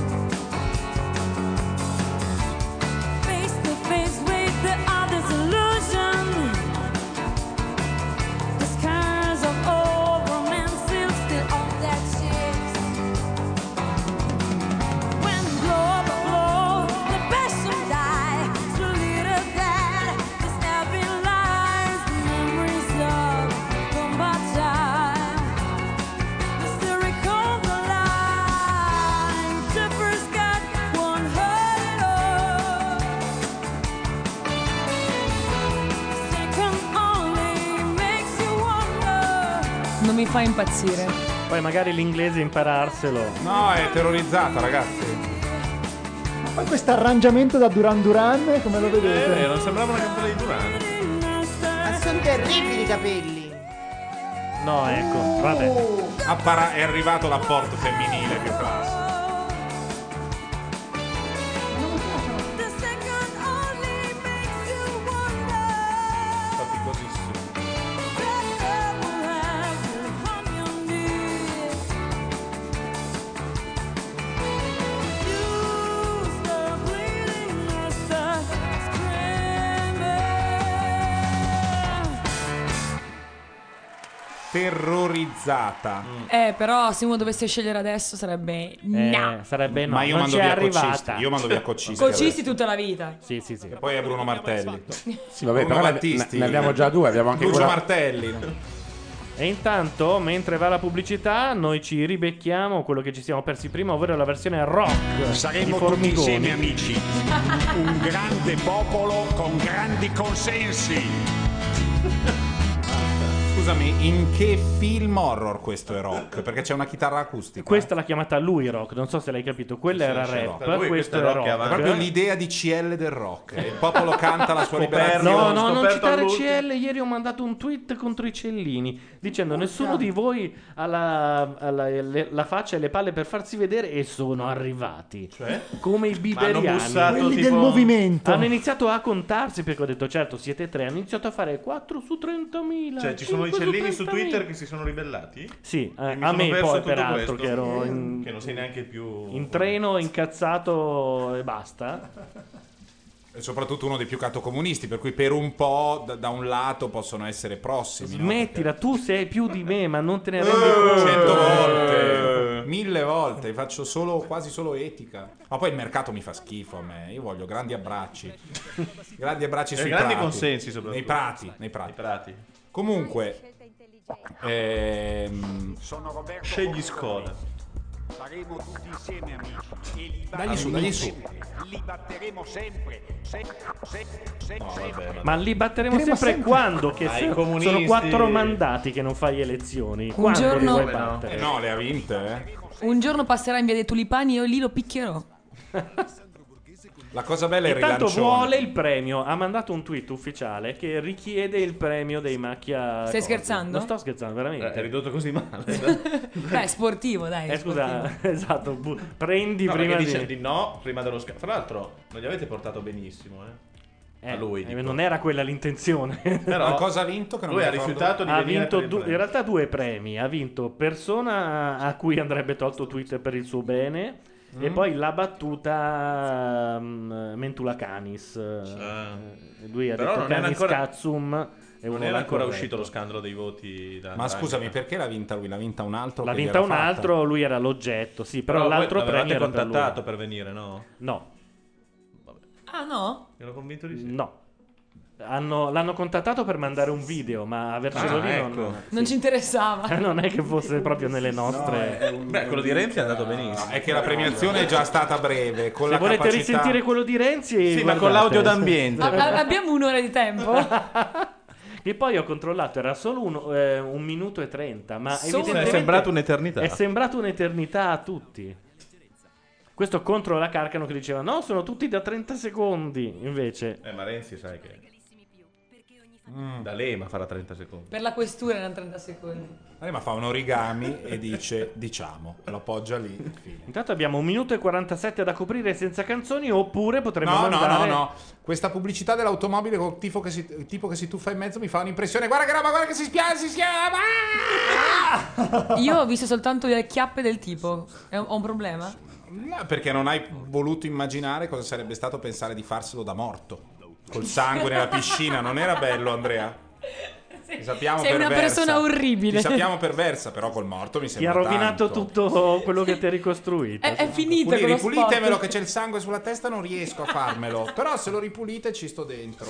Face to face with the other's illusion. The scars of old romances still on their cheeks. When blow by blow, the passion die, it's a little that this Non mi fa impazzire. Poi magari l'inglese impararselo. No, è terrorizzata, ragazzi. Ma poi questo arrangiamento da Duran Duran, come lo vedete? Non sembrava una canzone di Duran. Ma sono terribili i capelli. No, ecco, vabbè. È arrivato l'apporto femminile, che classe. Terrorizzata. Però se uno dovesse scegliere adesso sarebbe no. Sarebbe no. Ma io non mando c'è via arrivata. Coccisti. Io mando via Coccisti. Coccisti tutta la vita. Sì. E poi è Bruno Martelli. Sì, vabbè, Bruno però Battisti. ne abbiamo già due. Abbiamo anche Lucio quella... Martelli. E intanto, mentre va la pubblicità, noi ci ribecchiamo quello che ci siamo persi prima, ovvero la versione rock. Saremo di tutti Formigoni. insieme amici. Un grande popolo con grandi consensi. Scusami, in che film horror questo è rock? Perché c'è una chitarra acustica. Questa l'ha chiamata lui rock, non so se l'hai capito. Quella era rap, questo è rock. È proprio l'idea di CL del rock. Il popolo canta la sua liberazione. No, non citare CL. Ieri ho mandato un tweet contro i Cellini dicendo nessuno di voi ha la faccia e le palle per farsi vedere e sono arrivati. Cioè? Come i biberiani. Ma hanno bussato, quelli tipo... del movimento. Hanno iniziato a contarsi perché ho detto certo siete 3. Hanno iniziato a fare 4 su 30.000. Cioè ci sono i 5 su Cellini su 30.000. Twitter che si sono ribellati? Sì, E mi a sono me perso poi tutto peraltro questo. che ero Che non sei neanche più in treno, incazzato e basta. E soprattutto uno dei più catocomunisti, per cui per un po' da un lato possono essere prossimi. Smettila, tu sei più di me, ma non te ne rendi conto. 100 volte, 1000 volte, faccio quasi solo etica. Ma poi il mercato mi fa schifo a me. Io voglio grandi abbracci. Grandi abbracci sui grandi prati. consensi soprattutto. Nei prati. Comunque Sono Roberto Scegli Consolari. scuola. Saremo tutti insieme amici. E li Dagli su, dagli su. Li batteremo sempre. Ma li batteremo sempre quando? Che Ai sono comunisti. 4 mandati che non fai elezioni. Un Quando li giorno- vuoi battere? No, le ha vinte, Un giorno passerà in via dei Tulipani e io lì lo picchierò. La cosa bella è il Intanto rilancione. vuole il premio. Ha mandato un tweet ufficiale che richiede il premio dei macchia. Stai scherzando? Non sto scherzando, veramente. È ridotto così male. Dai, sportivo, dai. Scusa, sportivo. esatto. Prendi No, prima perché di. dice di no prima dello scambio. Fra l'altro, non gli avete portato benissimo, a lui. dico. Non era quella l'intenzione. Però Ma cosa ha vinto? Che non lui mi ha ricordo? rifiutato di Ha venire vinto per il premio. in realtà 2 premi. Ha vinto persona a cui andrebbe tolto Twitter per il suo bene. E poi la battuta Mentula Canis. Lui ha Però detto non è Canis ancora- Cazzum. E Non uno era l'ha ancora corretto. uscito lo scandalo dei voti da Ma Draghi. scusami, perché l'ha vinta lui? L'ha vinta un altro? L'ha che vinta gliel'ha un fatta? altro, lui era l'oggetto. Sì, però voi l'altro l'avevate premio era per lui. contattato per venire, no? No. Ah, no? Ero convinto di sì. No. L'hanno contattato per mandare un video, ma avercelo lì ecco. Non ci interessava. non è che fosse proprio nelle nostre. Beh, quello di Renzi è andato benissimo. È che la premiazione è già stata breve. Con Se la volete capacità... risentire quello di Renzi, Sì, ma guardate. con l'audio d'ambiente. Abbiamo un'ora di tempo. Che poi ho controllato, era solo 1 minuto e 30. Ma Solo? evidentemente È sembrato un'eternità. È sembrato un'eternità a tutti. Questo contro la Carcano che diceva no, sono tutti da 30 secondi. Invece, Ma Renzi sai che da Lema farà 30 secondi. Per la questura erano 30 secondi. Ma fa un origami e dice diciamo, lo appoggia lì. Fine. intanto abbiamo 1 minuto e 47 da coprire senza canzoni. Oppure potremmo No, mandare. no. Questa pubblicità dell'automobile con il tipo che si tuffa in mezzo mi fa un'impressione. Guarda che roba, guarda che si spiava. Io ho visto soltanto le chiappe del tipo. Ho un problema? No, perché non hai voluto immaginare cosa sarebbe stato pensare di farselo da morto. Col sangue nella piscina, non era bello, Andrea? Ti sappiamo Sei una perversa. persona orribile. Ti sappiamo perversa, però col morto mi Ti sembra ha rovinato tanto. tutto quello che ti hai ricostruito. È finita con lo Ripulitemelo spot. che c'è il sangue sulla testa, non riesco a farmelo. Però se lo ripulite ci sto dentro.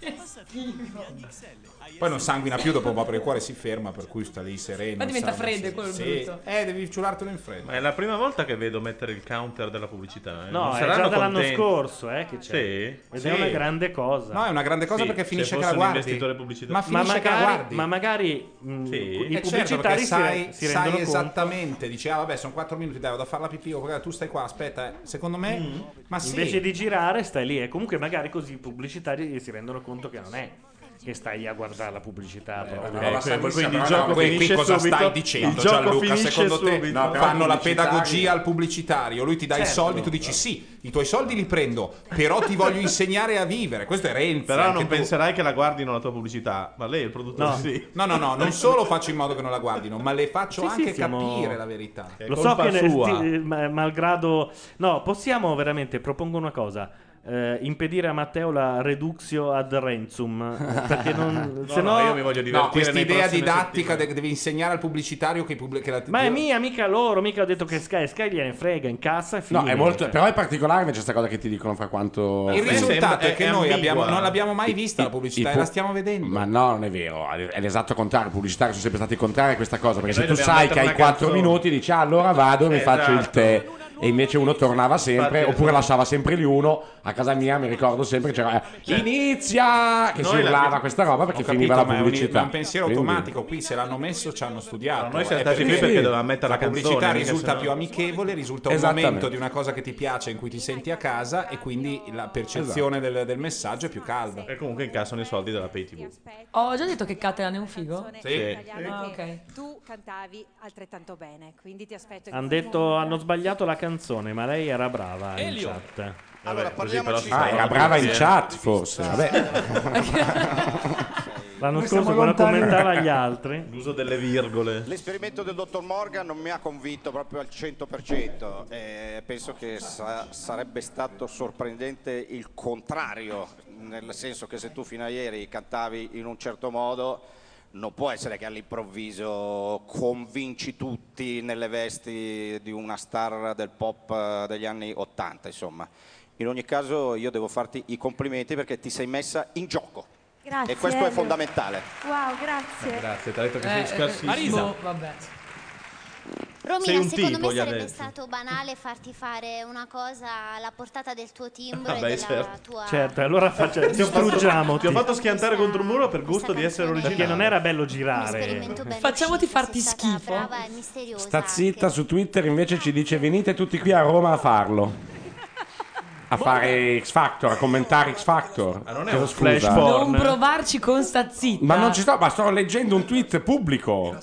Poi non sanguina più dopo un po' perché il cuore si ferma, per cui sta lì sereno. Ma diventa freddo, quello brutto. Devi ciulartelo in freddo. Ma è la prima volta che vedo mettere il counter della pubblicità. No, Non è saranno già dall'anno contenti. scorso che c'è. Sì. Ed è una grande cosa. No, è una grande cosa perché finisce che la guardi. Ma finisce che la guardi. Ma magari i pubblicitari certo, si rendono conto. Esattamente. Dici, vabbè, sono 4 minuti, dai, vado a fare la pipì. Tu stai qua, aspetta. Secondo me, ma sì. Invece di girare, stai lì. E comunque magari così i pubblicitari si rendono conto che non è che stai a guardare la pubblicità proprio. Quindi il gioco finisce cosa subito. Stai dicendo, Gianluca? Secondo te fanno la pedagogia al pubblicitario? Lui ti dà i soldi, tu dici sì, i tuoi soldi li prendo, però ti voglio insegnare a vivere. Questo è Renzi. Però non penserai che la guardino la tua pubblicità, ma lei è il produttore. Sì. No, non solo faccio in modo che non la guardino, ma le faccio anche capire la verità. Lo so che malgrado. No, possiamo veramente, propongo una cosa. Impedire a Matteo la reductio ad renzum perché non se no io mi voglio divertire. Questa idea didattica devi insegnare al pubblicitario che ma è mia, mica loro, mica ho detto che Sky gliene frega, incassa e fine. No, è molto, però è particolare invece questa cosa che ti dicono fra quanto il risultato è che noi non l'abbiamo mai vista la pubblicità e la stiamo vedendo. Ma no, non è vero, è l'esatto contrario. I pubblicitari sono sempre stati contrari a questa cosa, perché se tu sai che hai 4 minuti dici allora vado e mi faccio il tè. E invece uno tornava sempre, oppure lasciava sempre lì uno. A casa mia mi ricordo sempre che c'era inizia, che si urlava questa roba perché finiva la pubblicità. È un pensiero automatico. Qui se l'hanno messo ci hanno studiato. Noi siamo stati qui perché dovevamo mettere la canzone. La pubblicità risulta più amichevole, risulta un momento di una cosa che ti piace in cui ti senti a casa e quindi la percezione del messaggio è più calda. E comunque incassano i soldi della Pay TV. Ho già detto che Catalan è un figo? Sì. Tu cantavi altrettanto bene, quindi ti aspetto. Hanno sbagliato la canzone, ma lei era brava in chat. Allora, parliamoci. Era brava in chat, forse. Vabbè. L'anno scorso quando commentava gli altri, l'uso delle virgole. L'esperimento del dottor Morgan non mi ha convinto proprio al 100%. Penso che sarebbe stato sorprendente il contrario, nel senso che se tu fino a ieri cantavi in un certo modo, non può essere che all'improvviso convinci tutti nelle vesti di una star del pop degli anni 80, insomma. In ogni caso io devo farti i complimenti perché ti sei messa in gioco. Grazie. E questo è fondamentale. Wow, grazie. Grazie, ti ha detto che sei scarsissimo. Marisa, vabbè. Romina, secondo me sarebbe stato banale farti fare una cosa alla portata del tuo timbro e della tua... Certo, allora distruggiamo. Ti ho fatto schiantare contro un muro per gusto di essere originale. Perché non era bello girare. Facciamoti farti schifo. Brava e misteriosa. Sta zitta, su Twitter invece ci dice venite tutti qui a Roma a farlo. A fare X Factor, a commentare X Factor. Ma non è un flash porn. Non provarci con sta zitta. Ma non ci sto, ma sto leggendo un tweet pubblico.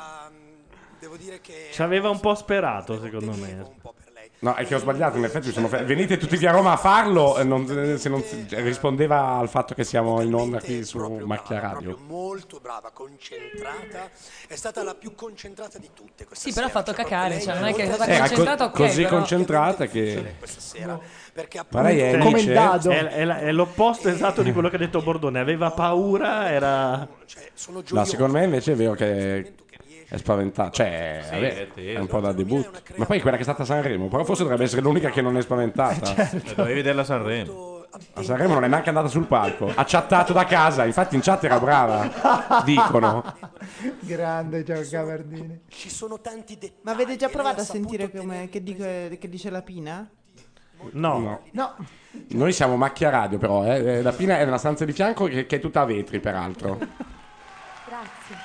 Devo dire che ci aveva un po' sperato, secondo me. No, è che ho sbagliato, in effetti venite tutti qui a Roma a farlo, rispondeva al fatto che siamo in onda qui su Macchia Radio. Molto brava, concentrata, è stata la più concentrata di tutte questa Sì, però ha fatto cacare, cioè non è che è stata Era concentrata, ok, così però... concentrata che... questa sera, perché Ma lei è come il dado. È l'opposto esatto di quello che ha detto Bordone. Aveva paura, era... No, secondo me invece è vero che è spaventata, cioè è un po' da debutto. Ma poi quella che è stata a Sanremo, però forse dovrebbe essere l'unica che non è spaventata. Dovevi vederla a Sanremo. A Sanremo non è neanche andata sul palco, ha chattato da casa, infatti in chat era brava, dicono. Grande Gianluca Verdini. Ci sono tanti dettagli. Ma avete già provato a sentire che dice la Pina? No. Noi siamo Macchia Radio, però la Pina è nella stanza di fianco che è tutta a vetri, peraltro. Grazie.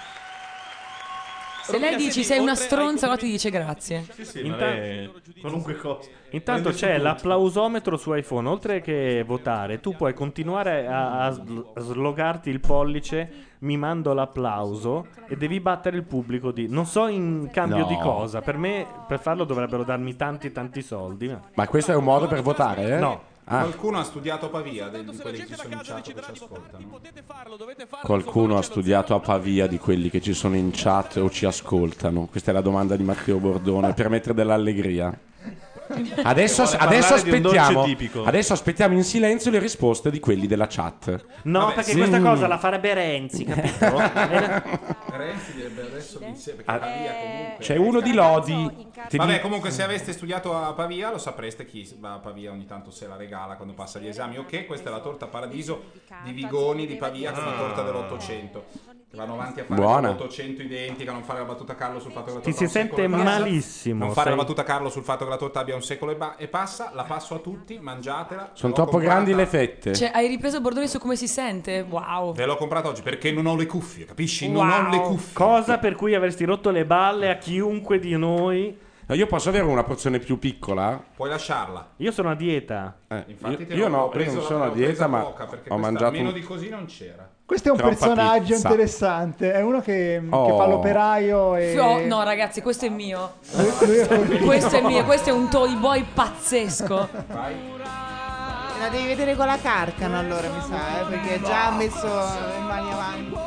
Se lei dici sei una stronza, allora ti dice grazie. Qualunque cosa. Intanto c'è l'applausometro su iPhone. Oltre che votare, tu puoi continuare a slogarti il pollice mimando l'applauso e devi battere il pubblico di... Non so in cambio di cosa. Per me, per farlo dovrebbero darmi tanti soldi. Ma questo è un modo per votare, eh? No. Qualcuno ha studiato a Pavia di quelli che ci sono in chat che ci ascoltano. Qualcuno ha studiato a Pavia di quelli che ci sono in chat o ci ascoltano? Questa è la domanda di Matteo Bordone per mettere dell'allegria. Adesso parlare di un dolce aspettiamo. tipico. Adesso aspettiamo in silenzio le risposte di quelli della chat. No, perché questa cosa la farebbe Renzi, capito? Renzi direbbe adesso perché Pavia comunque. C'è uno di Lodi. Vabbè, comunque se aveste studiato a Pavia lo sapreste, chi va a Pavia ogni tanto se la regala quando passa gli esami. Ok, questa è la torta Paradiso di Vigoni di Pavia, che è una torta dell'800. Che vanno avanti a fare Buona. l'800 identica, non fare la battuta Carlo sul fatto che la torta Ti si ha un secolo sente e passa. malissimo. Non fare sai? la battuta Carlo sul fatto che la torta abbia un secolo e passa, la passo a tutti, mangiatela. Sono L'ho troppo comprata- grandi le fette. Cioè, hai ripreso Bordoni su come si sente? Wow. Ve l'ho comprata oggi perché non ho le cuffie, capisci? Non ho le cuffie. Cosa per cui avresti rotto le balle a chiunque di noi? No, io posso avere una porzione più piccola? Puoi lasciarla. Io sono a dieta. Infatti Io no, io non sono a dieta, ma ho mangiato meno di così non c'era. Questo è un Troppa personaggio pizza. interessante. È uno che Oh. fa l'operaio e. Oh, no, ragazzi, questo è mio. Lui è colpito. Questo è mio, questo è un toy boy pazzesco. La devi vedere con la Carcano allora, mi sa, perché già ha messo le mani avanti.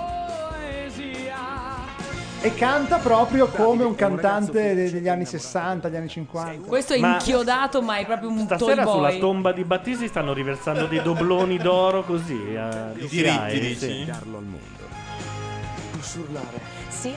E canta proprio come un cantante degli anni 60, degli anni 50. Questo è inchiodato, ma è proprio un toy Stasera sulla boy. tomba di Battisti stanno riversando dei dobloni d'oro così. I diritti, dici? Darlo al mondo. Posso urlare? Sì.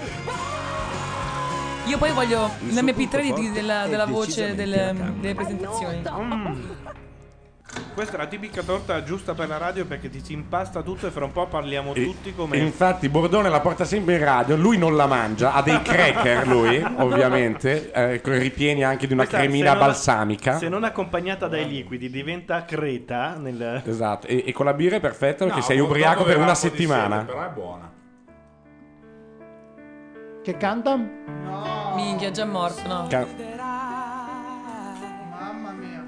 Io poi voglio Il la mia suo P3 punto forte della è voce decisamente delle presentazioni. Questa è la tipica torta giusta per la radio perché ti si impasta tutto e fra un po' parliamo tutti come... E infatti Bordone la porta sempre in radio, lui non la mangia, ha dei cracker lui, ovviamente, ripieni anche di una Questa, cremina se non- balsamica. Se non accompagnata dai liquidi diventa creta nel... Esatto, e con la birra è perfetta perché No, sei Bordone ubriaco per aveva una un po' di settimana. sete, però è buona. Che canta? Minchia, è già morto, no? Mamma mia.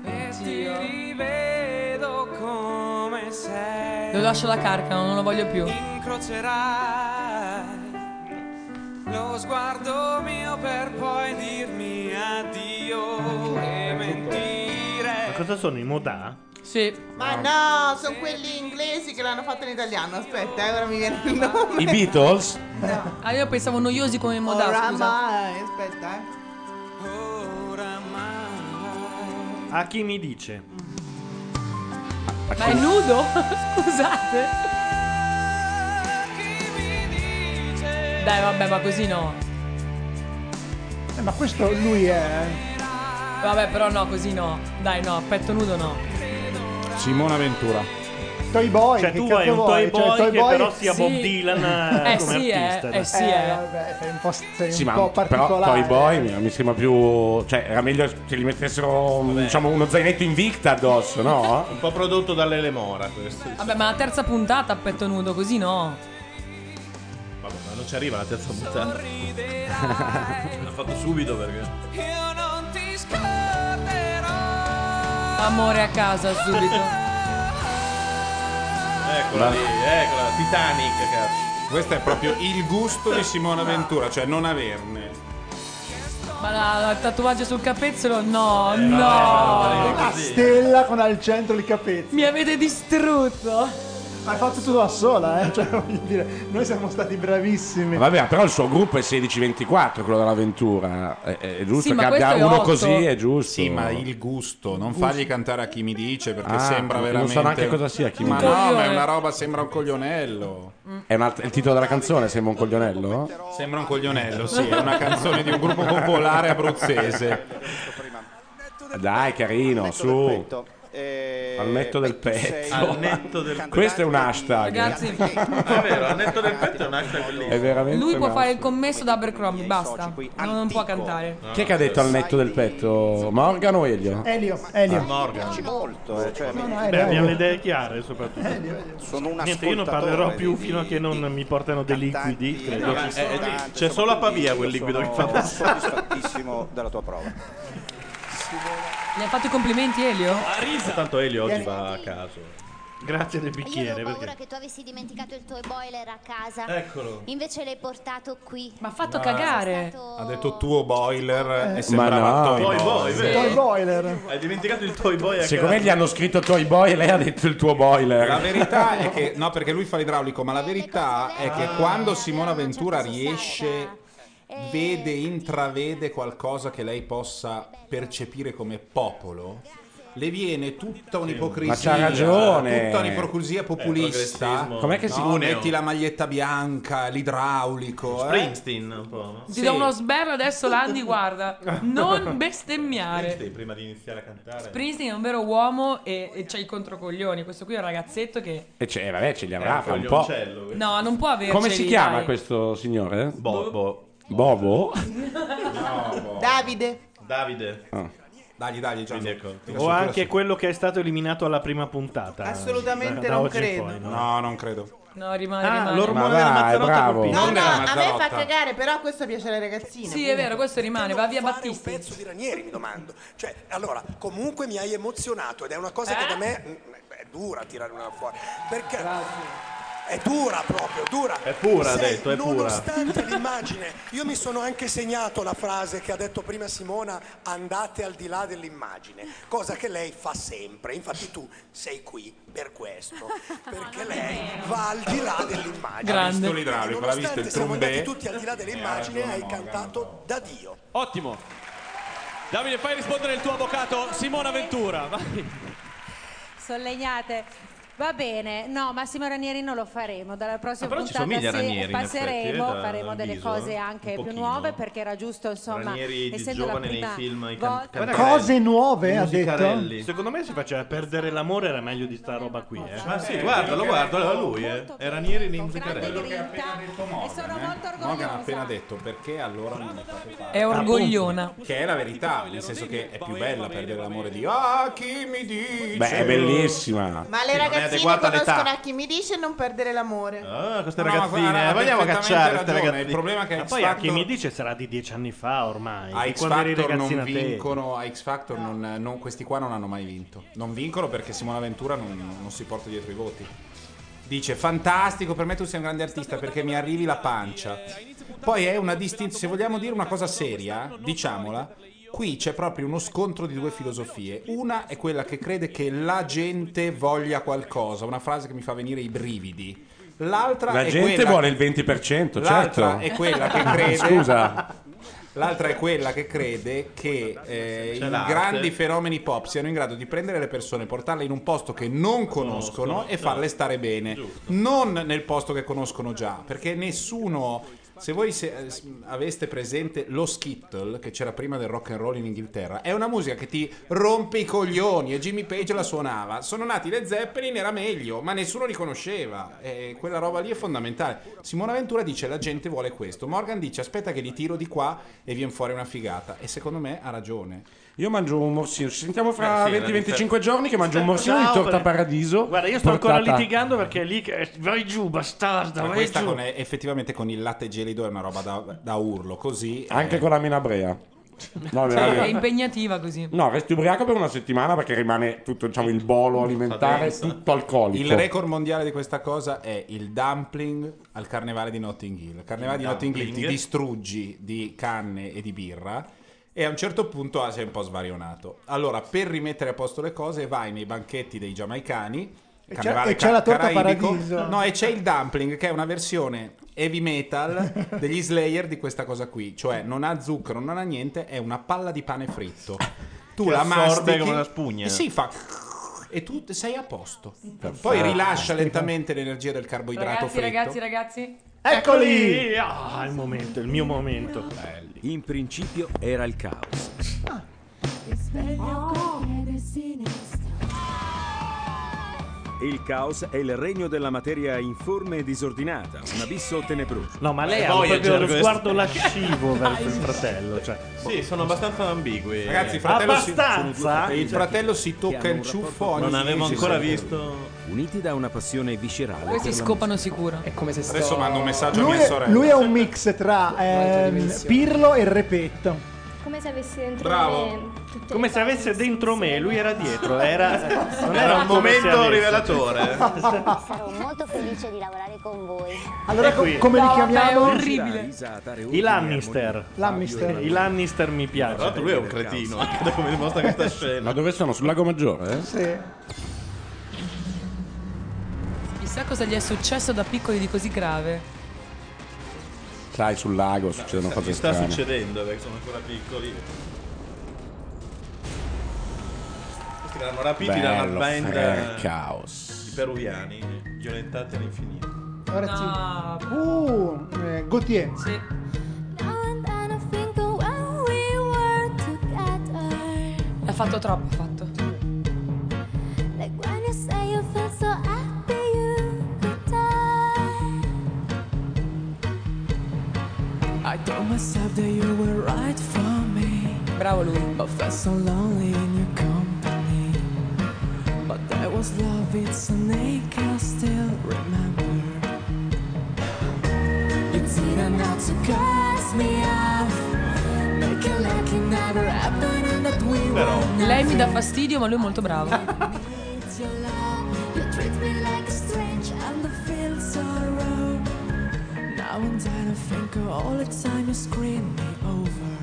Rivedo come sei. Lo lascio la Carcano, non lo voglio più. Incrocerai lo sguardo mio per poi dirmi addio e mentire. Ma cosa sono i modà? Sì. Ma no, sono quelli inglesi che l'hanno fatto in italiano. Aspetta, ora mi viene il nome. I Beatles? Ah, io pensavo noiosi come Modà, scusa. Oramai, aspetta, A chi mi dice? Ma è nudo? Scusate. Dai, vabbè, ma così no. Ma questo lui è. Vabbè, però no, così no. Dai, no, petto nudo no. Simona Ventura. Toy Boy. Cioè che tu cazzo vuoi un vuoi? toy Cioè, boy Toy che Boy- però sia Bob Sì. Dylan come Sì, artista. sì, vabbè, sei un po', sei Sì, un ma po' però particolare. Toy Boy mi sembra più. Cioè, era meglio che gli mettessero diciamo, uno zainetto Invicta addosso, no? Un po' prodotto dalle Lemora questo. Vabbè, ma la terza puntata a petto nudo, così no. Vabbè, ma non ci arriva la terza puntata. L'ha fatto subito perché... Io non ti scorderò. Amore a casa subito. Eccola lì, eccola, Titanic, cazzo. Questo è proprio il gusto di Simona Ventura, cioè non averne. Ma il tatuaggio sul capezzolo? No, La no. stella con al centro il capezzolo. Mi avete distrutto. Hai fatto tutto da sola, eh? Cioè, voglio dire, noi siamo stati bravissimi. Vabbè, però il suo gruppo è 16-24, quello dell'avventura. È giusto Sì, ma che abbia questo è uno 8. così, è giusto. Sì, ma il gusto, non fargli cantare a chi mi dice perché sembra non veramente. so neanche cosa sia chi mi Ma dice. no, ma è una roba, sembra un coglionello. È il titolo della canzone, sembra un coglionello? Sembra un coglionello, sì, è una canzone di un gruppo popolare abruzzese. Dai, carino, su. Al netto del petto. Al netto del Questo è un hashtag. Ragazzi, È vero, al netto del petto è un hashtag bellissimo. È veramente lui può un fare il hashtag. commesso da Abercrombie, basta. Non può cantare. Chi è che ha detto al netto del petto? Morgan o Elio? Elio. Morgan. Molto, cioè, No, Beh, abbiamo le idee chiare soprattutto. sono un Niente, io non parlerò più fino a che non mi portano dei liquidi, credo. C'è solo a Pavia quel liquido che fa passare. soddisfattissimo della tua prova. Gli hai fatto i complimenti, Elio? Tanto Elio oggi va a caso. Grazie del Io bicchiere. avevo paura Perché... che tu avessi dimenticato il tuo boiler a casa. Eccolo. Invece l'hai portato qui. Ma ha fatto cagare. Ha detto tuo boiler e sembrava Ma no. Toy Toy Boy, Boy. vero? Toy Boiler. Hai dimenticato il Toy Boy a Secondo me casa. gli hanno scritto Toy Boy e lei ha detto il tuo boiler. La verità è che, no, perché lui fa l'idraulico, ma la verità è che quando Simona Ventura riesce intravede qualcosa che lei possa percepire come popolo, le viene tutta un'ipocrisia, ma c'ha ragione, tutta un'ipocrisia populista. Com'è che si metti la maglietta bianca, l'idraulico, Springsteen un po', no? Ti do uno sberlo adesso, Landi, guarda, non bestemmiare. Springsteen, prima di iniziare a cantare. Springsteen è un vero uomo e c'ha i controcoglioni. Questo qui è un ragazzetto che vabbè, ce li avrà fra un po'. no, non può averceli. Come si chiama dai. questo signore? Bobo. Bobo? Davide. Dagli, Gianni. O anche quello che è stato eliminato alla prima puntata. Assolutamente da non oggi in credo. poi, No, non credo. No, rimane. l'ormone della Mazzarotta colpisce. No, Non della a me Mazzarotta. fa cagare, però questo piace alle ragazzine. Sì, è vero, questo rimane, va via Battisti. Un pezzo di Ranieri, mi domando. Cioè, allora, comunque mi hai emozionato ed è una cosa che da me è dura tirare una fuori. Perché è dura proprio, dura. È pura, ha detto, è pura. Nonostante l'immagine, io mi sono anche segnato la frase che ha detto prima Simona, andate al di là dell'immagine, cosa che lei fa sempre. Infatti tu sei qui per questo, perché lei va al di là dell'immagine. Ha visto l'idraulico, l'ha visto il siamo andati trombè. tutti al di là dell'immagine e hai cantato da Dio. Ottimo. Davide, fai rispondere il tuo avvocato Simona Ventura. Vai. Sollegnate. Va bene, no, Massimo Ranieri non lo faremo. Dalla prossima però ci puntata somiglia a Ranieri, in passeremo, effetti, faremo dal delle viso, cose anche un più pochino. nuove, perché era giusto, insomma, Ranieri di essendo la giovane nei prima film, i volta. Cose nuove, ha detto. Secondo me si faceva perdere l'amore, era meglio di sta roba qui. Ah sì, guardalo, era lui, È Ranieri nei musicarelli. E sono molto Morgan ha orgogliosa. appena detto perché allora non mi fate fare. È orgogliona. Che è la verità, nel senso che è più bella perdere l'amore di chi mi dice. Beh, è bellissima. Ma le non è ragazzine adeguata all'età. conoscono a chi mi dice non perdere l'amore. Ah, queste No, ragazzine, guarda, vogliamo perfettamente cacciare queste ragione. ragazzine. Il problema è che Ma X poi a chi Factor- mi dice sarà di 10 anni fa ormai. a di X quando eri Factor ragazzina non te. vincono, a X Factor questi qua non hanno mai vinto. Non vincono perché Simona Ventura non si porta dietro i voti. Dice fantastico, per me tu sei un grande artista perché mi arrivi la pancia. Poi è una distinzione, se vogliamo dire una cosa seria, diciamola, qui c'è proprio uno scontro di due filosofie. Una è quella che crede che la gente voglia qualcosa, una frase che mi fa venire i brividi. L'altra La è gente quella vuole il 20%, l'altra certo. è quella che crede Scusa. L'altra è quella che crede che i l'arte. grandi fenomeni pop siano in grado di prendere le persone, portarle in un posto che non conoscono e farle stare bene, non nel posto che conoscono già, perché nessuno. Se voi aveste presente lo skittle che c'era prima del rock and roll in Inghilterra, è una musica che ti rompe i coglioni e Jimmy Page la suonava. Sono nati le Zeppelin, era meglio, ma nessuno li conosceva. E quella roba lì è fondamentale. Simona Ventura dice la gente vuole questo. Morgan dice aspetta che li tiro di qua e viene fuori una figata. E secondo me ha ragione. Io mangio un morsino. Ci sentiamo fra Sì, 20-25 giorni che mangio un morsino di torta paradiso. Guarda, io sto ancora portata- litigando perché è lì che vai giù, bastarda, Ma vai questa giù. effettivamente con il latte gelido è una roba da urlo, così. Anche con la menabrea. No, Sì, menabrea. è impegnativa così. No, resti ubriaco per una settimana perché rimane tutto, diciamo, il bolo alimentare tutto alcolico. Il record mondiale di questa cosa è il dumpling al carnevale di Notting Hill. Il carnevale di Notting Hill ti distruggi di canne e di birra e a un certo punto sei un po' svarionato. Allora, per rimettere a posto le cose vai nei banchetti dei giamaicani. E Carnevale c'è la torta caraibico. paradiso. No, e c'è il dumpling che è una versione heavy metal degli Slayer di questa cosa qui, cioè non ha zucchero, non ha niente, è una palla di pane fritto. Tu Che la assorbe mastichi come una spugna. e sì, fa e tu sei a posto. Poi rilascia lentamente l'energia del carboidrato Ragazzi. Eccoli! Ah, il momento, il mio momento. In principio era il caos. Il caos è il regno della materia informe e disordinata, un abisso tenebroso. No, ma lei ha proprio lo sguardo lascivo verso il fratello. Cioè. Sì, sono abbastanza ambigui. Ragazzi, il fratello Abbastanza? il fratello si tocca il ciuffo ogni Non avevo 10 ancora secondi. visto. Uniti da una passione viscerale. Questi per la scopano sicuro. È come se Adesso mando un messaggio a Lui mia è, sorella. lui è un mix tra Pirlo e Repetto. Come se avessi dentro Bravo. me tutte Come le se avesse dentro me, lui era dietro. Non era Era un un momento momento rivelatore. Sarò molto felice di lavorare con voi. Allora E qui? come li No, chiamiamo? è orribile. I Lannister. L'Ammister. I Lannister mi Tra piace. l'altro lui è un cretino, anche da come dimostra questa scena. Ma dove sono? Sul Lago Maggiore? Sì. Chissà cosa gli è successo da piccoli di così grave. Sai, sul lago succedono cose Ci sta strane. succedendo perché sono ancora piccoli. Questi verranno rapiti da una Bello, band Frere Caos. di peruviani violentati all'infinito. Ragazzi. Gautier. Sì. Ha fatto troppo, ha fatto. I told myself that you were right for me. Bravo lui. But felt so lonely in your company. But that was love, it's an ache I still remember. You didn't have to cast me off, making like it never happened and that we were. Lei mi dà fastidio, ma lui è molto bravo. It's your love. You treat me like a stranger and I feel so wrong. Now and then I think of all the time you screened me over.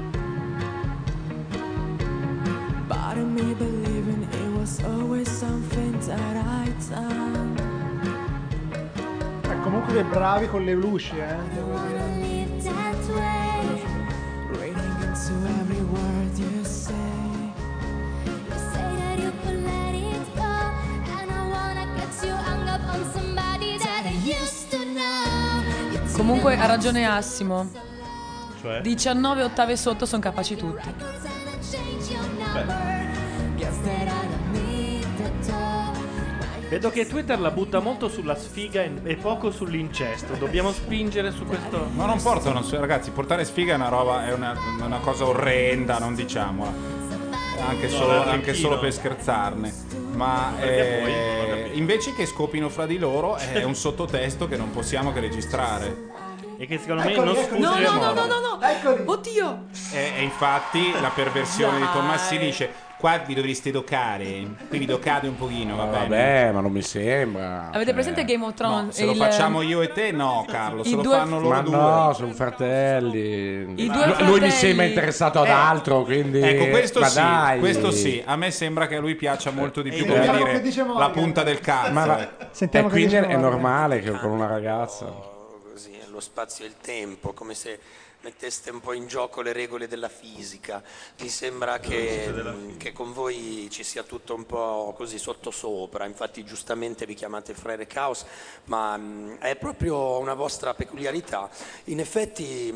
Part of me believing it was always something that I done. Comunque che bravi con le luci, devo dire. That way, reading into every word you say. You say that you could let it go, and I wanna get you hung up on somebody that I used to know. Comunque ha ragione Assimo. Cioè? 19 ottave sotto sono capaci tutti. Vedo che Twitter la butta molto sulla sfiga e poco sull'incesto. Dobbiamo spingere su questo. Ma non portano, ragazzi, portare sfiga è una roba, è una cosa orrenda, non diciamola. Anche solo per scherzarne. Ma invece che scopino fra di loro è un sottotesto che non possiamo che registrare. E che secondo me non sfugge. No. Oddio. E infatti la perversione di Tommasini dice: qua vi dovreste toccare, qui vi toccate un pochino, va bene. Vabbè, ma non mi sembra. Avete presente Game of Thrones? No, se lo facciamo io e te, no, Carlo. Se lo due- fanno loro Ma due. no, sono fratelli. I due Lui fratelli. mi sembra interessato ad altro, quindi. Ecco, questo ma sì, dai. questo sì. A me sembra che a lui piaccia molto di più, Sentiamo come che dire, dice la Morgan. punta del cazzo. Sentiamo E che quindi dice è Morgan. normale che con una ragazza. Così, è lo spazio e il tempo, come se metteste un po' in gioco le regole della fisica. Mi sembra che con voi ci sia tutto un po' così sottosopra, infatti giustamente vi chiamate Frere Caos, ma è proprio una vostra peculiarità. In effetti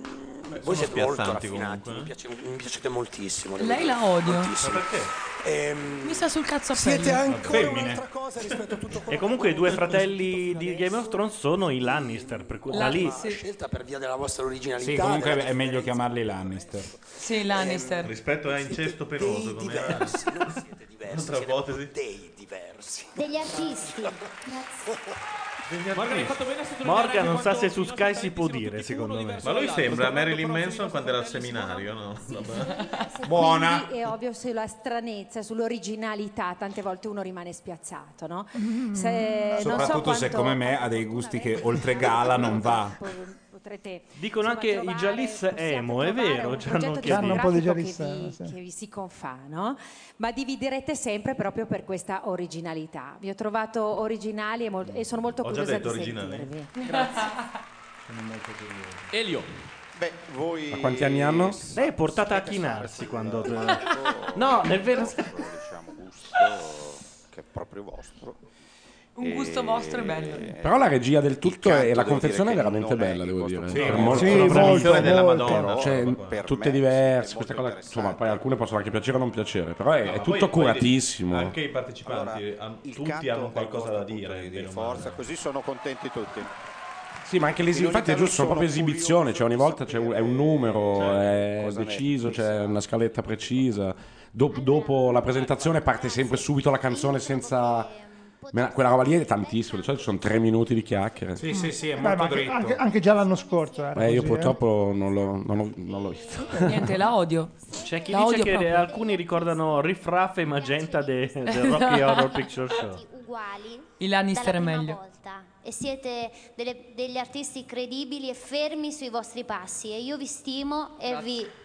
voi siete molto spiazzanti raffinati, comunque, mi piacete moltissimo. Lei la odio. Moltissimo. Ma perché? Mi sta sul cazzo a Siete pelle. ancora un'altra cosa rispetto a tutto quello E comunque i due fratelli di Game of Thrones sono i Lannister, per cui da lì una scelta per via della vostra originalità. Sì, comunque della è meglio chiamarli Lannister. Sì, Lannister. Rispetto a incesto peloso, come diversi, non siete diversi, Un'altra siete ipotesi? dei diversi. Degli artisti. Grazie. Morgan, hai fatto bene a sottolineare Morgan anche non sa quanto se su i Sky si fratelli può siano dire, tutti secondo uno me. diverso Ma lui dall'altro. sembra Questo Marilyn però Manson quando era al insieme seminario, no? Vabbè. Buona. Quindi è ovvio sulla stranezza, sull'originalità, tante volte uno rimane spiazzato, no? Soprattutto se come me ha dei gusti che oltre gala non va. Potrete, Dicono anche i trovare, Giallis possiate emo, è trovare vero, un c'hanno progetto anche un po' di discografico Giallis, sì. che vi si confà, no? Ma dividerete sempre proprio per questa originalità. Vi ho trovato originali e sono molto Ho già curiosa detto di originali. sentirvi. Grazie. Sono molto curioso. Elio. Beh, voi... Ma quanti anni hanno? Lei è portata a chinarsi quando. No, nel vero. Diciamo gusto che è proprio vostro. Un gusto vostro è bello. Però la regia del tutto canto, e la devo confezione è dire che veramente non è bella, il devo vostro dire. Sì, Per molto, molto- sì, una molto, produzione della molto. Madonna. cioè, per tutte me diverse, sì, è queste molto cose, insomma, poi interessante. alcune possono anche piacere o non piacere, però è Ma tutto poi curatissimo. Anche i partecipanti, Allora, il tutti canto hanno è qualcosa il da vostro dire. punto di bene o forza, male. così sono contenti tutti. Sì, ma anche infatti è giusto, sono proprio esibizioni, cioè ogni volta è un numero, è cosa ne deciso, c'è pensa. una scaletta precisa. Dopo la presentazione parte sempre subito la canzone senza... Quella roba lì è tantissimo, cioè ci sono 3 minuti di chiacchiere. Sì, è Beh, ma anche già l'anno scorso era Io così, purtroppo non l'ho visto. Niente, la odio. C'è chi La dice odio che proprio. alcuni ricordano Riff Raff e Magenta del Rocky Horror Picture Show. Uguali I Lannister è dalla prima meglio. volta. E siete degli artisti credibili e fermi sui vostri passi e io vi stimo e vi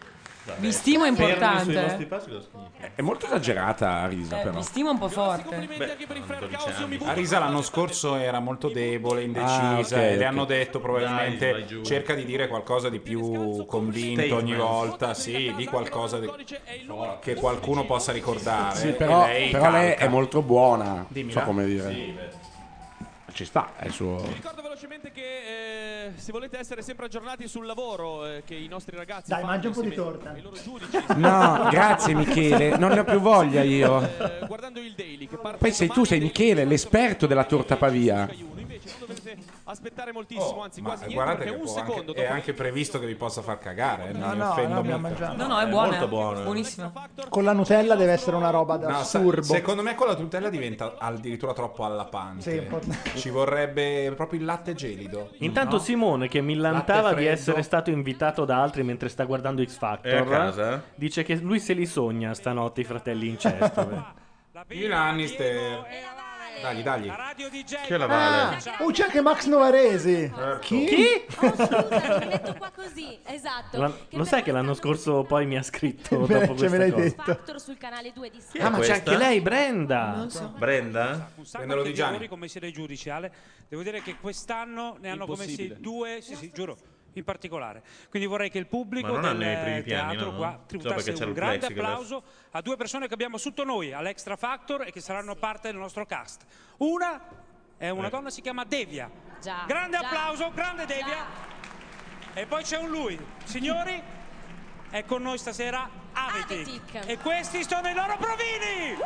Vi stimo è importante. È molto esagerata Arisa, però. Vi stimo un po' forte. Arisa l'anno scorso era molto debole, indecisa, e le hanno detto probabilmente vai giù. cerca di dire qualcosa di più convinto ogni volta, sì, di qualcosa che qualcuno possa ricordare. Sì, e però lei lei calca. è molto buona. Dimmi, so là. come dire. Sì, Ci sta, è il suo. Ricordo velocemente che se volete essere sempre aggiornati sul lavoro che i nostri ragazzi Dai, fanno mangia un po' di insieme torta. ai loro giudici, No, grazie Michele, non ne ho più voglia io. guardando il Daily che parte Poi sei Michele, l'esperto della torta Pavia. invece non dovete aspettare moltissimo, anzi Ma quasi niente, guardate perché che un può secondo è anche previsto che vi possa far cagare, non mi no, offendo no, abbiamo mica. mangiato. No, è buona. molto buona. Buonissima. Con la Nutella deve essere una roba da No, surbo. secondo me con la Nutella diventa addirittura troppo allapante. Sì, un po'. Ci vorrebbe proprio il latte gelido. Intanto no? Simone, che millantava Latte di freddo. essere stato invitato da altri mentre sta guardando X Factor, È a casa? dice che lui se li sogna stanotte i fratelli in cesto. I Lannister. Dagli. Chi è la Vale? C'è anche Max Novaresi. Chi? Mi metto qua così, esatto. Lo sai che l'anno scorso poi mi ha scritto Me- dopo ce questa me l'hai cosa? detto. Factor sul canale 2 di Ah, ma c'è questa? anche lei, Brenda. Brenda? Prendelo di Gianni. Lavori commessi dai giudici, Ale. Devo dire che quest'anno ne hanno commessi 2, sì, giuro, in particolare. Quindi vorrei che il pubblico Ma non del nei primi piani, teatro no? qua Solo tributasse perché c'era un il grande plexiglass. applauso a 2 persone che abbiamo sotto noi, all'Extra Factor, e che saranno parte del nostro cast. Una è una donna, si chiama Devia. Grande applauso, grande Devia. E poi c'è un lui. Signori, è con noi stasera Avetic. E questi sono i loro provini!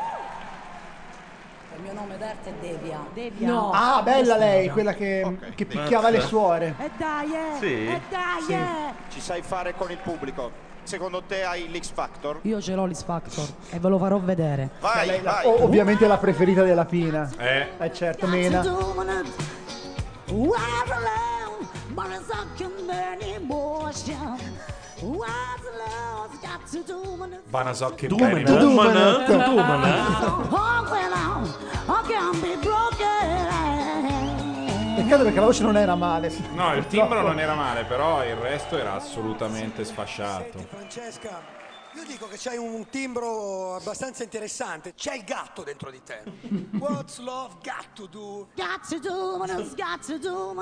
Il mio nome d'arte è Devia. No. Ah, bella lei, quella che picchiava le suore. E dai, Sì? E dai, Sì. Ci sai fare con il pubblico? Secondo te hai l'X Factor? Io ce l'ho l'X Factor e ve lo farò vedere. Vai, Lei vai. ovviamente la preferita della Pina. Eh. Certo, Mena. Vanasok e Duman. Peccato perché la voce non era male. No, il timbro non era male, però il resto era assolutamente sfasciato. Francesca, io dico che c'hai un timbro abbastanza interessante. C'è il gatto dentro di te. What's love got to do? Got to do, got to do,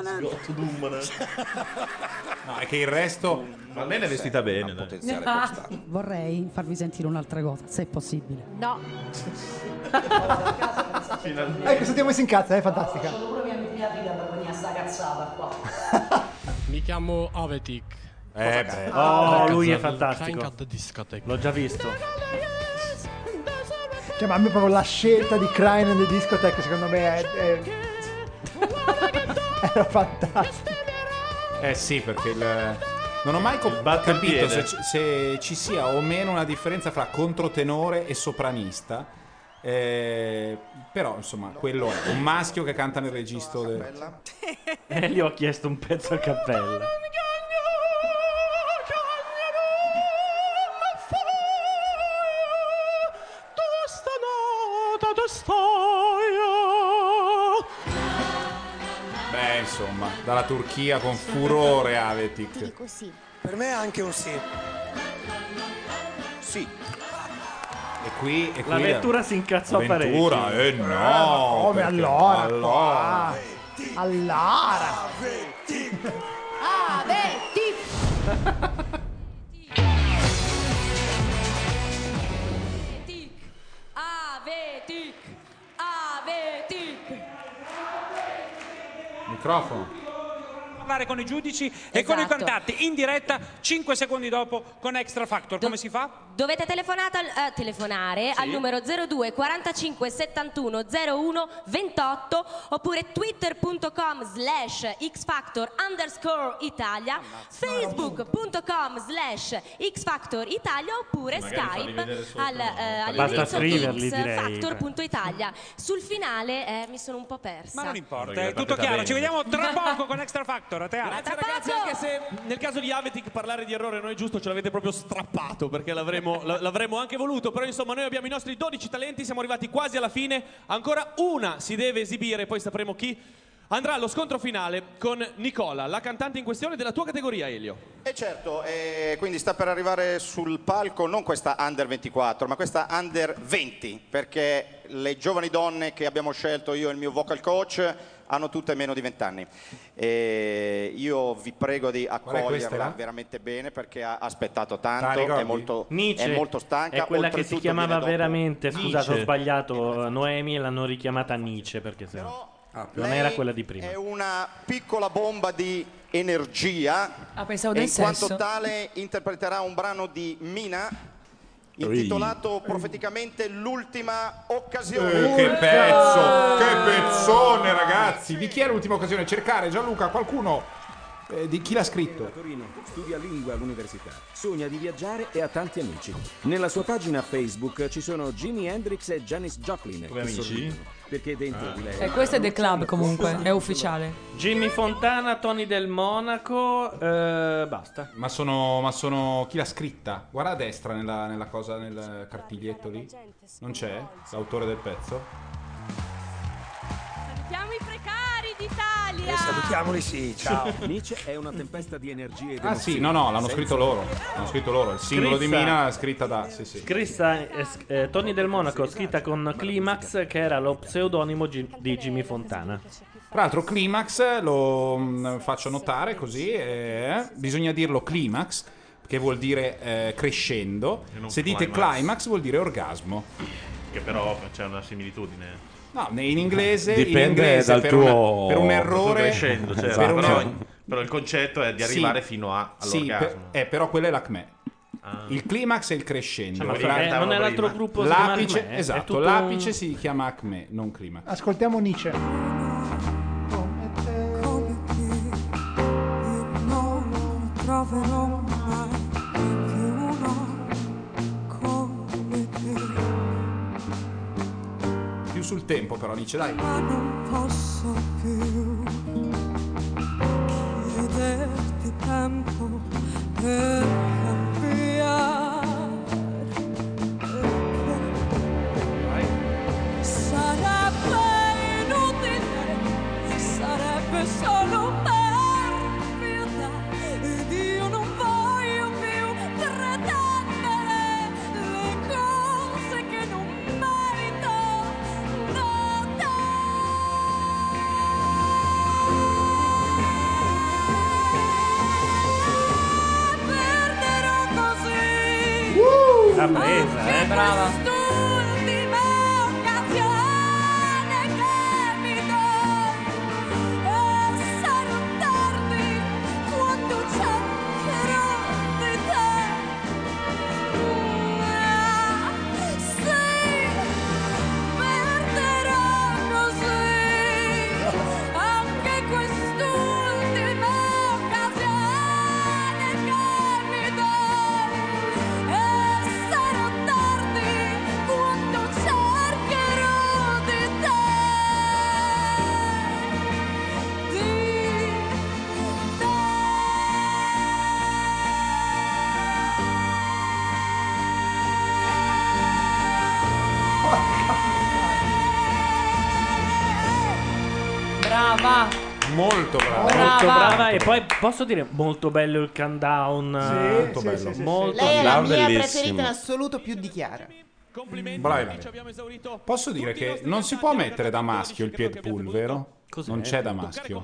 No, è che il resto. Ma lei è vestita bene, dai. Vorrei farvi sentire un'altra cosa, se è possibile. No. Ecco, sentiamo si incazza, è fantastica. Sono pure mia figlia per venire a sta cazzata qua. Mi chiamo Avetic. Beh. Oh, lui è fantastico. L'ho già visto. Cioè, ma a me proprio la scelta di Crying in the Discotheque, secondo me era fantastica. Sì, perché non ho mai batte il capito piede. se ci sia o meno una differenza fra controtenore e sopranista. Però insomma, quello è un maschio che canta nel registro. E gli ho chiesto un pezzo a cappella. Beh, insomma, dalla Turchia con furore Avetic. Dico sì. Per me è anche un sì. Sì. E qui La Ventura si incazzò Ventura, parecchio. no. Come perché- allora? Allora. Avetic. Avetic. Microfono. Parlare con i giudici e con i Esatto. cantanti in diretta 5 secondi dopo con Extra Factor. Come si fa? Dovete telefonare al numero 02 45 71 01 28 oppure twitter.com/xfactor_Italia, facebook.com/xfactoritalia oppure Magari farli Skype vedere sotto, all'indirizzo Basta scriverli, direi. xfactor.italia. Sul finale mi sono un po' persa. Ma non importa, Perché è tutto partita chiaro. bene. Ci vediamo tra poco con Extra Factor. A te, Ale. Grazie ragazzi, anche se nel caso di Avetic parlare di errore non è giusto, ce l'avete proprio strappato perché l'avremmo anche voluto, però insomma noi abbiamo i nostri 12 talenti, siamo arrivati quasi alla fine, ancora una si deve esibire, poi sapremo chi andrà allo scontro finale con Nicola, la cantante in questione della tua categoria, Elio. E certo, quindi sta per arrivare sul palco non questa Under 24, ma questa Under 20, perché le giovani donne che abbiamo scelto, io e il mio vocal coach, hanno tutte meno di 20 anni. Io vi prego di accoglierla veramente bene, perché ha aspettato tanto, è molto stanca. È quella che si oltretutto chiamava viene dopo. veramente, scusate, ho Nietzsche. sbagliato, Noemi, e l'hanno richiamata Nietzsche, perché se no non era quella di prima. È una piccola bomba di energia pensavo e del in quanto sesso. tale interpreterà un brano di Mina intitolato profeticamente L'ultima occasione. Che pezzo, che pezzone, ragazzi. Di chi è l'ultima occasione? Cercare, Gianluca, qualcuno di chi l'ha scritto? A Torino studia lingua all'università, sogna di viaggiare e ha tanti amici. Nella sua pagina Facebook ci sono Jimi Hendrix e Janis Joplin Come che amici? sorridono, perché dentro di lei E questo è The Club comunque, è ufficiale. Jimmy Fontana, Tony del Monaco, basta. Ma sono chi l'ha scritta? Guarda a destra nella cosa, nel cartiglietto lì. Non c'è l'autore del pezzo? Salutiamo i precari d'Italia. Salutiamoli, sì, ciao. Nietzsche è una tempesta di energie ed Ah sì, emozioni. no, l'hanno scritto loro. L'hanno scritto loro. Il singolo di Scritta. Mina scritta da... Sì. Scritta Tony del Monaco, scritta con Climax, che era lo pseudonimo di Jimmy Fontana. Tra l'altro Climax lo faccio notare così, bisogna dirlo Climax, che vuol dire crescendo. Se dite climax vuol dire orgasmo. Che però c'è una similitudine. No, in inglese Dipende dal per tuo... per un errore Crescendo, cioè, per però il concetto è di arrivare fino all'orgasmo. però quello è l'acme. Il climax è il crescendo. Cioè, ma non è l'altro gruppo si l'apice, chiama Acme? È esatto, tutto l'apice si chiama acme, non climax. Ascoltiamo Nietzsche. Non troverò mai più uno come te, Più sul tempo però Nietzsche, dai. ma non posso più chiederti tempo per cambiare, perché sarebbe inutile, sarebbe solo per pietà, ed io non voglio più pretendere le cose che non merito da te. Perderò così L'ha presa, brava. quest'ultima occasione che mi dai, e sarò tardi quando cercherò di te. Sì, perderò così anche quest'ultima occasione che mi dai, e sarò tardi quando cercherò di te. Brava. Molto brava. Molto brava, e poi posso dire molto bello il countdown. Molto bello. Molto Lei è la bello. mia Bellissimo. preferita in assoluto, più di Chiara. Bravi. Posso dire che non si può mettere da maschio il pied pull, vero? Non c'è da maschio.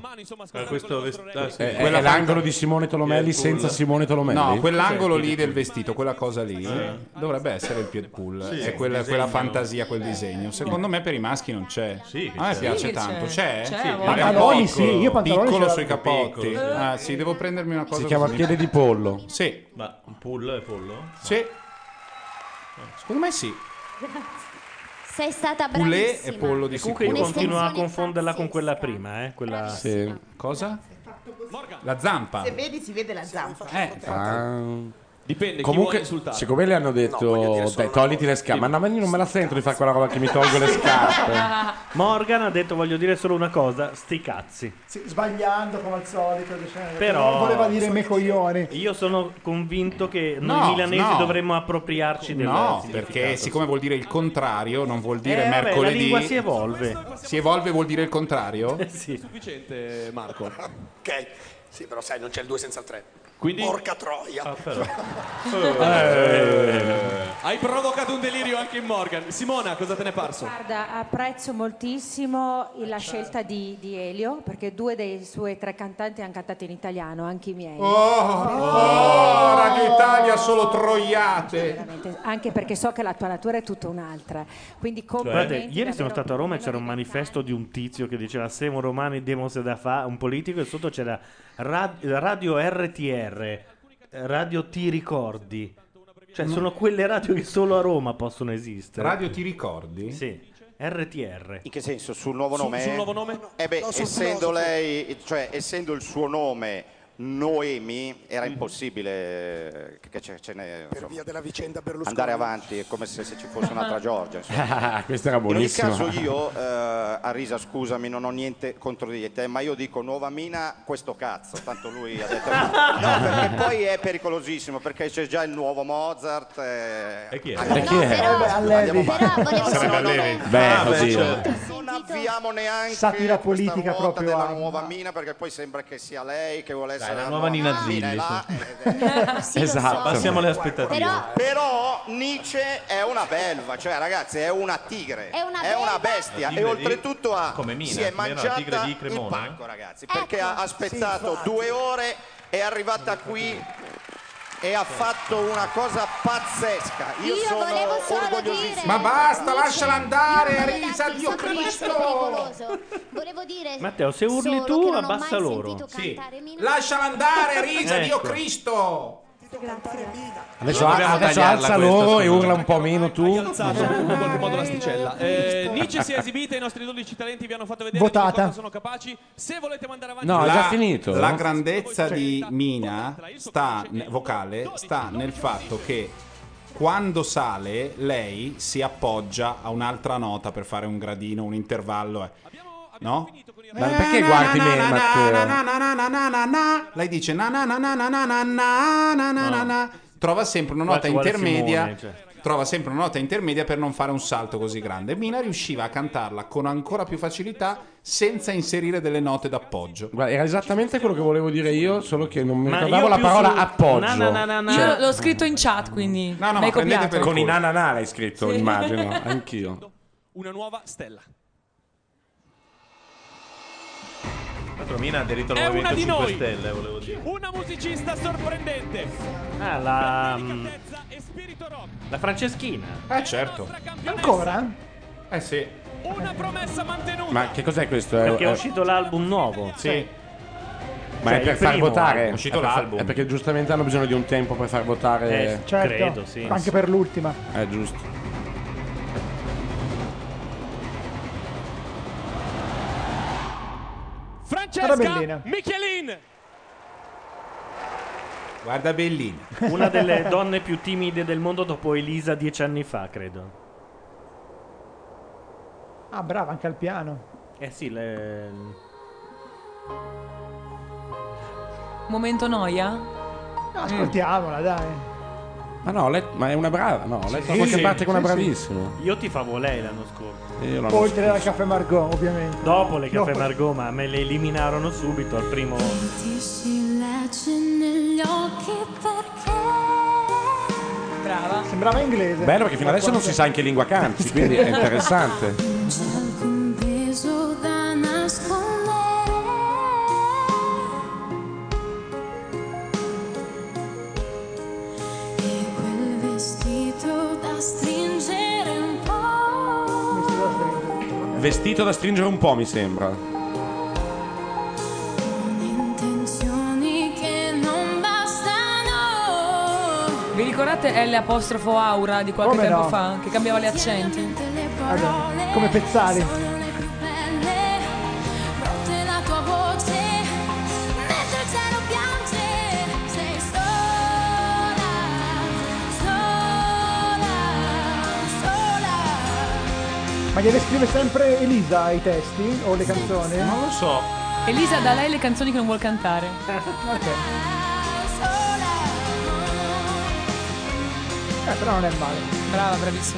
È l'angolo di Simone Tolomelli senza Simone Tolomelli? No, quell'angolo lì del vestito, quella cosa lì, dovrebbe essere il pied pull. Sì, è quella disegno. fantasia, quel disegno. Secondo me per i maschi non c'è. A me piace Sì, tanto. c'è. C'è? C'è, Magari pantaloni piccolo, sì, io pantaloni piccolo ce sui l'avevo. capotti. Piccolo, sì. Ah, sì, devo prendermi una cosa Si chiama così. piede di pollo. Sì. Ma un pull è pollo? Sì. Secondo me sì. Sei stata Poulet bravissima. e pollo di Comunque io sicuro. continuo a confonderla con quella prima, quella... Sì. Cosa? La zampa. Se vedi, si vede la zampa. Dipende, Comunque, chi vuole insultare. siccome le hanno detto dai, togliti le scarpe, ma io non me la sento di fare quella roba che mi tolgo le scarpe. Morgan ha detto voglio dire solo una cosa, sti cazzi. Sì, sbagliando come al solito, dicendo che Però non voleva dire me coglioni. Io sono convinto che No, noi milanesi no. dovremmo appropriarci del No, significato. perché siccome vuol dire il contrario, non vuol dire vabbè, mercoledì. la lingua si evolve. Si evolve vuol dire il contrario? Sì. Sufficiente, Marco. Ok, sì, però sai, non c'è il 2 senza il 3. Quindi... Porca troia. Hai provocato un delirio anche in Morgan. Simona, cosa te ne è parso? Guarda, apprezzo moltissimo la scelta di Elio, perché 2 dei suoi 3 cantanti hanno cantato in italiano, anche i miei. Radio Italia solo troiate. Veramente, anche perché so che la tua natura è tutta un'altra. Quindi Guardate, complimenti. ieri sono davvero. stato a Roma e c'era un manifesto di un tizio che diceva siamo romani, demos da fa, un politico, e sotto c'era radio RTR, radio Ti ricordi. Cioè sono quelle radio che solo a Roma possono esistere. Radio Ti ricordi? Sì, RTR. In che senso? Sul nuovo nome? Sul nuovo nome? No, essendo lei, cioè essendo il suo nome Noemi, era impossibile che ce ne Per via della vicenda Berlusconi. andare avanti, è come se ci fosse un'altra Giorgia. insomma. Questa era buonissima. In ogni caso io, Arisa, scusami, non ho niente contro di te, ma io dico Nuova Mina, questo cazzo, tanto lui ha detto no, perché poi è pericolosissimo, perché c'è già il nuovo Mozart. E chi è? Sarebbe Allevi. Beh, così. Non avviamo neanche Satira questa politica ruota proprio della a- nuova Mina, perché poi sembra che sia lei che vuole essere la nuova Nina Mina, Zilli, è là, sì. Esatto. Passiamo alle aspettative. Però Nietzsche è una belva, cioè ragazzi è una tigre, È una bestia Tigre e di- oltretutto come Mina, si è era una mangiata tigre di il Cremona, pacco, ragazzi, perché ha aspettato 2 ore, è arrivata qui e ha fatto una cosa pazzesca. Io sono volevo solo orgogliosissimo. dire- Ma basta, Nietzsche, lasciala andare, io volevo Arisa, darti Dio sotto questo Cristo! pericoloso. Volevo dire Matteo, se urli solo tu, che non ho abbassa mai loro. sentito Sì. cantare Mina. Lasciala andare, Arisa, Dio Ecco. Cristo! Adesso, Dobbiamo adesso tagliarla alza questa, loro e secondo urla me. un po' meno tu. Hai alzato in qualche modo l'asticella. Nietzsche si è esibita, i nostri 12 talenti vi hanno fatto vedere Votata. di cosa sono capaci. Se volete mandare avanti No, è già finito. La grandezza di Mina vocale sta nel fatto che quando sale lei si appoggia a un'altra nota per fare un gradino, un intervallo. No? Ma perché guardi me, Matteo? Lei dice na na na na na na na na na na na. Trova sempre una nota Qua ci vuole intermedia. Simone, cioè. Trova sempre una nota intermedia per non fare un salto così grande. Mina riusciva a cantarla con ancora più facilità senza inserire delle note d'appoggio. Guarda, era esattamente quello che volevo dire io, solo che non mi Ma ricordavo io la più parola su- appoggio. na, na, na, na, na. Io Cioè, l'ho scritto in chat, quindi No, no, l'hai ma prendete copiato. per con i culo. nanana l'hai scritto, immagino, anch'io. una nuova stella. Tra l'altro Mina ha aderito al È una Movimento di 5 noi. Stelle, volevo dire. Una musicista sorprendente. Ah, la Franceschina. Certo. Ancora? Sì. Una promessa mantenuta. Ma che cos'è questo? Perché è uscito l'album nuovo. Sì. Ma Cioè, è per il far primo votare? album. È uscito l'album. È perché giustamente hanno bisogno di un tempo per far votare. Certo, credo, sì. anche per l'ultima. Giusto. Francesca bellina. Michelin. Guarda bellina. Una delle donne più timide del mondo dopo Elisa 10 anni fa, credo. Ah, brava, anche al piano. Eh sì, Momento noia? No, ascoltiamola, dai. Ma no, ma è una brava. No, lei fa Sì, qualche sì, parte con una sì, bravissima. Io ti favo lei l'anno scorso. Io l'anno Oltre alla Caffè Margot, ovviamente. Dopo le Caffè Dopo. Margot, ma me le eliminarono subito al primo. Ti si legge negli occhi perché Brava. Sembrava inglese. Bello perché fino adesso non si sa in che lingua canti, quindi è interessante. non c'è alcun peso da nascondere. E quel vestito da stringere un po'. Vestito da stringere un po', mi sembra. Intenzioni che non bastano. Vi ricordate l'apostrofo Aura di qualche Come tempo no? fa? Che cambiava gli accenti? Vabbè, come Pezzali. Belle, rotte la tua voce, mentre il cielo piange, sei sola. Ma gliele scrive sempre Elisa i testi o le canzoni? Non lo so. Elisa dà lei le canzoni che non vuol cantare. Ok. Però non è male. Brava, bravissima.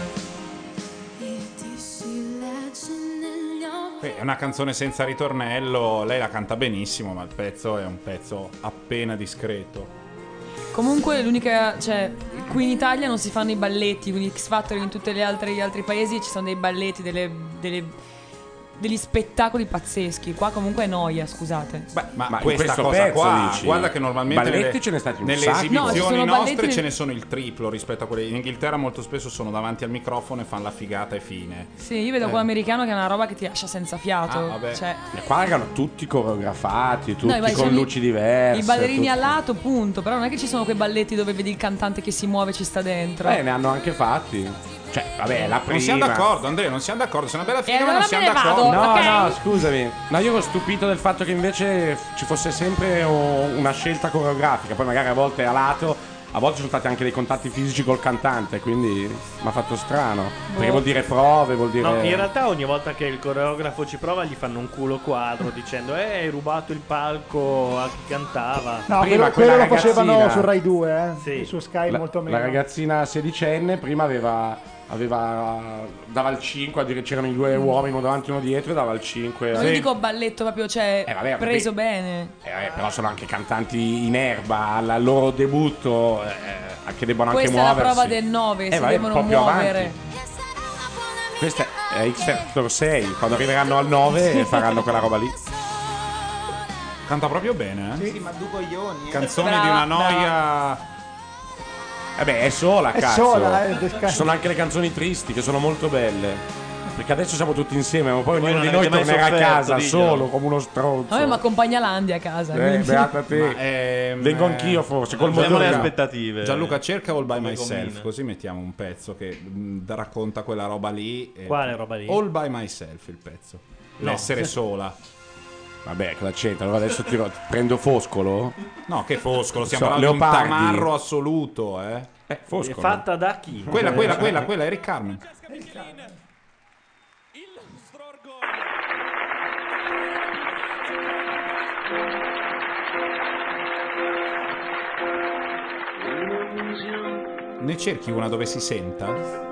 È una canzone senza ritornello, lei la canta benissimo, ma il pezzo è un pezzo appena discreto. Comunque l'unica, cioè, qui in Italia non si fanno i balletti, quindi X Factor in tutti gli altri paesi ci sono dei balletti, degli spettacoli pazzeschi. Qua comunque è noia, scusate. Beh, ma in questa questo cosa pezzo qua, dici? guarda che normalmente Balletti ce ne stati un nelle sacco. esibizioni No, nostre balletti ce ne sono il triplo rispetto a quelli in Inghilterra. Molto spesso sono davanti al microfono e fanno la figata e fine. Sì, io vedo quello americano che è una roba che ti lascia senza fiato. vabbè. Cioè, E qua erano tutti coreografati, tutti no, con luci diverse. i ballerini tutti... a lato, punto. Però non è che ci sono quei balletti dove vedi il cantante che si muove e ci sta dentro. Ne hanno anche fatti. Cioè, vabbè, la prima. Non siamo d'accordo, Andrea, non siamo d'accordo. Se è una bella figa, ma allora non siamo me ne d'accordo. vado, No, ok? no, scusami. No, io ero stupito del fatto che invece ci fosse sempre una scelta coreografica. Poi magari a volte a lato, a volte sono stati anche dei contatti fisici col cantante, quindi mi ha fatto strano. Perché vuol dire prove, vuol dire... No, in realtà ogni volta che il coreografo ci prova gli fanno un culo quadro dicendo hai rubato il palco a chi cantava. No, Prima quello lo ragazzina- facevano su Rai 2, Sì. su Sky molto meno. La ragazzina sedicenne prima dava il 5, c'erano i due uomini uno davanti e uno dietro e dava il 5. Non dico balletto proprio, cioè, vabbè, preso bene. Però sono anche cantanti in erba al loro debutto, che debbono Questa anche è la muoversi. prova del 9, si vabbè, devono un po' più muovere. avanti. Questa è X Factor 6, quando arriveranno al 9 faranno quella roba lì. Canta proprio bene, eh? Sì, ma due coglioni. Canzoni Brava, di una noia. È sola, È cazzo. sola, Ci sono anche le canzoni tristi che sono molto belle. Perché adesso siamo tutti insieme, ma poi Voi ognuno non di noi avete mai tornerà a sofferto, casa diglielo. solo come uno stronzo. Vabbè, ma accompagna Landi a casa. quindi. Beata te. Vengo anch'io forse col Abbiamo le motore. aspettative. Gianluca, cerca All By Myself, gomine. così mettiamo un pezzo che racconta quella roba lì. Quale roba lì? All By Myself il pezzo. No. L'essere sola. Vabbè, cosa c'entra? Allora adesso prendo Foscolo? No, che Foscolo, stiamo So, parlando di un Leopardi. tamarro assoluto, È Foscolo. fatta da chi? Quella, Eric Carmen. Ne cerchi una dove si senta?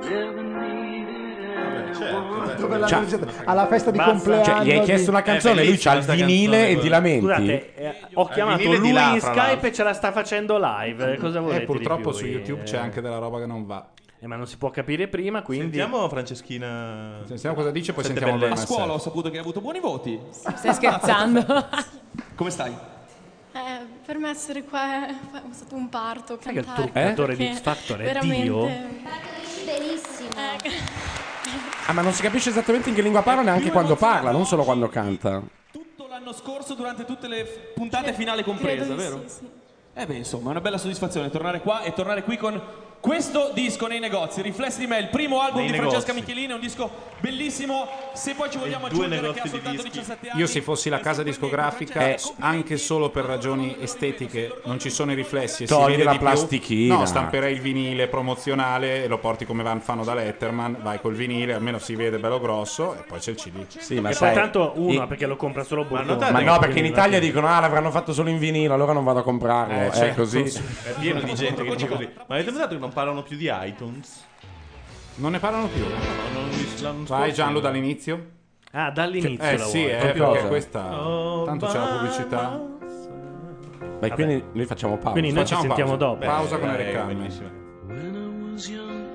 Dove l'hanno Cioè, registrata? Alla festa di basta. compleanno. Cioè, gli hai chiesto una canzone, lui c'ha il sta vinile canzone, e ti lamenti. Scusate, ho chiamato vinile di lui là, in fra Skype l'altro. e ce la sta facendo live. Cosa volete? Purtroppo di su più? YouTube c'è anche della roba che non va. Ma non si può capire prima, quindi. Sentiamo Franceschina. Sentiamo cosa dice, poi Sette sentiamo belle. All By A scuola ho Myself. saputo che hai avuto buoni voti. Stai scherzando? Come stai? Per me essere qua è stato un parto. Sai che il cantare, truccatore di perché X Factor è veramente- Dio? Benissimo. Ah, ma non si capisce esattamente in che lingua parla neanche quando parla, non solo quando canta. Tutto l'anno scorso durante tutte le puntate finali comprese, credo di vero? sì, sì. Beh, insomma, è una bella soddisfazione tornare qua e tornare qui con questo disco nei negozi. Riflessi di me, il primo album Nei di Francesca negozi. Michelini, è un disco bellissimo. Se poi ci vogliamo due aggiungere che ha negozi di soltanto dischi. 17 anni. Io se fossi la casa discografica, anche solo per ragioni estetiche, non ci sono i riflessi e si Togli vede la di più. plastichina. No, stamperei il vinile promozionale e lo porti come fanno da Letterman, vai col vinile, almeno si vede bello grosso e poi c'è il CD. Sì, ma Che sai, poi tanto uno perché lo compra solo Bocconi. ma no, perché in Italia dicono l'avranno fatto solo in vinile, allora non vado a comprarlo. È certo. così. È pieno di gente che dice così. Ma avete notato che non parlano più di iTunes? Non ne parlano più. Vai Gianlu dall'inizio. Ah, dall'inizio la sì, vuoi. perché cosa? questa tanto c'è la pubblicità. Beh, quindi noi facciamo pausa. Quindi noi ci Facciamo sentiamo pausa. dopo. Pausa con Beh, Eric Carmen. bellissimo. When I was young,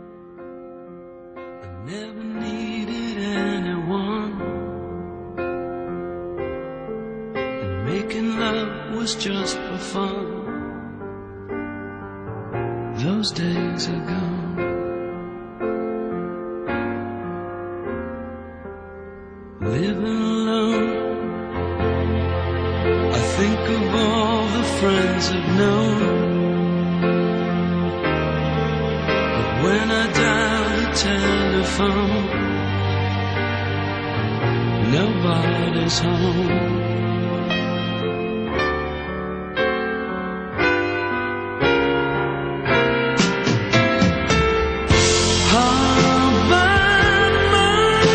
I never needed anyone. And making love was just for fun. Those days are gone. Living alone, I think of all the friends I've known. When I dial the telephone, nobody's home. All by myself,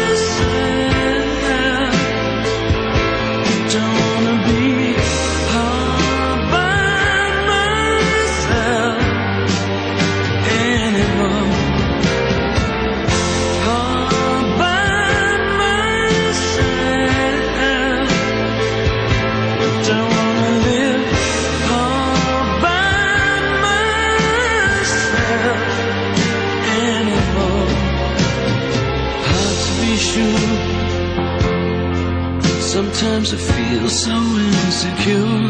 Sometimes I feel so insecure,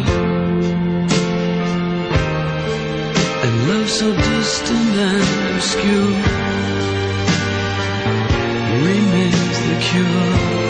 and love so distant and obscure remains the cure.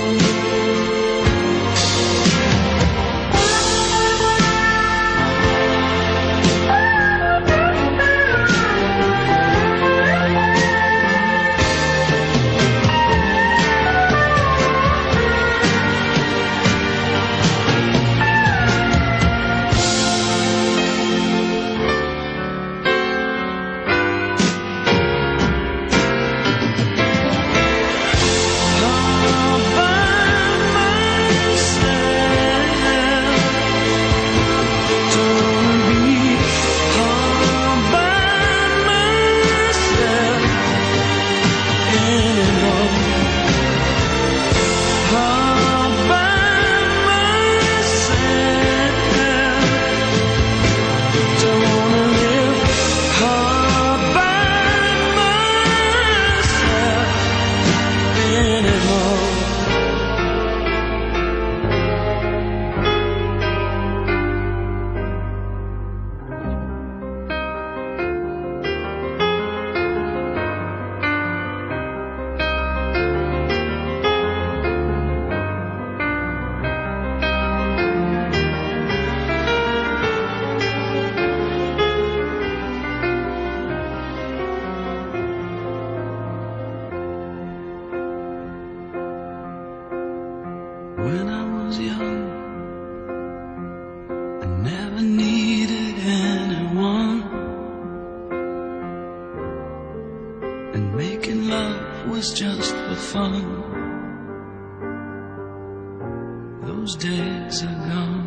When I was young, I never needed anyone, and making love was just for fun. Those days are gone.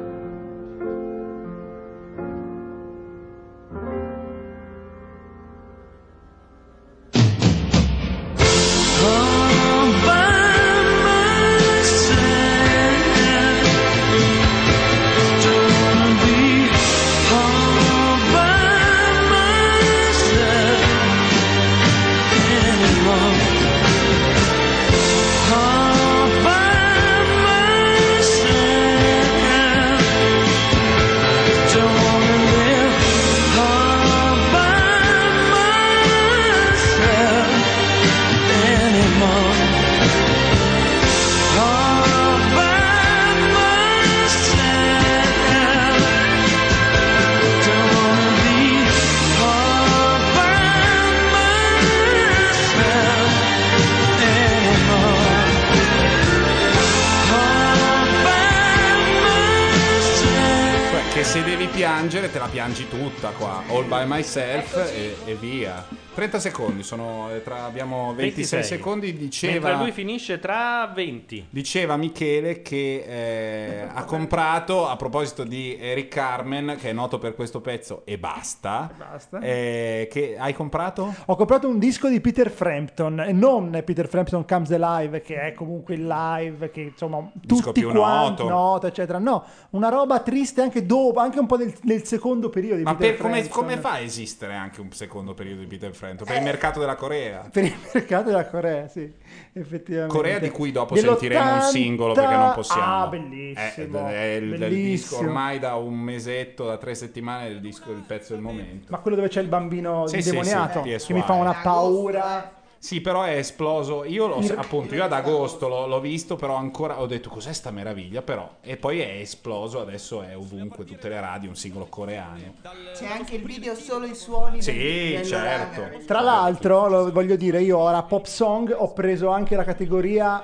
Se devi piangere te la piangi tutta qua, all by myself e via. 30 secondi, abbiamo 26 secondi. Diceva, mentre lui finisce tra 20. Diceva Michele che ha comprato, a proposito di Eric Carmen, che è noto per questo pezzo e basta. Che hai comprato? Ho comprato un disco di Peter Frampton, e non Peter Frampton Comes Alive, che è comunque il live, che insomma tutti più quanti noto. noto, eccetera. No, una roba triste anche dopo, anche un po' nel secondo periodo di Ma Peter come Frampton. fa a esistere anche un secondo periodo di Peter Frampton? Per il mercato della Corea. Per il mercato della Corea, sì, effettivamente. Corea di cui dopo sentiremo un singolo perché non possiamo. Ah, bellissimo. È il bellissimo. disco ormai da un mesetto, da 3 settimane, il pezzo del momento. Ma quello dove c'è il bambino Sì, indemoniato, sì, che mi fa una paura. Sì, però è esploso. Io ad agosto l'ho visto, però ancora ho detto cos'è sta meraviglia, però. E poi è esploso, adesso è ovunque, tutte le radio, un singolo coreano. C'è anche il video solo i suoni. Sì, certo. Tra l'altro, lo voglio dire, io ora Pop Song ho preso anche la categoria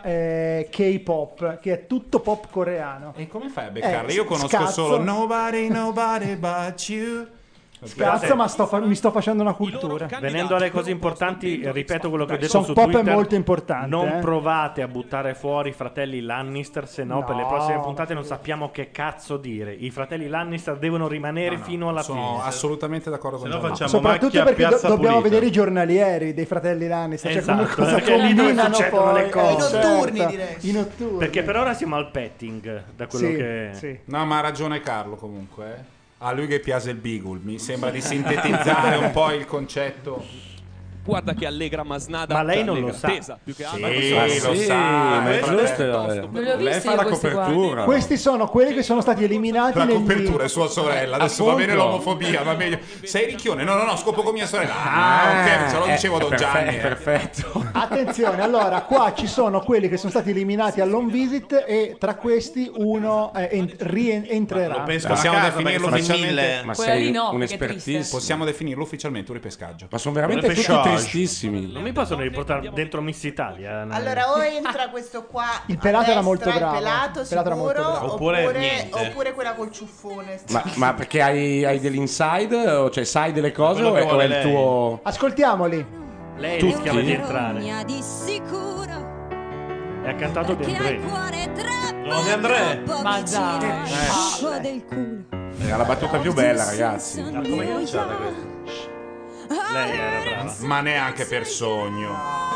K-pop, che è tutto pop coreano. E come fai a beccarle? Io conosco solo Nobody But You. Scazzo, ma mi sto facendo una cultura. Venendo alle cose importanti, ripeto quello che ho detto su Pop Twitter. è molto importante. Non provate a buttare fuori i fratelli Lannister, se no per le prossime puntate non sappiamo che cazzo dire. I fratelli Lannister devono rimanere fino alla fine. Sono assolutamente d'accordo con te. Soprattutto perché dobbiamo vedere i giornalieri dei fratelli Lannister, Esatto, cioè come cosa perché lì dove combinano succedono poi. le cose. I notturni, direi. I notturni. Perché per ora siamo al petting, da quello che... Sì. No, ma ha ragione Carlo comunque. A lui che piace il Beagle, mi sembra di sintetizzare un po' il concetto. Guarda che allegra masnada. Ma lei cioè, non lo allegra sa. attesa, più che altro. lo sa, ma è giusto. Lei fa la copertura. Questi sono quelli che sono stati eliminati La negli... copertura è sua sorella. Adesso va bene l'omofobia, va meglio. Sei ricchione? No, scopo con mia sorella. Ok, ce lo dicevo Don Gianni. Perfetto. Attenzione, allora qua ci sono quelli che sono stati eliminati all'home visit e tra questi uno rientrerà. Possiamo definirlo ufficialmente. Ma Quella sei lì no, un perché è espertissimo. Possiamo definirlo ufficialmente un ripescaggio. Ma sono veramente tutti tristissimi. Non mi possono riportare dentro Miss Italia. Allora, o entra questo qua. Il pelato a era destra, molto bravo. Il pelato, Il pelato era molto sicuro, bravo. oppure quella col ciuffone. Ma perché hai dell'inside? O cioè sai delle cose o è il tuo... Ascoltiamoli. Lei Tutti? rischiava di entrare. Di sicuro E ha cantato De André. No, De André. Ma dai. acqua del culo. Era la battuta più bella, ragazzi. Ma come è iniziata questa? Lei era brava. Ma neanche per sogno.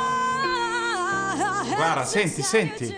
Guarda, senti.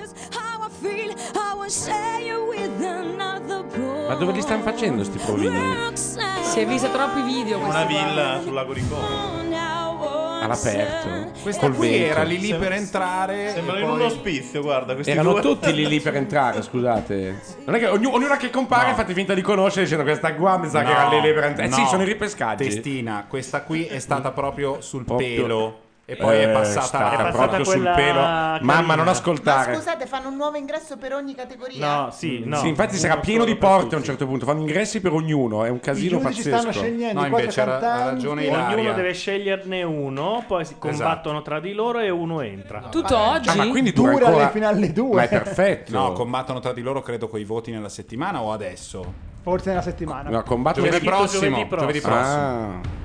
Ma dove li stanno facendo sti provini? Si è vista troppi video. Una villa sul lago di Como. All'aperto. Questa Col qui vento. era lì per entrare. Sembrano e in poi- uno ospizio, guarda. Questi Erano due. tutti lì per entrare, scusate. Non è che ognuna che compare fate finta di conoscere dicendo questa qua mi sa che era lì per entrare. no. Sì, sono i ripescaggi. Testina, questa qui è stata proprio sul Proprio- pelo. E poi è passata proprio sul pelo. Mamma, non Ma ascoltare. scusate, fanno un nuovo ingresso per ogni categoria? No, sì, no. Sì, infatti sarà pieno di porte a un certo punto. Fanno ingressi per ognuno. È un casino giudici pazzesco. stanno scegliendo No, i quattro invece ha cantanti. ragione Ilaria. Ognuno deve sceglierne uno, poi si combattono tra di loro e uno entra. Tutto oggi? Ah, ma quindi Dura ancora... fino alle 2. Ma è perfetto. No, combattono tra di loro credo coi voti nella settimana o adesso? Forse nella settimana. No, combattono Giovedì prossimo. Giovedì prossimo. Ah.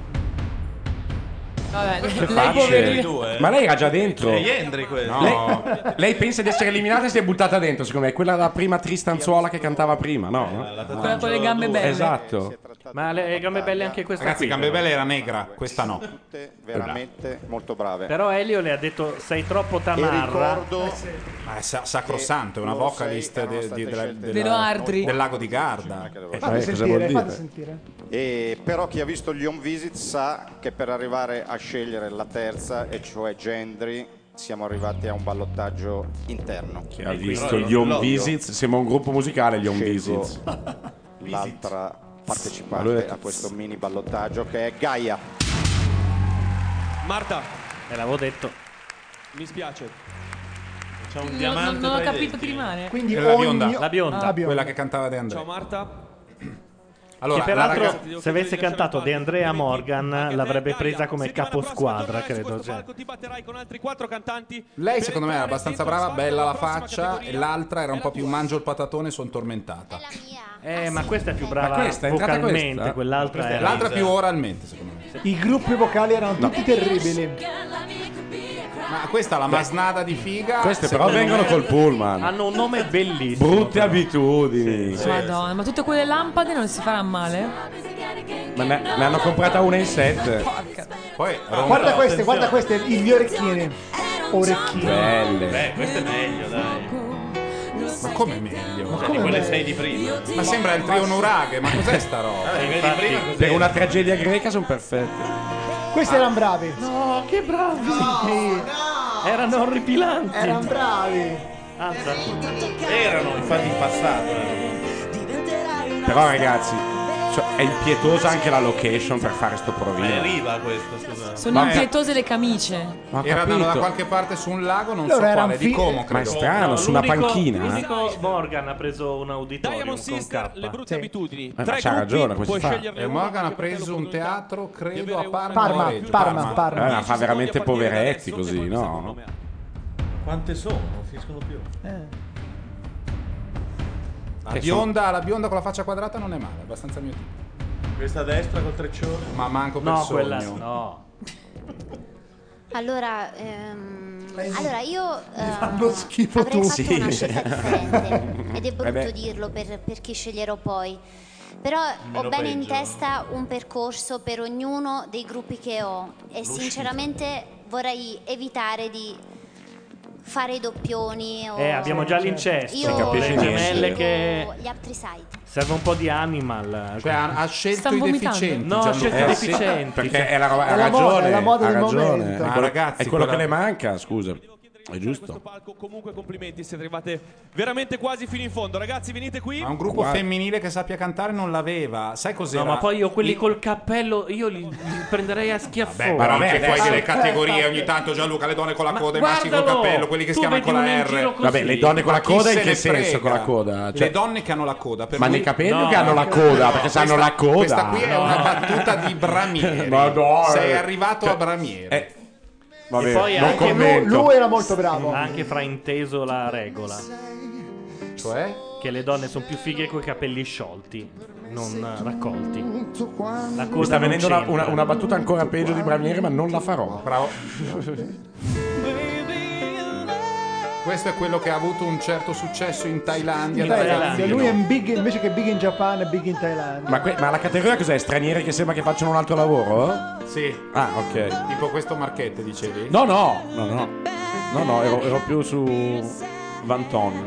Vabbè, Che lei facile. poverino. Ma lei era già dentro. È Yendri quello. No. Lei pensa di essere eliminata e si è buttata dentro, secondo me. Quella la prima Tristanzuola che cantava prima, no? Quella con le gambe belle. Esatto. Ma le gambe belle anche questa Ragazzi, qui. Gambe Belle era negra, questa no. Veramente molto brave. Però Elio le ha detto sei troppo tamarra. Ma è sacrosanto, è una vocalist Vero Ardri. del lago di Garda. Fate sentire. E però chi ha visto gli home visit sa che per arrivare a scegliere la terza, e cioè Gendry, siamo arrivati a un ballottaggio interno. Chi ha visto gli home visits? Siamo un gruppo musicale, gli home Scelgo visits. l'altra partecipante Allora- a questo mini ballottaggio che è Gaia. Marta, l'avevo detto. mi spiace. C'è un Non, diamante non ho tra i capito denti. chi rimane. Quindi La bionda. La bionda. Ah, bionda. Quella che cantava De André. Ciao Marta. Allora, che la peraltro, ragazza- se avesse cantato De Andrea Morgan, l'avrebbe presa come caposquadra, credo. Cioè. Ti batterai con altri 4 cantanti. lei secondo me era abbastanza brava, bella la faccia, e l'altra era un po' più mangio il patatone, sono tormentata. Ma questa è più brava Ma questa è entrata vocalmente, questa? quell'altra era... L'altra più oralmente, secondo me. I gruppi vocali erano tutti terribili. Ma questa è la masnada di figa. Queste però secondo vengono me- col pullman. Hanno un nome bellissimo. Brutte abitudini. Madonna, ma tutte quelle lampade non si faranno male? Ma ne hanno comprata una in 7. Poi Guarda queste, gli orecchini. Orecchini. Belle. Questo è meglio, dai. Ma come meglio? Cioè, di quelle 6 di prima. Ma sembra il trio Nuraghe, ma cos'è sta roba? Vabbè, quelli di prima così. Per una tragedia greca sono perfette. Questi erano bravi. No, che bravi! Erano orripilanti. Erano bravi. Erano infatti in passato. Però ragazzi, cioè, è impietosa anche la location per fare sto Ma è provino. riva questo, scusa. Sono impietose le camicie. Ma ho Era da capito. qualche parte su un lago, non Loro so erano quale, di Como Ma è credo. strano, su una l'unico- panchina. L'unico Morgan ha preso un auditorium Diamond con Sister, le K. brutte abitudini. Ma 3 c'ha gruppi, ragione, come puoi si fa? sceglierne E uno, Morgan ha anche perché preso un l'opportunità teatro, di credo, avere a Parma. Parma, o Reggio. Parma. Ma fa veramente poveretti così, no? Quante sono? Non finiscono più. La bionda con la faccia quadrata non è male, è abbastanza mio tipo. Questa a destra col treccione. Ma manco per No, sogno. quella no. Allora, io fanno schifo avrei fatto tutti. una scelta differente ed è brutto beh. dirlo per chi sceglierò poi. Però ho bene in testa un percorso per ognuno dei gruppi che ho e sinceramente vorrei evitare di fare i doppioni o... Abbiamo già l'incesto, Io le gemelle che... gli Aptriside. Serve un po' di animal. Cioè, ha scelto Stanno i vomitando. deficienti. No, ha scelto i sì, deficienti. perché Cioè, è la È la moda, è la moda del momento. Ma ragazzi, è quello quella- che le manca, scusa. È giusto. Comunque complimenti, siete arrivate veramente quasi fino in fondo. Ragazzi, venite qui. Ma un gruppo femminile che sappia cantare non l'aveva. Sai cos'era? No, ma poi io quelli col cappello io li prenderei a schiaffoni. Però anche poi delle categorie ogni tanto, Gianluca, le donne con la coda, i maschi col guardalo! cappello, quelli che si Tu chiamano con vedi la uno in giro R. così. Vabbè, le donne con la Ma chi coda in se che ne senso frega? con la coda? Cioè- Le donne che hanno la coda. Per Ma lui- nei capelli No, che hanno la coda? Perché se hanno la coda. Questa qui è una battuta di Bramieri. Ma no, Sei arrivato a Bramieri. Vabbè, E poi non anche commento. Lui era molto bravo. Ha anche frainteso la regola. Cioè? Che le donne sono più fighe coi capelli sciolti, non raccolti. La Mi coda sta non venendo c'entra. una battuta ancora peggio di Bramieri, ma non la farò. Bravo. Questo è quello che ha avuto un certo successo in Thailandia. In da Thailandia. ragazzino. Lui è big, invece che big in Japan è big in Thailandia. Ma la categoria cos'è? Stranieri che sembra che facciano un altro lavoro? Sì. Ah, ok. Tipo questo Marchette, dicevi? No, ero più su Vanton.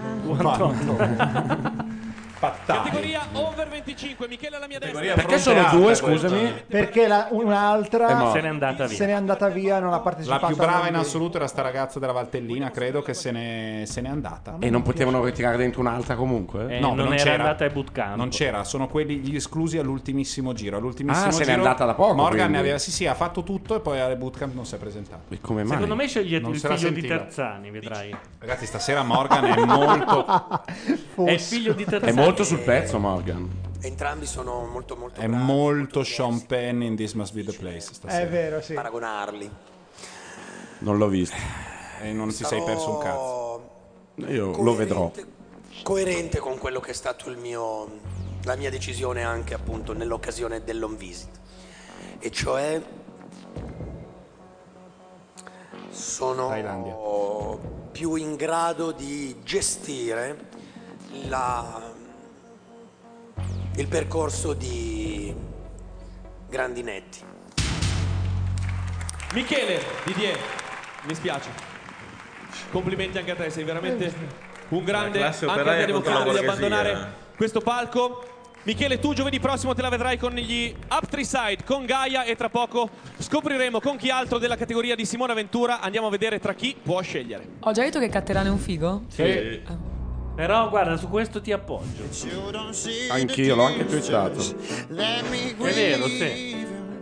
Categoria over 25. Michele alla mia destra. Perché sono due, scusami? Perché un'altra Se n'è andata via. se n'è andata via, non ha La partecipato. più brava in all'Olimpiadi. assoluto era sta ragazza della Valtellina, credo che se n'è andata. E non potevano ritirare dentro un'altra comunque? No, non era c'era. andata ai bootcamp. Non c'era, sono quelli gli esclusi all'ultimissimo giro. All'ultimissimo Ah, se n'è giro andata da poco, Morgan quindi. ne aveva, sì, ha fatto tutto e poi alle bootcamp non si è presentato. E come mai? Secondo me scegli Non il se la figlio di sentiva. Terzani, vedrai. Ragazzi, stasera Morgan è molto È il figlio di Terzani. È molto sul pezzo, Morgan. Entrambi sono molto è molto Sean Penn in This Must Be the Place stasera. È vero, sì. paragonarli. Non l'ho visto. E non ti sei perso un cazzo. Io lo vedrò. Coerente con quello che è stato la mia decisione anche appunto nell'occasione dell'home visit. E cioè sono più in grado di gestire il percorso di Grandinetti. Michele, Didier, mi spiace. Complimenti anche a te, sei veramente un grande. La classe Anche a operaia te devo contro la chiedere di borghesia. abbandonare questo palco. Michele, tu giovedì prossimo te la vedrai con gli Aptriside, con Gaia, e tra poco scopriremo con chi altro della categoria di Simona Ventura. Andiamo a vedere tra chi può scegliere. Ho già detto che Catterano è un figo? Sì. Però guarda, su questo ti appoggio. Anch'io, l'ho anche twittato. È vero, sì.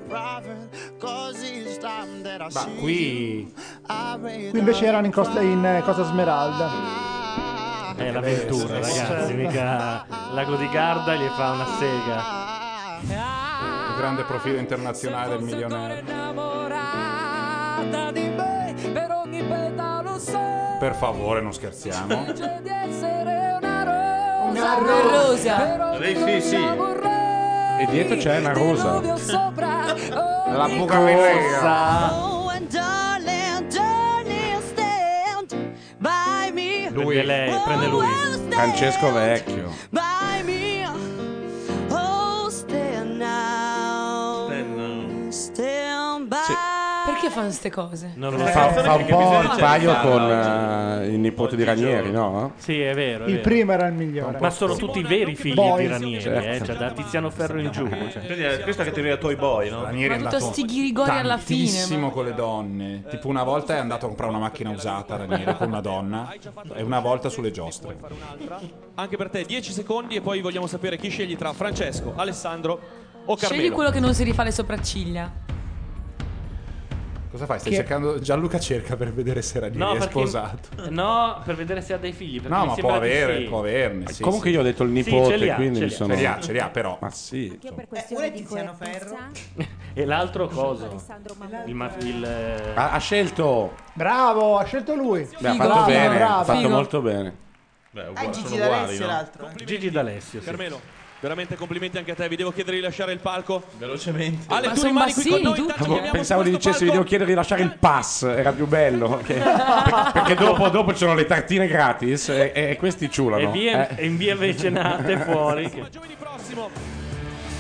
Ma qui Qui invece erano in Costa Smeralda. È l'avventura, ragazzi. Mica Lago di Garda gli fa una sega. il grande profilo internazionale del milionario. innamorata di me, per ogni petalo sei. Per favore, non scherziamo. Dice di essere una rosa. Una rosa. Sì, sì. E dietro c'è una rosa. La buca minera. Oh, and darling, darling, stand by me. Prende lui. Francesco Vecchio. By me. Oh, stand now. Stand by. Perché fanno queste cose? Non lo Fa un po' il paio farlo con il nipote di Ranieri, no? Sì, è vero. È Il vero. primo era il migliore. Ma sono tutti veri figli Boys. di Ranieri, Certo. cioè da Tiziano Ferro in giù. Cioè. Quindi questa è categoria Toy Boy, no? Ranieri è Ma tutto andato sti ghirigori alla fine. tantissimo con le donne. Tipo una volta è andato a comprare una macchina usata Ranieri con una donna e una volta sulle giostre. Anche per te 10 secondi e poi vogliamo sapere chi scegli tra Francesco, Alessandro o Scegli Carmelo. quello che non si rifà le sopracciglia. Cosa fai? Stai Che- cercando. Gianluca cerca per vedere se Ranieri è sposato. No, per vedere se ha dei figli. perché No, mi ma sembra può di avere, sì. può averne. Sì, Comunque sì. io ho detto il Sì, nipote, ce li ha, quindi ce mi li ha. sono... Ce li ha, però. Ma sì. Anch'io per Uno questione è di Tiziano coerenza. E l'altro coso? Alessandro Mamma. Ha scelto. Bravo, ha scelto lui. Beh, ha Figo, fatto figo, bene, bravo. ha fatto Figo. molto bene. Beh, Gigi sono uguali, D'Alessio no? l'altro. Gigi D'Alessio, sì. Carmelo, veramente complimenti anche a te, vi devo chiedere di lasciare il palco. Velocemente. Ale, Ma tu son rimani qui con bassini noi, tutti. intanto chiamiamo Pensavo su di questo dicessi, vi devo palco. chiedere di lasciare il pass, era più bello. Perché dopo ci sono le tartine gratis e questi ciulano. E in via Vecenate fuori. che- Giovedì prossimo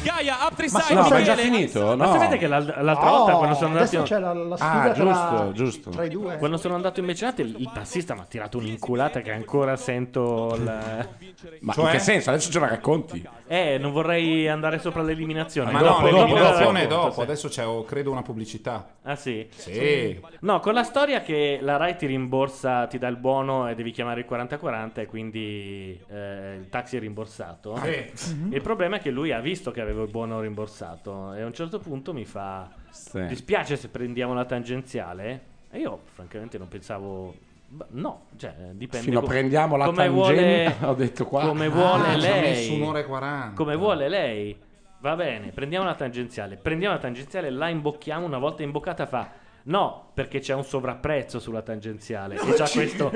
Gaia, Aptri Ma Side, no, ma è già Michele. finito? Ma No. sapete che l'altra volta quando sono andato adesso c'è la sfida tra, giusto. tra i due. Quando sono andato in mecenate il tassista mi ha tirato un'inculata che ancora sento Ma Cioè? in che senso? Adesso ce la racconti? non vorrei andare sopra l'eliminazione. Ma Dopo- no, l'eliminazione è dopo, dopo. sì. Adesso c'è, credo, una pubblicità. Ah sì? Sì. No, con la storia che la Rai ti rimborsa, ti dà il buono e devi chiamare il 4040 e quindi il taxi è rimborsato. Sì. Il problema è che lui ha visto che avevo il buono rimborsato e a un certo punto mi fa dispiace se prendiamo la tangenziale? E io francamente non pensavo... No, cioè dipende Fino a prendiamo la come tangente, vuole, ho detto qua. come vuole ci ha lei, messo un'ora e 40. come vuole lei. Va bene, prendiamo la tangenziale, la imbocchiamo, una volta imboccata fa no, perché c'è un sovrapprezzo sulla tangenziale e già questo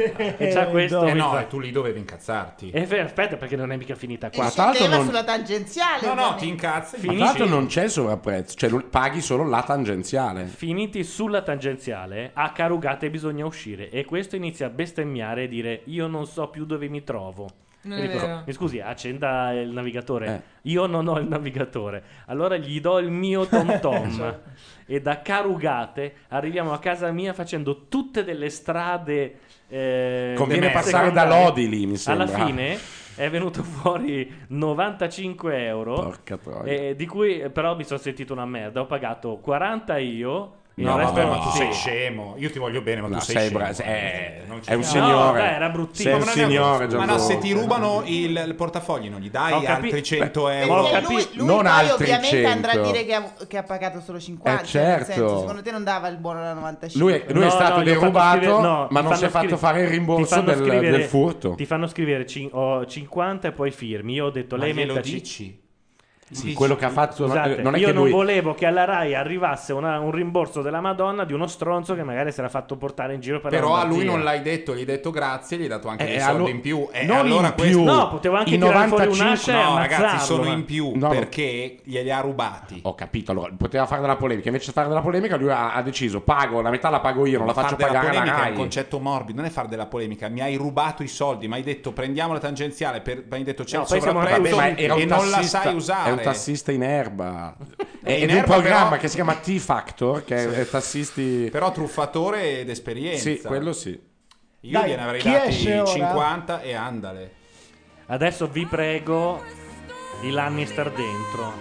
mi no, fa- e tu lì dovevi incazzarti. aspetta, perché non è mica finita qua. E scendeva sulla tangenziale. No, ovviamente. ti incazzi. Ma tra l'altro non c'è il sovrapprezzo, cioè paghi solo la tangenziale. Finiti sulla tangenziale, a Carugate bisogna uscire e questo inizia a bestemmiare e dire io non so più dove mi trovo. Non E è dico, vero. mi scusi, accenda il navigatore. Io non ho il navigatore. Allora gli do il mio TomTom. E da Carugate arriviamo a casa mia facendo tutte delle strade. Conviene passare da Lodi lì, mi sembra. Alla fine è venuto fuori 95 euro. Porca troia. Di cui però mi sono sentito una merda. Ho pagato 40 io. e No, il resto vabbè, è ma tu sì. sei scemo. Io ti voglio bene, ma No, tu sei sei scemo. bra- Non è un ci- signore. No, dai, era bruttino. Sei un Ma non è signore, brutto. Ma no, Gianluca. se ti rubano il portafogli non gli dai Ho capi- altri 100 Beh, euro. ho Lui Non poi altri ovviamente 100. andrà a dire che ha pagato solo 50. certo. Nel senso, secondo te non dava il buono da 95? Lui è stato gli ho fatto derubato, scrivere- ma ti non fanno si è fatto scrivere- fare il ti rimborso fanno scrivere- del furto. Ti fanno scrivere 50 e poi firmi. Io ho detto Ma lei glielo metta dici? Sì, quello che ha fatto Scusate, non è io che non lui volevo che alla Rai arrivasse un rimborso della Madonna di uno stronzo che magari si era fatto portare in giro per la Però a lui Lombardia. non l'hai detto, gli hai detto grazie, gli hai dato anche dei allo- soldi in più. non allora in questo... più. No, potevo anche I tirare fuori 95 un'ascia e No, ammazzarlo, ragazzi, sono ma- in più No, perché glieli ha rubati. Ho capito, allora poteva fare della polemica, invece di fare della polemica lui ha deciso pago, la metà la pago io, non la faccio Far della pagare alla polemica è Rai. un concetto morbido, non è fare della polemica. Mi hai rubato i soldi, mi hai detto prendiamo la tangenziale, mi hai detto c'è No, il poi siamo sovrapprezzo Vabbè, ma era un e non la tassista- sai usare. È un tassista in erba. In Ed è un erba, programma però- che si chiama T-Factor, che è tassisti... Però truffatore ed esperienza. Sì, quello sì. Io Dai, gliene avrei chi esce dati ora? 50 e andale. Adesso vi prego i Lannister dentro.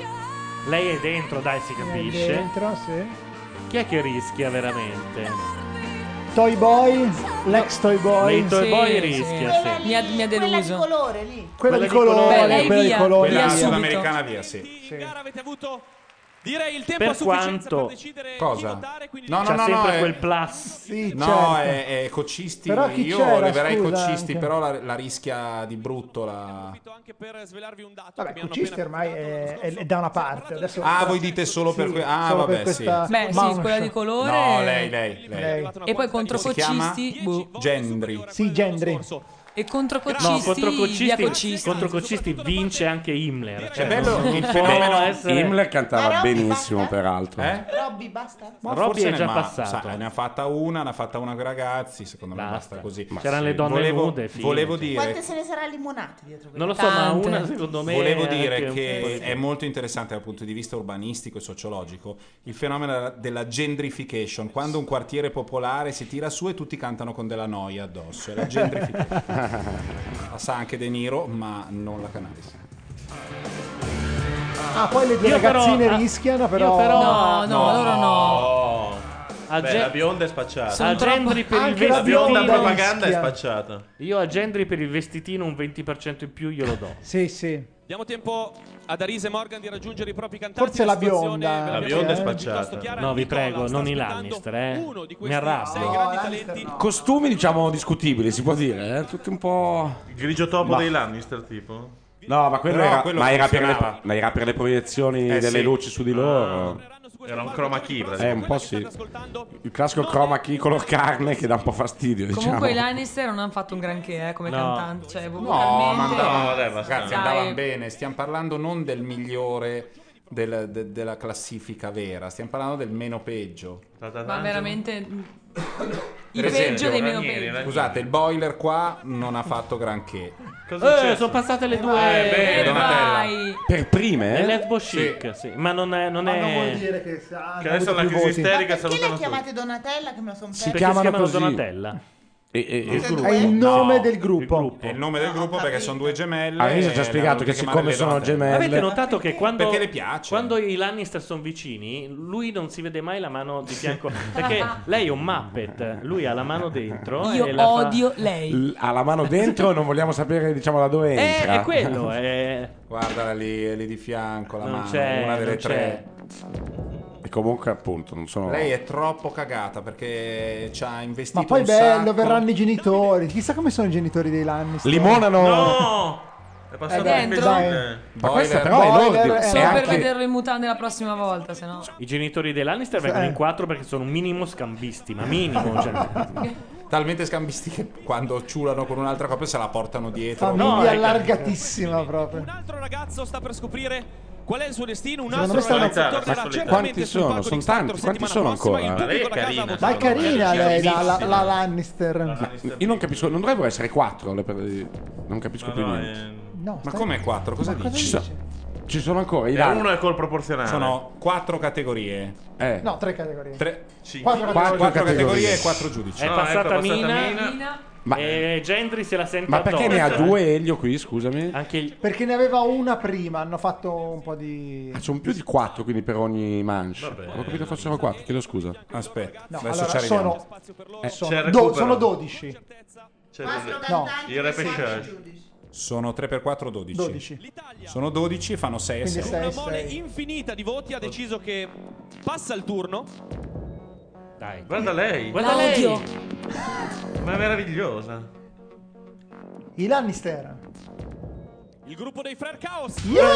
Lei è dentro, dai, si capisce. Dentro, sì. Chi è che rischia veramente? Toy Boy, l'ex Toy Boy. Lei Toy Sì, Boy sì. rischia, sì. Mi ha Quella di deluso. colore lì. Quella di Quella di colore. colore, Beh, lei quella di via. colore. Quella subito. sudamericana via, sì. Avete avuto direi il tempo Per a sufficienza quanto- per decidere chi Cosa? votare, quindi No, C'ha no, no, sempre è- quel plus. Sì, No, certo. è Cocisti. Però chi Io c'era, leverei scusa, Cocisti, anche? però la rischia di brutto. anche per svelarvi un dato Vabbè, che mi hanno Cucisti appena ormai è da una parte. Adesso Ah, voi dite solo per Sì, ah, solo vabbè, per questa Beh, sì, manche. quella di colore. No, lei. E poi contro Si chiama Cocisti. boh. Gendry. Sì, Gendry. E contro No, Cocisti. contro via Cocisti, contro Cocisti vince anche Himmler. Cioè, È bello non il può fenomeno. essere- Himmler cantava Ma Robby benissimo, basta? peraltro. Robby, basta? Ma Robby forse è già ma, passato. sai, ne ha fatta una con i ragazzi. Secondo me basta così. C'erano le donne volevo, nude, fine. volevo dire. Quante se ne sarà limonate dietro? Non lo so, ma Tante. una secondo me. Volevo è dire anche un po' che di- è molto interessante dal punto di vista urbanistico e sociologico il fenomeno della gentrification, quando un quartiere popolare si tira su e tutti cantano con della noia addosso. È la gentrification. La sa anche De Niro, ma non la Canalis. Ah, poi le due Io però- ragazzine rischiano, però. No, no, loro no. A Beh, Gen- la bionda è spacciata. Sono a Gendry per il Anche la La bionda bionda vestitino. propaganda è rischia. spacciata. Io a Gendry per il vestitino un 20% in più glielo do. Sì, sì. Diamo tempo ad Arise e Morgan di raggiungere i propri cantanti. Forse la situazione bionda. ve l'abbiamo La bionda è detto, spacciata. piuttosto chiara. No, vi Nicola prego, sta non i aspettando Lannister, uno di Mi questi arrabbio. sei grandi talenti. Costumi, diciamo, discutibili, si può dire, eh? Tutti un po'... Il grigio topo Ma- dei Lannister, tipo? No, ma quello Però era, quello ma era per funzionava. le proiezioni delle sì. luci su di loro. Era un chroma key, Un po' sì. Il classico chroma key color carne che dà un po' fastidio, diciamo. Comunque i Lannister non hanno fatto un granché come No. cantanti. Cioè, No, vocalmente. ma andavano, vabbè, ragazzi, Dai. andavano bene. Stiamo parlando non del migliore della classifica vera, stiamo parlando del meno peggio. Ma veramente. I peggio dei meno peggio. Scusate, il boiler qua non ha fatto granché. Sono passate le due Vai. Per prime? Le lesbo chic, sì. Ma non è. Ma non vuol dire che Che adesso la crisi isterica Perché le chiamate Donatella che me lo sono perso? Si chiamano così. Donatella. È il nome del gruppo. È il nome del gruppo perché sono due gemelle. All'inizio ci ha e spiegato che l'hanno siccome chiamate sono le donne. gemelle. Avete notato che Perché le piace. quando i Lannister sono vicini, lui non si vede mai la mano di fianco. Perché lei è un Muppet, lui ha la mano dentro. Io e la odio lei. Ha la mano dentro, non vogliamo sapere, diciamo, da dove entra. È quello, è. Guardala lì, è lì di fianco, la Non mano, c'è, una delle non tre. E comunque, appunto, non sono. Lei è troppo cagata perché ci ha investito Ma poi un bello, sacco. verranno i genitori. Chissà come sono i genitori dei Lannister. Limonano. No! È passato dentro? Ma questa però è l'ordine. Solo È per anche- vederlo in mutande la prossima volta, se no. I genitori dei Lannister vengono in 4 perché sono un minimo scambisti, ma minimo. Cioè. Talmente scambisti che quando ciulano con un'altra coppia se la portano dietro. Famiglia allargatissima proprio. Un altro ragazzo sta per scoprire qual è il suo destino. Un Secondo altro me stanno- ragazzo tornerà Ma certamente quanti sul sono? palco Sono di X Factor tanti. Quanti settimana sono prossima. ancora? Il pubblico da casa Ma è carina lei, la Lannister. Io non capisco, non dovrebbero essere 4. Non capisco più no, niente. No, Ma come 4? Cosa dici? Ci sono ancora i E Lannister. uno è col proporzionale. Sono 4 categorie. No, 3 categorie. 4 categorie e 4 giudici. È No, passata ecco, Mina. Ma- E Gendry se la sente Ma perché ne ha addosso. 2 Elio qui, scusami? Anche Perché ne aveva una prima, hanno fatto un po' di... Sono più di 4, quindi per ogni manche. Ho capito fossero 4, chiedo scusa. Aspetta, No, adesso allora, ci arriviamo. sono 12. No. Il repechage. Sono 3 per 4, 12. 12. Sono 12, fanno 6 e Quindi 6. sei. Una mole infinita di voti ha deciso che passa il turno. Dai. Guarda lei. Guarda lei. Ma è meravigliosa. I Lannister. Il gruppo dei Frere Chaos.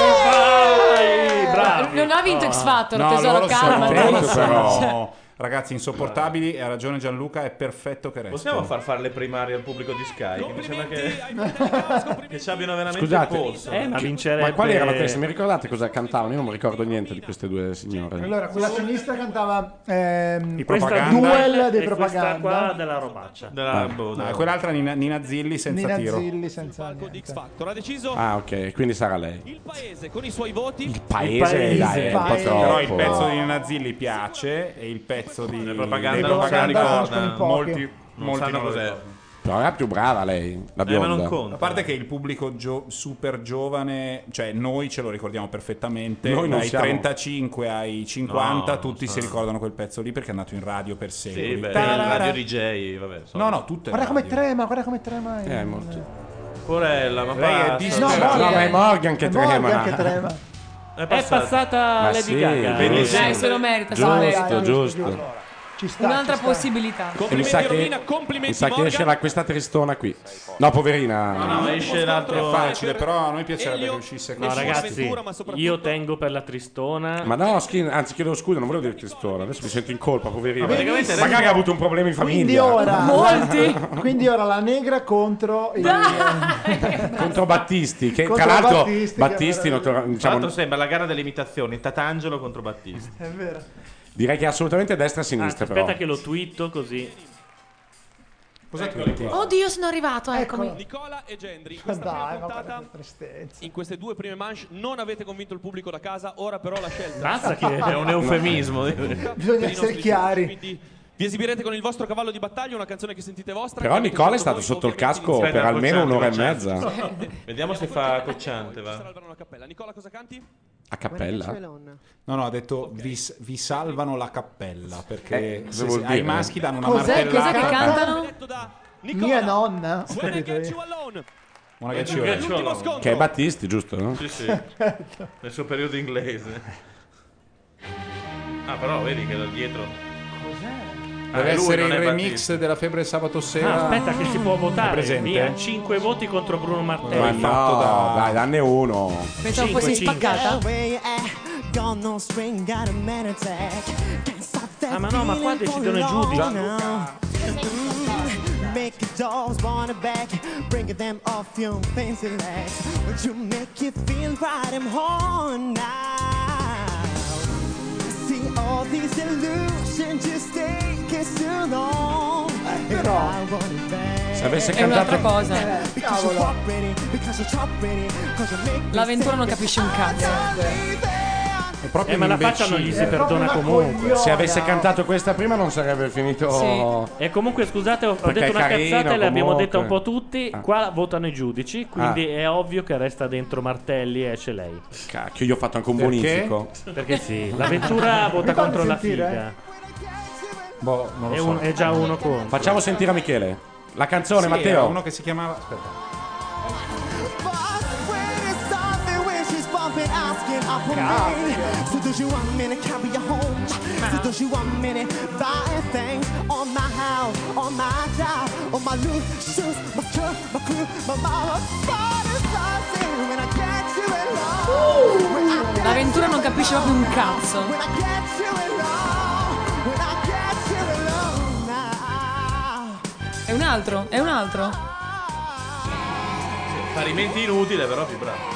Vai, bravi. Non ha vinto X Factor, No, tesoro loro calma. sono ragazzi insopportabili e ha ragione Gianluca, è perfetto che resti. Possiamo far fare le primarie al pubblico di Sky? Che mi sembra che ci abbiano veramente Scusate, il polso. Ma vincerebbe. ma quali erano queste? Mi ricordate cosa cantavano? Io non mi ricordo niente di queste due signore. Allora, quella a sinistra cantava Questa propaganda. Duel di e questa propaganda. qua della robaccia. No, quell'altra Nina Zilli senza Nina tiro. Zilli senza Di X niente. Factor ha deciso Ah, ok, quindi sarà lei. il paese con i suoi voti. Il paese, dai, è un po' paese. troppo. Però il pezzo di Nina Zilli piace e il pezzo di propaganda dei non se la propaganda ricordano in pochi. molti Non sanno non lo cos'è. ricordano. Però era più brava lei, la Ma non bionda. conta. A parte che il pubblico super giovane, cioè noi ce lo ricordiamo perfettamente, Noi non dai siamo- 35 ai 50 No, tutti si ricordano quel pezzo lì perché è andato in radio per secoli. Sì, beh, Tarara. radio DJ, vabbè. No, no, tutte le Guarda come radio. trema, guarda come trema. Molto. Porella, ma Lei è basta. disperata. No, ma è Morgan che Morgan trema. che trema. È passata Ma Lady sì, Gaga. benissimo. Dai, se lo merita. Giusto, sai. giusto. Ci sta, Un'altra ci sta. possibilità. E mi Complimenti sa che, Romina, complimenti mi sa che esce Morgan. questa tristona qui. No, poverina. No, esce È l'altro. facile, però a noi piacerebbe Elio. che uscisse No, così. ragazzi, avventura, ma soprattutto- io tengo per la tristona. Ma no, anzi chiedo scusa, non volevo dire tristona. Adesso mi sento in colpa, poverina. praticamente Magari ha avuto un problema in Quindi famiglia. ora, Molti. quindi ora la negra contro il... Contro Battisti, che Contro tra l'altro Battisti, Battisti, che notor- Tra diciamo, l'altro sembra la gara delle imitazioni, Tatangelo contro Battisti. È vero. direi che è assolutamente destra-sinistra. Aspetta però. che lo twitto così. Cosa tweeti? Oddio, sono arrivato, eccomi. Nicola e Gendry. In questa Dai, prima ma guarda puntata, che tristezza. in queste due prime manche, non avete convinto il pubblico da casa. Ora però la scelta Mazza che È un eufemismo. Bisogna per i essere nostri chiari. giudici. Quindi vi esibirete con il vostro cavallo di battaglia, una canzone che sentite vostra. Però che avete Nicola è scelto stato voi, sotto il ovviamente casco insieme. per almeno un'ora e Cocciante. mezza. Vediamo se fa cocciante, va. Salvano la cappella. Nicola, cosa canti? A cappella? No, ha detto vi salvano la cappella perché cosa vuol ai dire? maschi danno una Cos'è martellata. Cos'è che cantano? Detto da Mia Nicola. nonna. When I get you alone. Una che ci Che L'ultimo ciò- scontro. Che è Battisti, giusto? No? Sì, sì. Nel suo periodo inglese. Ah, però vedi che da dietro. Deve lui essere non il è remix Battisti. della Febbre sabato sera. Ah, aspetta che si può È votare. presente? Via, 5 voti contro Bruno Ma Martelli. fatto no, da- dai, danne uno. Pensavo fossi spaccata. Ah, ma no, ma qua decidono i giudici. Make your dogs wanna back, bring them off your fancy legs. Would you make you feel right and home now? See all these illusions just take us too long. Però se avesse È un'altra cantato cosa. cavolo. L'avventura non capisce un cazzo. è proprio ma un la faccia non gli si perdona comunque. Se avesse cantato questa prima non sarebbe finito. E comunque scusate, ho Perché detto è una carino, cazzata e l'abbiamo comunque. detta un po' tutti. Ah. Qua votano i giudici, quindi è ovvio che resta dentro Martelli e esce lei. Cacchio, io ho fatto anche un Perché? bonifico. Perché sì, l'avventura vota Mi fate contro la sentire, figa. Boh, non lo È, so. è già uno contro. Facciamo sentire a Michele la canzone, Sì, Matteo. era uno che si chiamava. Aspetta. So does you want me to carry you home? So does you want me to buy things on my house, on my job, on my new shoes, my skirt, my crew, my mama, when I get you alone. L'avventura non capisce proprio un cazzo. When I get you alone, when I get you alone now. È un altro, è un altro. Parimenti inutile, però più bravo.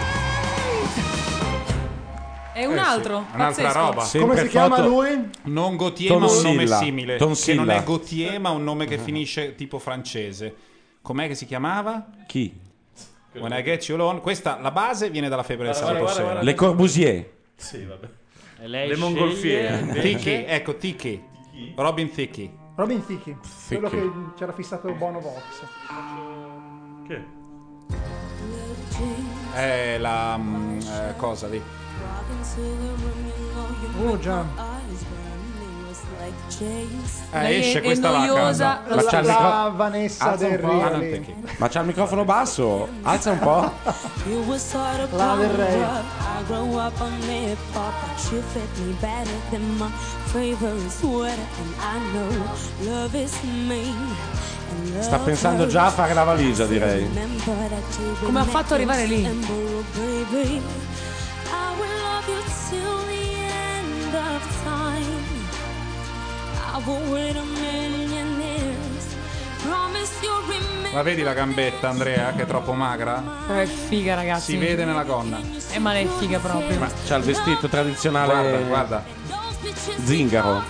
È un altro. Un'altra pazzesco. roba. Come si chiama lui? Non Gautier, ma un nome Tonsilla. simile. Tonsilla. Che non è Gautier, ma un nome che finisce tipo francese. Com'è che si chiamava? Chi? When I Get You Alone. Questa, la base viene dalla febbre del sabato sera. Le Corbusier. Sì, vabbè. E lei Le mongolfiere. Thicke, ecco Thicke. Robin Thicke. Robin Thicke, quello che c'era fissato Bono Vox. Che? È la cosa lì. Oh già. Esce questa noiosa. vacca. Ma c'ha il La Vanessa Alza del un po'. Rio. Ma c'ha il microfono basso? Alza un po'. La del Re. I grow up on hip hop, but you fit me better than my favorite sweater. And I know love is mean. Sta pensando già a fare la valigia, direi. Come ha fatto ad arrivare lì? La vedi la gambetta, Andrea, che è troppo magra? Però è figa, ragazzi. Si vede nella gonna. Ma lei è figa proprio. Ma c'ha il vestito tradizionale. Guarda, guarda. Zingaro.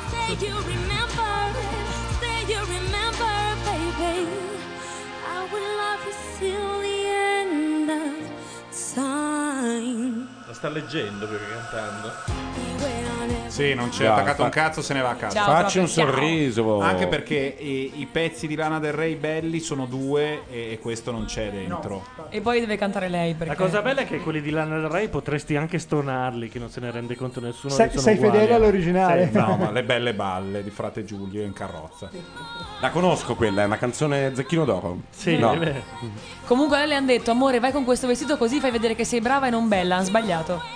La sta leggendo più che cantando. Sì, non c'è Ciao, attaccato un cazzo, se ne va a casa. Ciao, Facci un proprio, ciao. sorriso. Anche perché i pezzi di Lana Del Rey belli sono due e questo non c'è dentro. E poi deve cantare lei. Perché... La cosa bella è che quelli di Lana Del Rey potresti anche stonarli, che non se ne rende conto nessuno. Sei- che sono sei uguali. fedele all'originale? Sì, No, ma le belle balle di Frate Giulio in carrozza. La conosco quella, è una canzone Zecchino d'Oro. Sì, No. Comunque lei le hanno detto, amore, vai con questo vestito così fai vedere che sei brava e non bella. Han sbagliato.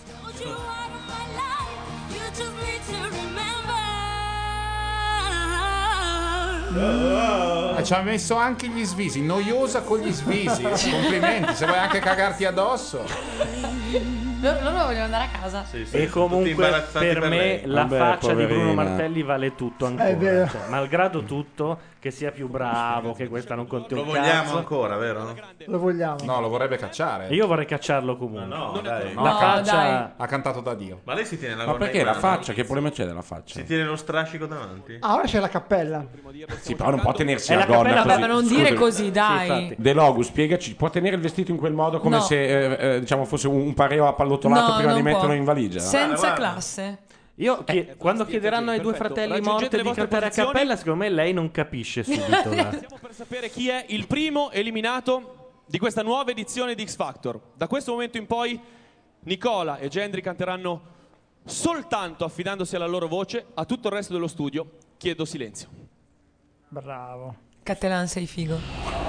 Ci ha messo anche gli svisi, noiosa con gli svisi. Complimenti, se vuoi anche cagarti addosso. Loro vogliono andare a casa. E comunque per me la Vabbè, faccia di Bruno poverina. Martelli vale tutto È ancora. vero. Cioè, malgrado tutto, che sia più bravo, che questa non conti Lo un vogliamo cazzo. ancora, vero? Lo vogliamo. No, lo vorrebbe cacciare. Io vorrei cacciarlo comunque. No, dai. La No, faccia dai. Ha cantato da Dio. Ma lei si tiene la Ma gonna perché in la mano? faccia? Che problema c'è della faccia? Si tiene lo strascico davanti? Ah, ora c'è la cappella. Sì, però non può tenersi È la la gonna cappella, così. Ma non Scusami. dire così, dai. infatti. De Logu, spiegaci, può tenere il vestito in quel modo come No. se diciamo fosse un pareo appallottolato No, prima di non può. metterlo in valigia? Senza Guarda. classe. Io quando chiederanno ai due fratelli morti di cantare a cappella, secondo me lei non capisce subito. Stiamo per sapere chi è il primo eliminato di questa nuova edizione di X Factor. Da questo momento in poi Nicola e Gendry canteranno soltanto affidandosi alla loro voce. A tutto il resto dello studio chiedo silenzio. Bravo. Cattelan sei figo.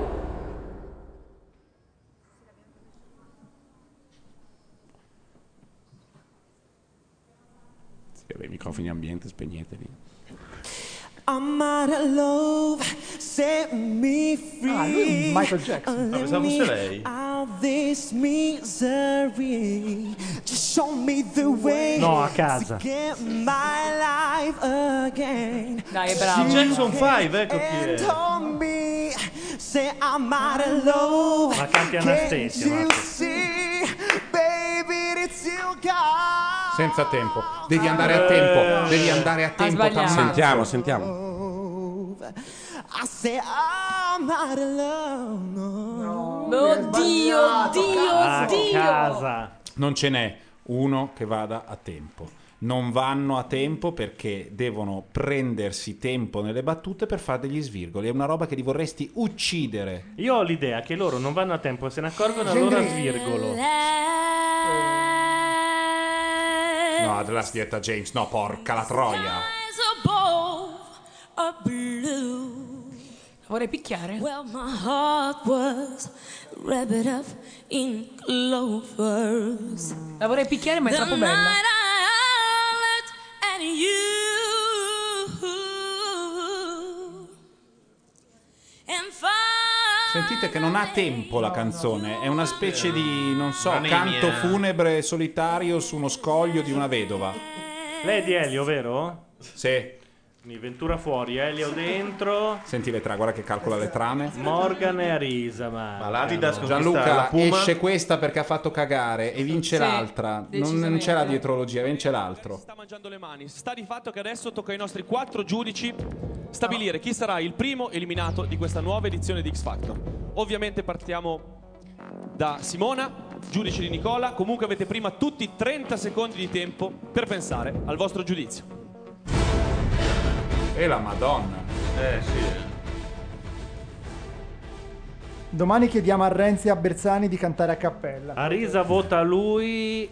I microfoni ambiente spegneteli. I'm out of love, set me free. Ah, lui è un Michael Jackson. Let pensavo fosse me lei. out this misery. Just show me the way. No, a casa. To get my life again. Dai, è bravo. Jackson 5, ecco chi And è. on me, say I'm out of love. Ma canti Anastasia, Can't you Marco. see, baby, it's you got. Senza tempo. Devi andare a tempo. Devi andare a tempo. sbagliato. t'ammazzo. Sentiamo. I say I'm not alone. No. Oddio, oddio, A oddio. casa. Non ce n'è uno che vada a tempo. Non vanno a tempo perché devono prendersi tempo nelle battute per fare degli svirgoli. È una roba che li vorresti uccidere. Io ho l'idea che loro non vanno a tempo e se ne accorgono allora svirgolo. No, della schietta James, no, porca la troia. Vorrei picchiare. Well, my heart was wrapped up in clovers. La vorrei picchiare, ma è troppo bella. And you and Sentite che non ha tempo la canzone, è una specie di, non so, Anemia. canto funebre solitario su uno scoglio di una vedova. Lei è di Elio, vero? Sì. Mi Ventura fuori, Elio dentro. Senti le tre, guarda che calcola le trame. Morgan e Arisa, ma l'Adidas conquista la Gianluca Puma. esce questa perché ha fatto cagare e vince Sì, l'altra. Non c'è la dietrologia, vince l'altro. Sta mangiando le mani. Sta di fatto che adesso tocca ai nostri 4 giudici stabilire chi sarà il primo eliminato di questa nuova edizione di X Factor. Ovviamente partiamo da Simona, giudice di Nicola. Comunque avete prima tutti 30 secondi di tempo per pensare al vostro giudizio. E la Madonna. Sì. Domani chiediamo a Renzi e a Bersani di cantare a cappella. Arisa vota lui.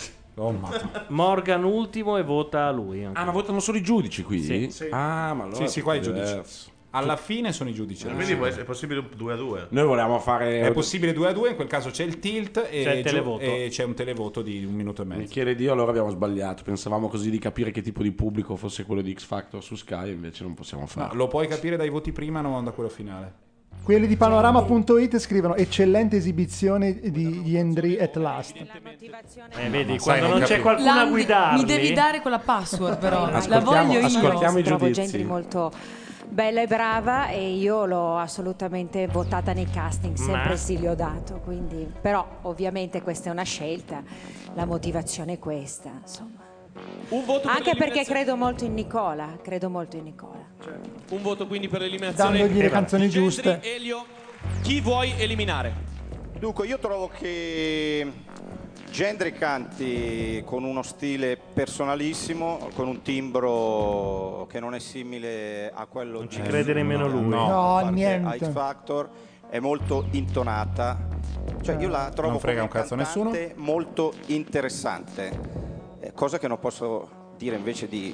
Morgan ultimo e vota lui. Ah, ma votano solo i giudici qui? Sì. Ah, ma allora Sì, qua i è giudici. diverso. Alla fine sono i giudici. Quindi è possibile 2-2. Noi volevamo fare... È possibile 2-2, in quel caso c'è il tilt e C'è il televoto. e c'è un televoto di 1 minuto e mezzo. Michele Dio, allora abbiamo sbagliato. Pensavamo così di capire che tipo di pubblico fosse quello di X Factor su Sky, invece non possiamo No, farlo. lo puoi capire dai voti prima, non da quello finale. Quelli di panorama.it scrivono eccellente esibizione di Yendri at last. Vedi, Ma quando sai, non c'è qualcuno a Landi, guidarli. mi devi dare quella password però. La Ascoltiamo- voglio io. ascoltiamo i Trovo giudizi. Gendry molto bella e brava e io l'ho assolutamente votata nei casting, sempre Ma- sì gli ho dato, quindi però ovviamente questa è una scelta, la motivazione è questa, insomma. Un voto per Anche perché l'eliminazione- credo molto in Nicola, credo molto in Nicola. Un voto quindi per l'eliminazione. Dandogli le canzoni di Gendry. giuste. Elio, chi vuoi eliminare? Dunque, io trovo che Gendry canti con uno stile personalissimo, con un timbro che non è simile a quello Non ci crede nemmeno lui. No, a niente. X Factor, è molto intonata. Cioè, io la trovo Non frega come un cazzo a nessuno. cantante molto interessante, cosa che non posso dire invece di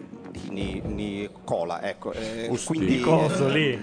Nicola, ecco. Quindi Coso lì.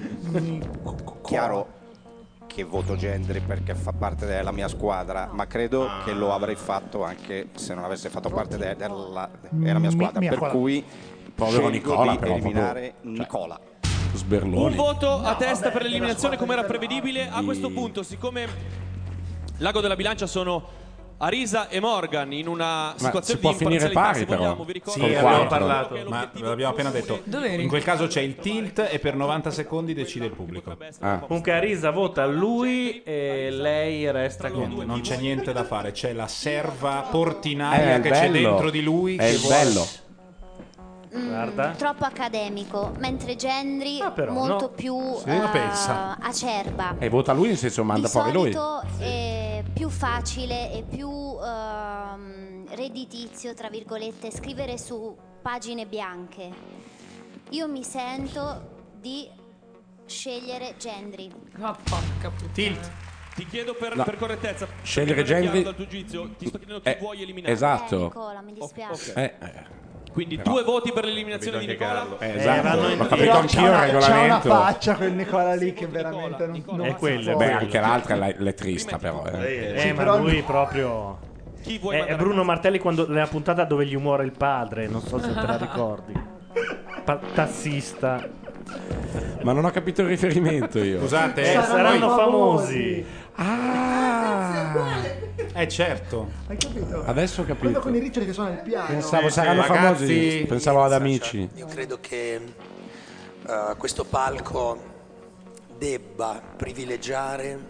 chiaro che voto Gendry perché fa parte della mia squadra, ma credo che lo avrei fatto anche se non avesse fatto parte della mia squadra, mia per squadra. cui Povero scelgo Nicola, di però, eliminare proprio, Nicola. Sberloni. Un voto a testa per l'eliminazione come era prevedibile. A questo punto, siccome l'ago della bilancia sono Arisa e Morgan in una si situazione può di finire imparzialità, pari, se però. vogliamo, vi ricordo Sì, che abbiamo parlato. Ma l'abbiamo appena detto. Dov'eri? In quel caso c'è il tilt e per 90 secondi decide il pubblico. Comunque Arisa vota lui e lei resta con Niente, non c'è niente da fare, c'è la serva È portinaia il che c'è bello. dentro di lui. È che il vuole- bello. Guarda. Troppo accademico, mentre Gendry però, molto no. più Sì, ma pensa. acerba. E vota lui, nel senso manda Di fuori lui. solito è più facile e più redditizio, tra virgolette, scrivere su pagine bianche. Io mi sento di scegliere Gendry. Ah, porca puttana. Tilt. Ti chiedo per, No. per correttezza. Scegliere perché non è chiaro Gendry- dal tuo giudizio, ti sto chiedendo chi vuoi eliminare. Esatto. Nicola, mi dispiace. Quindi Però- 2 voti per l'eliminazione di Capito Nicola. anche Carlo. Esatto, vanno in- l'ho capito Però anch'io il c'ha una regolamento. faccia quel Nicola lì che veramente non È quello. Beh, anche l'altra è trista, però. ma però lui proprio. Chi vuoi È mandare Bruno a casa? Martelli quando nella puntata dove gli muore il padre, non so se te la ricordi. Tassista. Ma non ho capito il riferimento io. Scusate, Saranno poi- famosi. certo. Hai capito? Adesso ho capito. Quello con i riccioli che suona il piano. Pensavo saranno Ragazzi, famosi. Pensavo ad amici. Io credo che questo palco debba privilegiare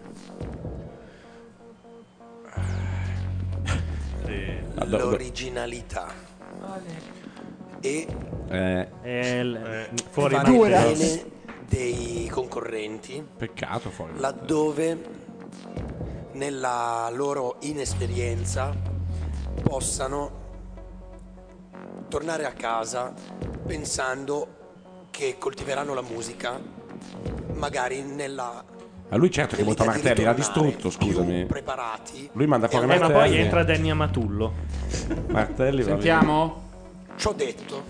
l'originalità e Fuori far Martelli. bene dei concorrenti. Peccato fuori. Laddove nella loro inesperienza possano tornare a casa pensando che coltiveranno la musica magari nella A lui certo che vota Martelli, l'ha distrutto, scusami. preparati. Lui manda fuori ma Martelli. poi entra Danny Amatullo. Martelli va Sentiamo? Ciò detto,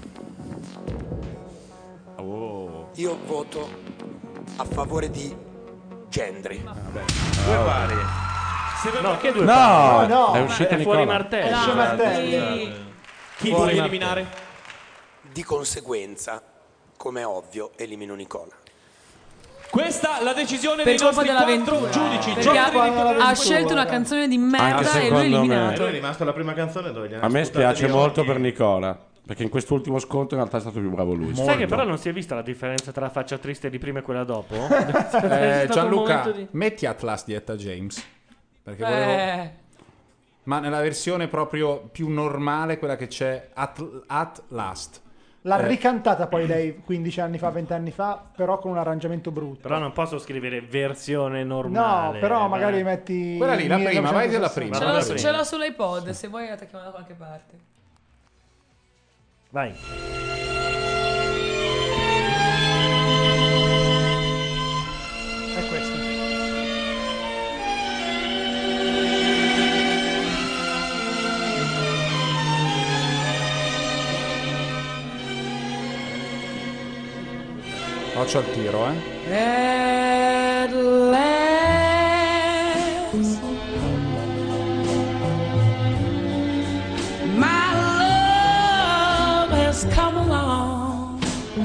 io voto a favore di Gendry. Due pari. No, che due No, pari? no, è uscito fuori Nicola. Martelli. Esce Martelli. Chi Fuori vuoi Martelli. eliminare? Di conseguenza, come è ovvio, elimino Nicola. Questa la decisione Per dei colpa nostri dell'avventura. quattro giudici. Perché ha scelto una canzone di merda e lui è eliminato. Lui è rimasto alla prima canzone dove gli hanno A me sputate spiace gli molto occhi. per Nicola, perché in quest'ultimo scontro in realtà è stato più bravo lui. Sai che però non si è vista la differenza tra la faccia triste di prima e quella dopo? Gianluca, metti At Last di Etta James. Perché volevo... Ma nella versione proprio più normale, quella che c'è At Last. L'ha ricantata poi lei 15 anni fa, 20 anni fa, però con un arrangiamento brutto. Però non posso scrivere versione normale. No, però magari metti... Quella lì, la prima, vai della 1960. prima. Ce l'ho sull'iPod, se vuoi la attacchiamo da qualche parte. Vai. È questa. Occhio al tiro, eh. At last, my love has come along.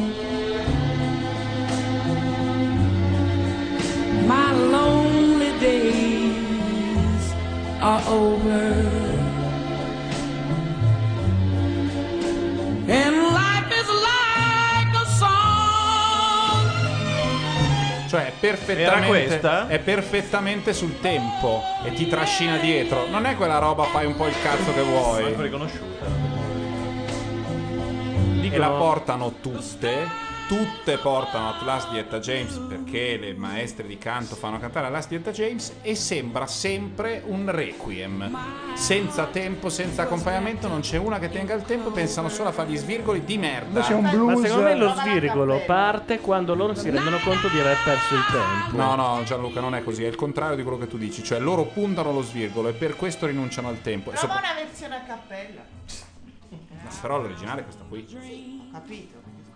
My lonely days are over. And life is like a song. Cioè, Era questa? è perfettamente sul tempo e ti trascina dietro. Non è quella roba, fai un po' il cazzo che vuoi. Manco riconosciuta. E la portano tutte portano At Last di Etta James, perché le maestre di canto fanno cantare At Last di Etta James, e sembra sempre un requiem, senza tempo, senza accompagnamento, non c'è una che tenga il tempo, pensano solo a fare gli svirgoli di merda. C'è un blues. Ma secondo me lo svirgolo parte quando loro si rendono conto di aver perso il tempo. No, Gianluca, non è così, è il contrario di quello che tu dici, cioè loro puntano lo svirgolo e per questo rinunciano al tempo. Prova una versione a cappella. Però l'originale è questa qui. Ho capito.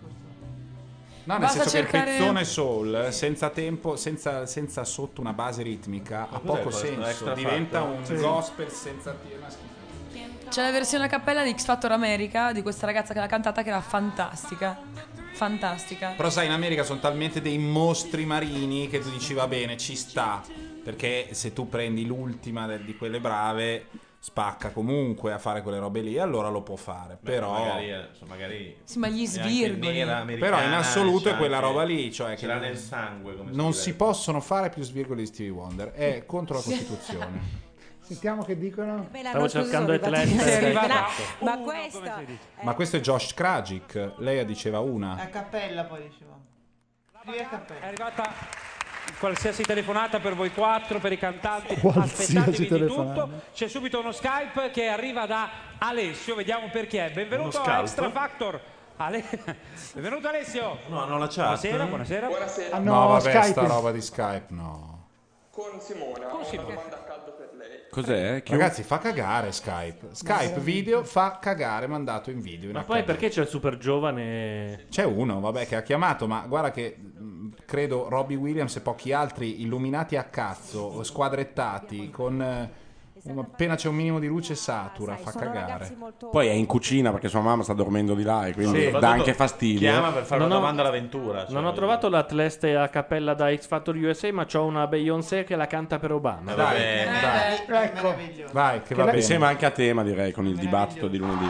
No, nel Basta senso che cercare- il pezzone soul senza tempo, senza sotto una base ritmica, ha cos'è poco questo? senso. Extra Diventa Factor? un Sì. gospel senza una schifezza. C'è la versione a cappella di X Factor America di questa ragazza che l'ha cantata, che era fantastica. Fantastica. Però sai, in America sono talmente dei mostri marini che tu dici va bene, ci sta. Perché se tu prendi l'ultima di quelle brave, spacca comunque a fare quelle robe lì, allora lo può fare. Però magari Sì, ma gli è anche svirgoli. nera, americana, Però in assoluto è c'è quella anche- roba lì, cioè ce che l'ha nel sangue, come non si si possono fare più svirgoli di Stevie Wonder, è contro la Costituzione. Sentiamo che dicono. Stavo cercando Heath Ledger. È Ecco. arrivata. Ma Uno, questo come si dice? Ma questo è Josh Krajic, lei diceva una. A cappella poi dicevo. Qui a cappella. È arrivata qualsiasi telefonata per voi quattro, per i cantanti. Qualsiasi Aspettatevi di telefonata. tutto. C'è subito uno Skype che arriva da Alessio, vediamo perché. Benvenuto Uno a scalp? Extra Factor. Benvenuto Alessio. No, hanno la chat. Buonasera. Ah, No, vabbè, Skype. sta roba di Skype, no. Con Simona, Con ho Simona. una domanda a caldo per lei. Cos'è? Ragazzi, fa cagare Skype. Skype video fa cagare mandato in video. in Ma poi HD. perché c'è il super giovane? C'è uno, vabbè, che ha chiamato, ma guarda che credo Robbie Williams e pochi altri illuminati a cazzo, squadrettati, con appena c'è un minimo di luce satura, fa cagare. Poi è in cucina perché sua mamma sta dormendo di là e quindi Sì. dà anche fastidio. Chiama per fare Non una ho- domanda all'avventura. Non ho trovato l'Atleste a cappella da X Factor USA, ma c'ho una Beyoncé che la canta per Obama. Dai, Ecco. Vai, che va Mi bene. sembra anche a tema, direi, con il dibattito di lunedì.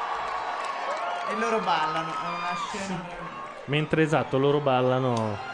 E loro ballano, è una scena. Mentre esatto, loro ballano.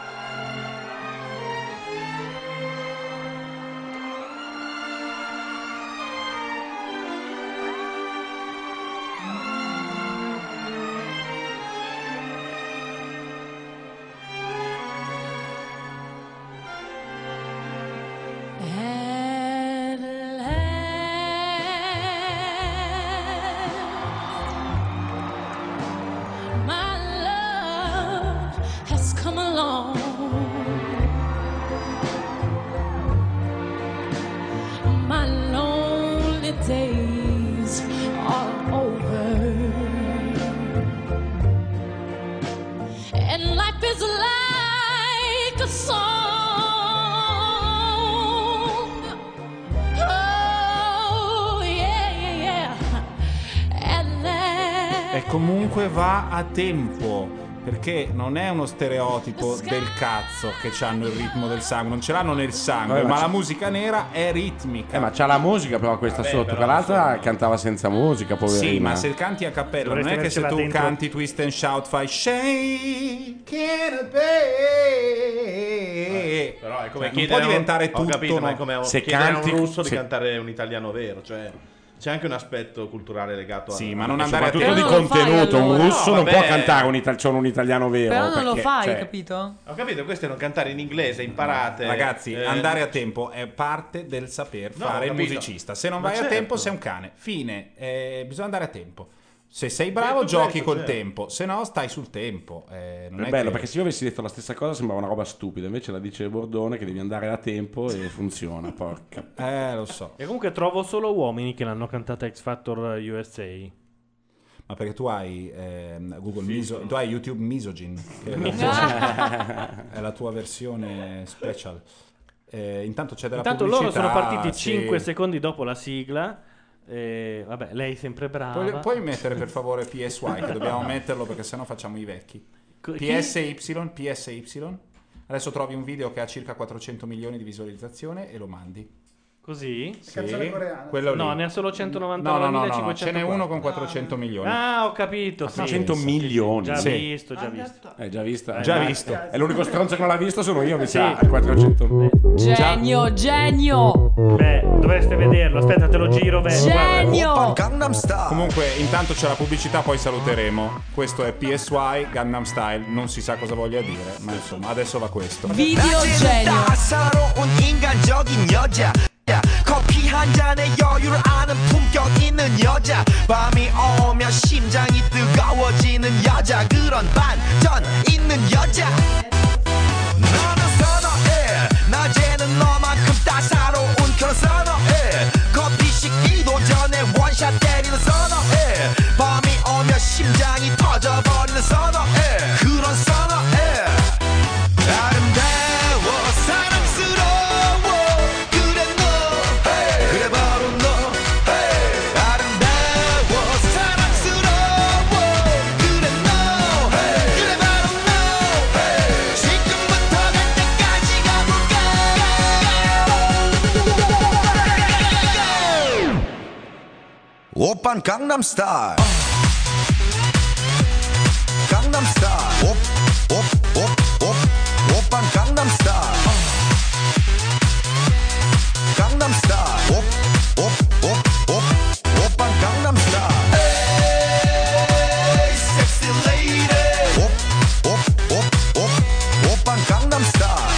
e comunque va a tempo. Perché non è uno stereotipo del cazzo che hanno il ritmo del sangue, non ce l'hanno nel sangue, ma la musica nera è ritmica. Ma c'ha la musica però questa sotto, che l'altra cantava senza musica, poverina. Sì, ma se canti a cappella, non è che se tu canti Twist and Shout fai shake it baby. Però è come non chiedere può diventare ho tutto, capito, ma è no? come Se chiedere canti- a un russo se- di cantare un italiano vero, cioè c'è anche un aspetto culturale legato a Sì, ma non andare a soprattutto tempo. di contenuto. Un russo non può cantare un italiano vero. Però non lo perché, fai, cioè, capito? Ho capito, questo è non cantare in inglese, imparate. Ragazzi, andare a tempo è parte del saper No, fare ho il capito. musicista. Se non Ma vai certo. a tempo sei un cane. Fine. Bisogna andare a tempo. Se sei bravo Detto giochi questo, col certo. tempo, se no stai sul tempo. Non È è bello che- perché se io avessi detto la stessa cosa sembrava una roba stupida, invece la dice Bordone che devi andare a tempo e funziona, porca. Lo so. E comunque trovo solo uomini che l'hanno cantata X Factor USA. Ma perché tu hai tu hai YouTube Misogyne, che è è la tua versione special. Intanto c'è della Intanto pubblicità. loro sono partiti sì. 5 secondi dopo la sigla. Vabbè, lei è sempre brava. Puoi mettere per favore PSY, che dobbiamo metterlo perché sennò facciamo i vecchi. PSY. Adesso trovi un video che ha circa 400 milioni di visualizzazione e lo mandi. Così? Sì, quello lì. No, ne ha solo 199.500. No, ce n'è uno con 400 milioni. Ah, ho capito. sì. 400 milioni. Già Sì. visto, già visto. Già visto. Già visto. È l'unico stronzo che non l'ha visto sono io, mi Sì. sa. 400. Genio, genio! Beh, dovreste vederlo. Aspetta, te lo giro. Genio! Comunque, intanto c'è la pubblicità, poi saluteremo. Questo è PSY Gangnam Style. Non si sa cosa voglia dire, ma insomma, adesso va questo. Video genio! 따사로운 인간적인 여자 커피 한 잔에 여유를 아는 품격 있는 여자 밤이 오면 심장이 뜨거워지는 여자 그런 반전 있는 여자 너는 선어해 낮에는 너만큼 따사로운 그런 선어해 커피 식기도 전에 원샷 때리는 선어해 밤이 오면 심장이 터져버리는 선어해 그런 선어해 아름다워 사랑스러워 그래 너 그래 바로 너 아름다워 사랑스러워 그래 너 그래 바로 너 지금부터 갈 때까지 가볼까 오빤 강남스타일 강남스타일 오빤 강남스타일 강남스타일 오빤 강남스타일 에이 섹시 레이디 오빤 강남스타일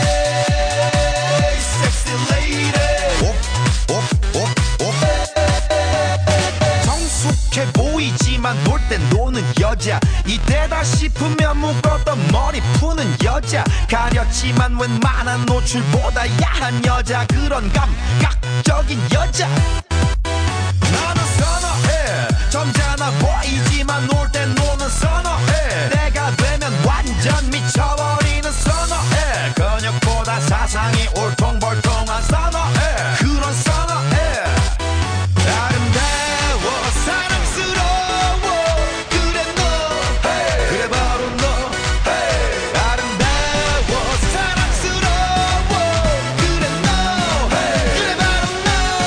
에이 섹시 레이디 성숙해 보이지만 놀 땐 노는 여자 이때다 싶으면 묶었던 머리 푸는 여자 가렸지만 웬만한 노출보다 야한 여자 그런 감각적인 여자 나는 선어해 점잖아 보이지만 놀 땐 노는 선어해 내가 되면 완전 미쳐버리는 선어해 근육보다 사상이 울퉁불퉁한 선어해 그런 선어해 아름다워 사랑스러워 그래 너 그래 바로 너 아름다워 사랑스러워 그래 너 그래 바로 너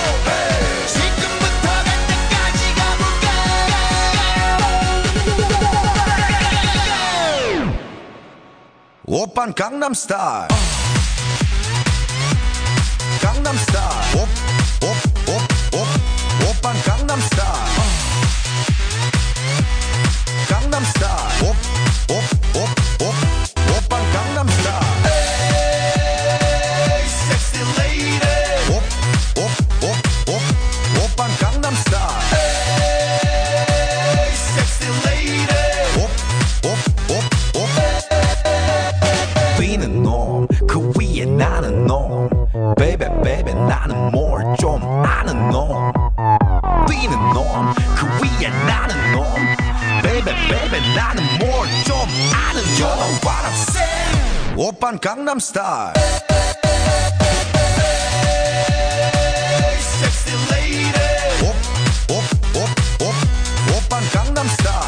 지금부터 갈 때까지 가볼까 오빤 강남스타일 강남스타일 오빤 강남스타일 강남스타일 오빤 강남스타일 에이 섹시 레이디 오빤 강남스타일 에이 섹시 레이디 비는 놈그 위에 나는 놈 베이베 베이베 나는 뭘 좀 아는 놈 뛰는 놈 그 위에 나는 놈 베이베 베이베 나는 뭘 좀 아는 놈 You know what I'm saying 오빤 강남스타일 Sexy lady 오빤 강남스타일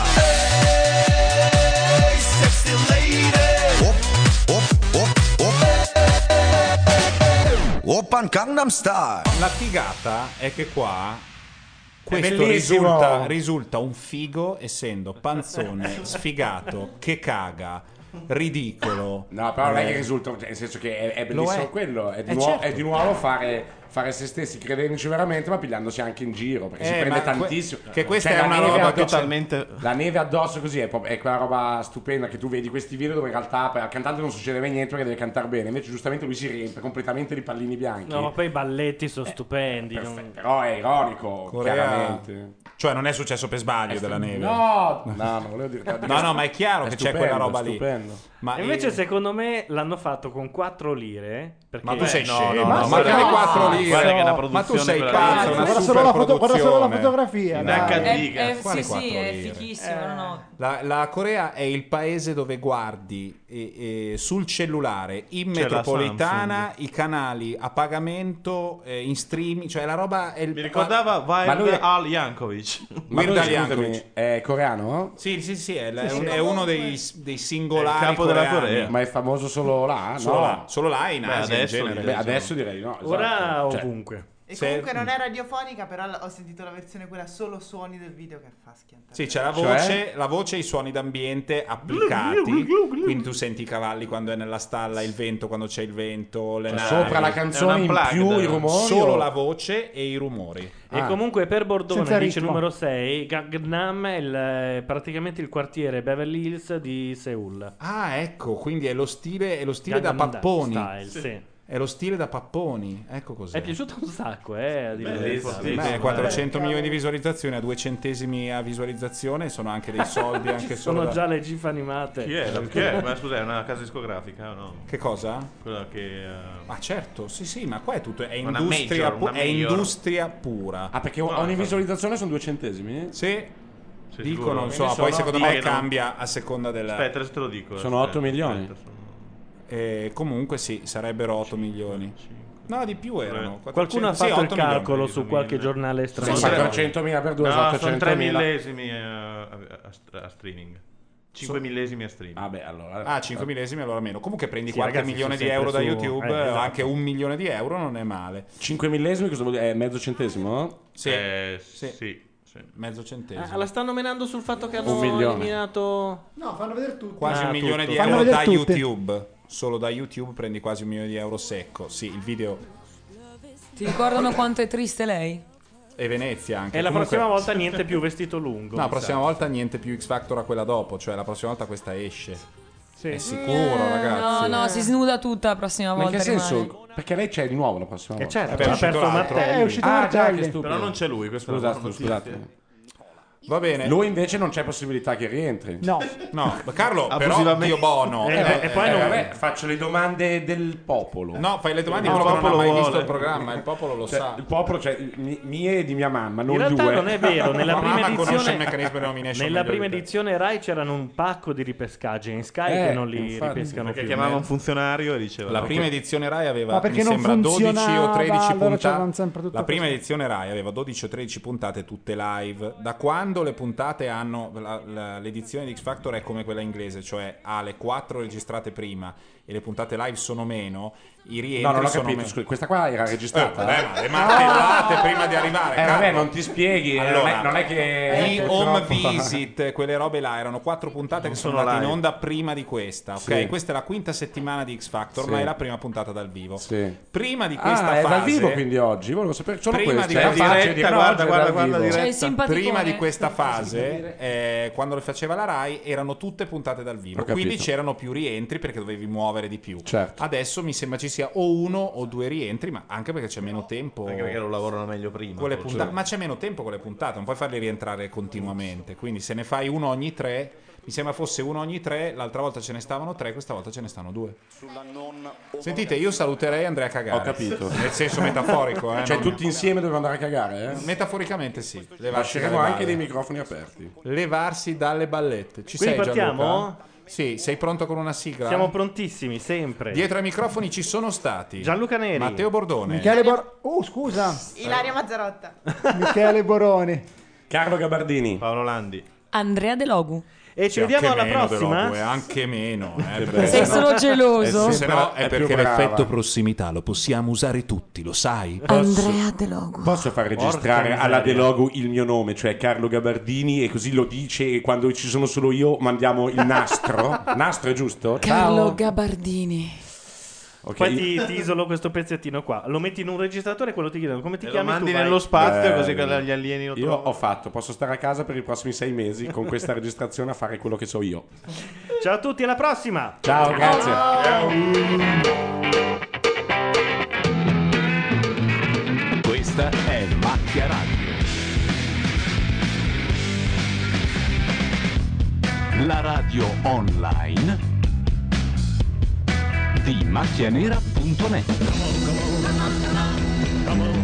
One Gangnam Style. La figata è che qua questo bellissimo. risulta un figo essendo panzone, sfigato, che caga, ridicolo. No, però non è che risulta, cioè, nel senso che è Lo bellissimo è. quello, è Certo. di nuovo fare se stessi, credendoci veramente, ma pigliandosi anche in giro, perché si prende ma tantissimo. che questa Cioè, è la una neve roba addosso- totalmente- La neve addosso così è quella roba stupenda che tu vedi questi video dove in realtà al cantante non succede mai niente perché deve cantare bene, invece giustamente lui si riempie completamente di pallini bianchi. No, ma poi i balletti sono stupendi. Però è ironico, chiaramente. Cioè non è successo per sbaglio della neve. No, non volevo dire. No, ma è chiaro che c'è quella roba lì. Stupendo. Ma invece secondo me l'hanno fatto con 4 lire. Perché... Ma tu sei no, scemo, no, ma che 4 lire? Guarda che è una Ma tu produzione sei quella pazzo, lì. una Guarda super solo la produzione. fotografia. In dai. HD. Quali Sì, 4 sì, è lire? fighissimo. No. La Corea è il paese dove guardi sul cellulare in metropolitana i canali a pagamento in streaming, cioè la roba è Mi ricordava Wild Al Yankovic. Ma Weird lui, Al Yankovic. scusami, è coreano? Sì, è uno dei singolari È il capo della coreani. Corea. Ma è famoso solo là? Solo No. là. Solo là e in Beh, Asia in adesso genere. direi, adesso direi no. Ora esatto. Cioè, ovunque. E comunque non è radiofonica, però ho sentito la versione quella solo suoni del video che fa schiantare. Sì, c'è la Cioè? voce, la voce e i suoni d'ambiente applicati. Quindi tu senti i cavalli quando è nella stalla, il vento quando c'è il vento, le navi. sopra la canzone in più i rumori. Solo o- la voce e i rumori. E comunque per Bordone, Senza dice ritmo. numero 6, Gangnam è praticamente il quartiere Beverly Hills di Seoul. Ah, ecco, quindi è lo stile da Gangnam papponi. Style, sì. È lo stile da papponi, ecco così. È piaciuto un sacco, a dire la verità. Beh, 400 milioni di visualizzazioni a 2 centesimi a visualizzazione sono anche dei soldi anche solo Sono da- già le gif animate. Chi è? Ma scusa, è una casa discografica o no? Che cosa? Quella che... Ma certo, sì, ma qua è tutto, è Una industria, major, una è major. industria pura. Ah, perché ogni visualizzazione sono 2 centesimi? Sì. Sei Dicono, sicuro? insomma, Quindi poi sono- secondo no, me che non- cambia a seconda della... Aspetta, adesso te lo dico. Sono 8 milioni. Comunque sì, sarebbero 8 milioni. No, di più erano. 400, Qualcuno ha sì, fatto il 8 milioni. calcolo su qualche giornale Sono straniero. 400.000 per 2 No, sono sono 3 800.000. millesimi a streaming. 5 millesimi a streaming. Vabbè, allora. Ah, 5 millesimi allora meno. Comunque prendi Sì, qualche ragazzi, milione sono di euro da sempre su- YouTube, esatto. anche 1 milione di euro non è male. 5 millesimi cosa vuol dire? È mezzo centesimo? Sì, Sì. mezzo centesimo. La stanno menando sul fatto che hanno 1 milione. eliminato... No, fanno vedere tutto. Quasi Ah, 1 milione tutto. di Fanno euro da vedere tutte. YouTube. Solo da YouTube prendi quasi 1 milione di euro secco. Sì, il video Ti ricordano quanto è triste lei? e Venezia anche. E la Comunque- prossima volta niente più vestito lungo. No, la mi prossima sa. volta niente più X Factor a quella dopo. Cioè, la prossima volta questa esce. Sì. È sicuro, ragazzi. No, si snuda tutta la prossima Ma in volta. che rimane. senso? Perché lei c'è di nuovo la prossima volta. certo, Vabbè, ha è uscito perso l'altro. Martelli. È uscito Ah, già, Martelli. che stupido. Però non c'è lui, questa è una buona Scusate. notizia. Va bene. Lui invece non c'è possibilità che rientri. No. No, ma Carlo, però Abusivamente. Dio Bono. E poi non... vabbè, faccio le domande del popolo. No, fai le domande a Il quello che non ha popolo mai vuole. visto il programma. Il popolo lo Cioè, sa. il popolo, cioè mie e di mia mamma, non In realtà due. non è vero, nella La prima mamma conosce il edizione meccanismo di nomination nella meglio prima di te. edizione Rai c'erano un pacco di ripescaggi in Sky che non li infatti, ripescano Perché più. chiamava un funzionario e diceva... La no, prima edizione Rai aveva, Ma perché mi non sembra, 12 o funzionava, 13 allora c'erano puntate. sempre tutte La prima così. edizione Rai aveva 12 o 13 puntate tutte live. Da quando le puntate hanno l'edizione di X Factor è come quella inglese, cioè ha le 4 registrate prima e le puntate live sono meno, i rientri No, non ho sono capito, meno. scusa, questa qua era registrata? Vabbè, ma le martellate prima di arrivare. vabbè, Carlo. non ti spieghi, Allora, non è che... i home visit, quelle robe là, erano 4 puntate che sono sono andate in live. onda prima di questa. Ok, Sì. questa è la quinta settimana di X Factor, Sì. ma è la prima puntata dal vivo. Sì. Prima di questa è fase, dal vivo quindi oggi, volevo sapere solo Prima questo. di Era questa facile diretta, dire, no, guarda, oggi è dal guarda, vivo. C'è il simpaticone. prima di questa fase, quando le faceva la Rai, erano tutte puntate dal vivo. Ho capito. Quindi c'erano più rientri perché dovevi muovere di più. Certo. Adesso mi sembra ci sia o 1 o 2 rientri, ma anche perché c'è meno tempo. Anche perché lo lavorano meglio prima. Con le forse. puntate, ma c'è meno tempo con le puntate, non puoi farli rientrare continuamente. Quindi se ne fai uno ogni 3, mi sembra fosse uno ogni 3, l'altra volta ce ne stavano 3, questa volta ce ne stanno 2. Sentite, io saluterei e andrei a cagare. Ho capito. Nel senso metaforico, Cioè non- tutti insieme dovevano andare a cagare, Metaforicamente sì. Levarsi Lasceremo dalle anche balle. dei microfoni aperti. Levarsi dalle ballette. Ci Quindi sei partiamo? Gianluca? Sì, sei pronto con una sigla? Siamo prontissimi, sempre. Dietro ai microfoni ci sono stati Gianluca Neri, Matteo Bordone, scusa. Ilaria Mazzarotta. Michele Boroni. Carlo Gabardini. Paolo Landi. Andrea De Logu. E ci vediamo alla prossima. Anche meno. Sei solo geloso? Se no è più perché brava. l'effetto prossimità lo possiamo usare tutti, lo sai? Andrea De Logu. Posso far registrare Porca alla miseria. De Logu il mio nome, cioè Carlo Gabardini, e così lo dice e quando ci sono solo io mandiamo il nastro. Nastro è giusto? Carlo Gabardini. Ok. Poi ti isolo questo pezzettino qua, lo metti in un registratore e quello ti chiedono come ti E lo chiami mandi tu, vai. nello spazio Beh, così che gli alieni lo Io trovano. ho fatto, posso stare a casa per i prossimi 6 mesi con questa registrazione a fare quello che so io. Ciao a tutti, alla prossima. Ciao, grazie. Questa è Macchia Radio. La radio online di macchianera.net.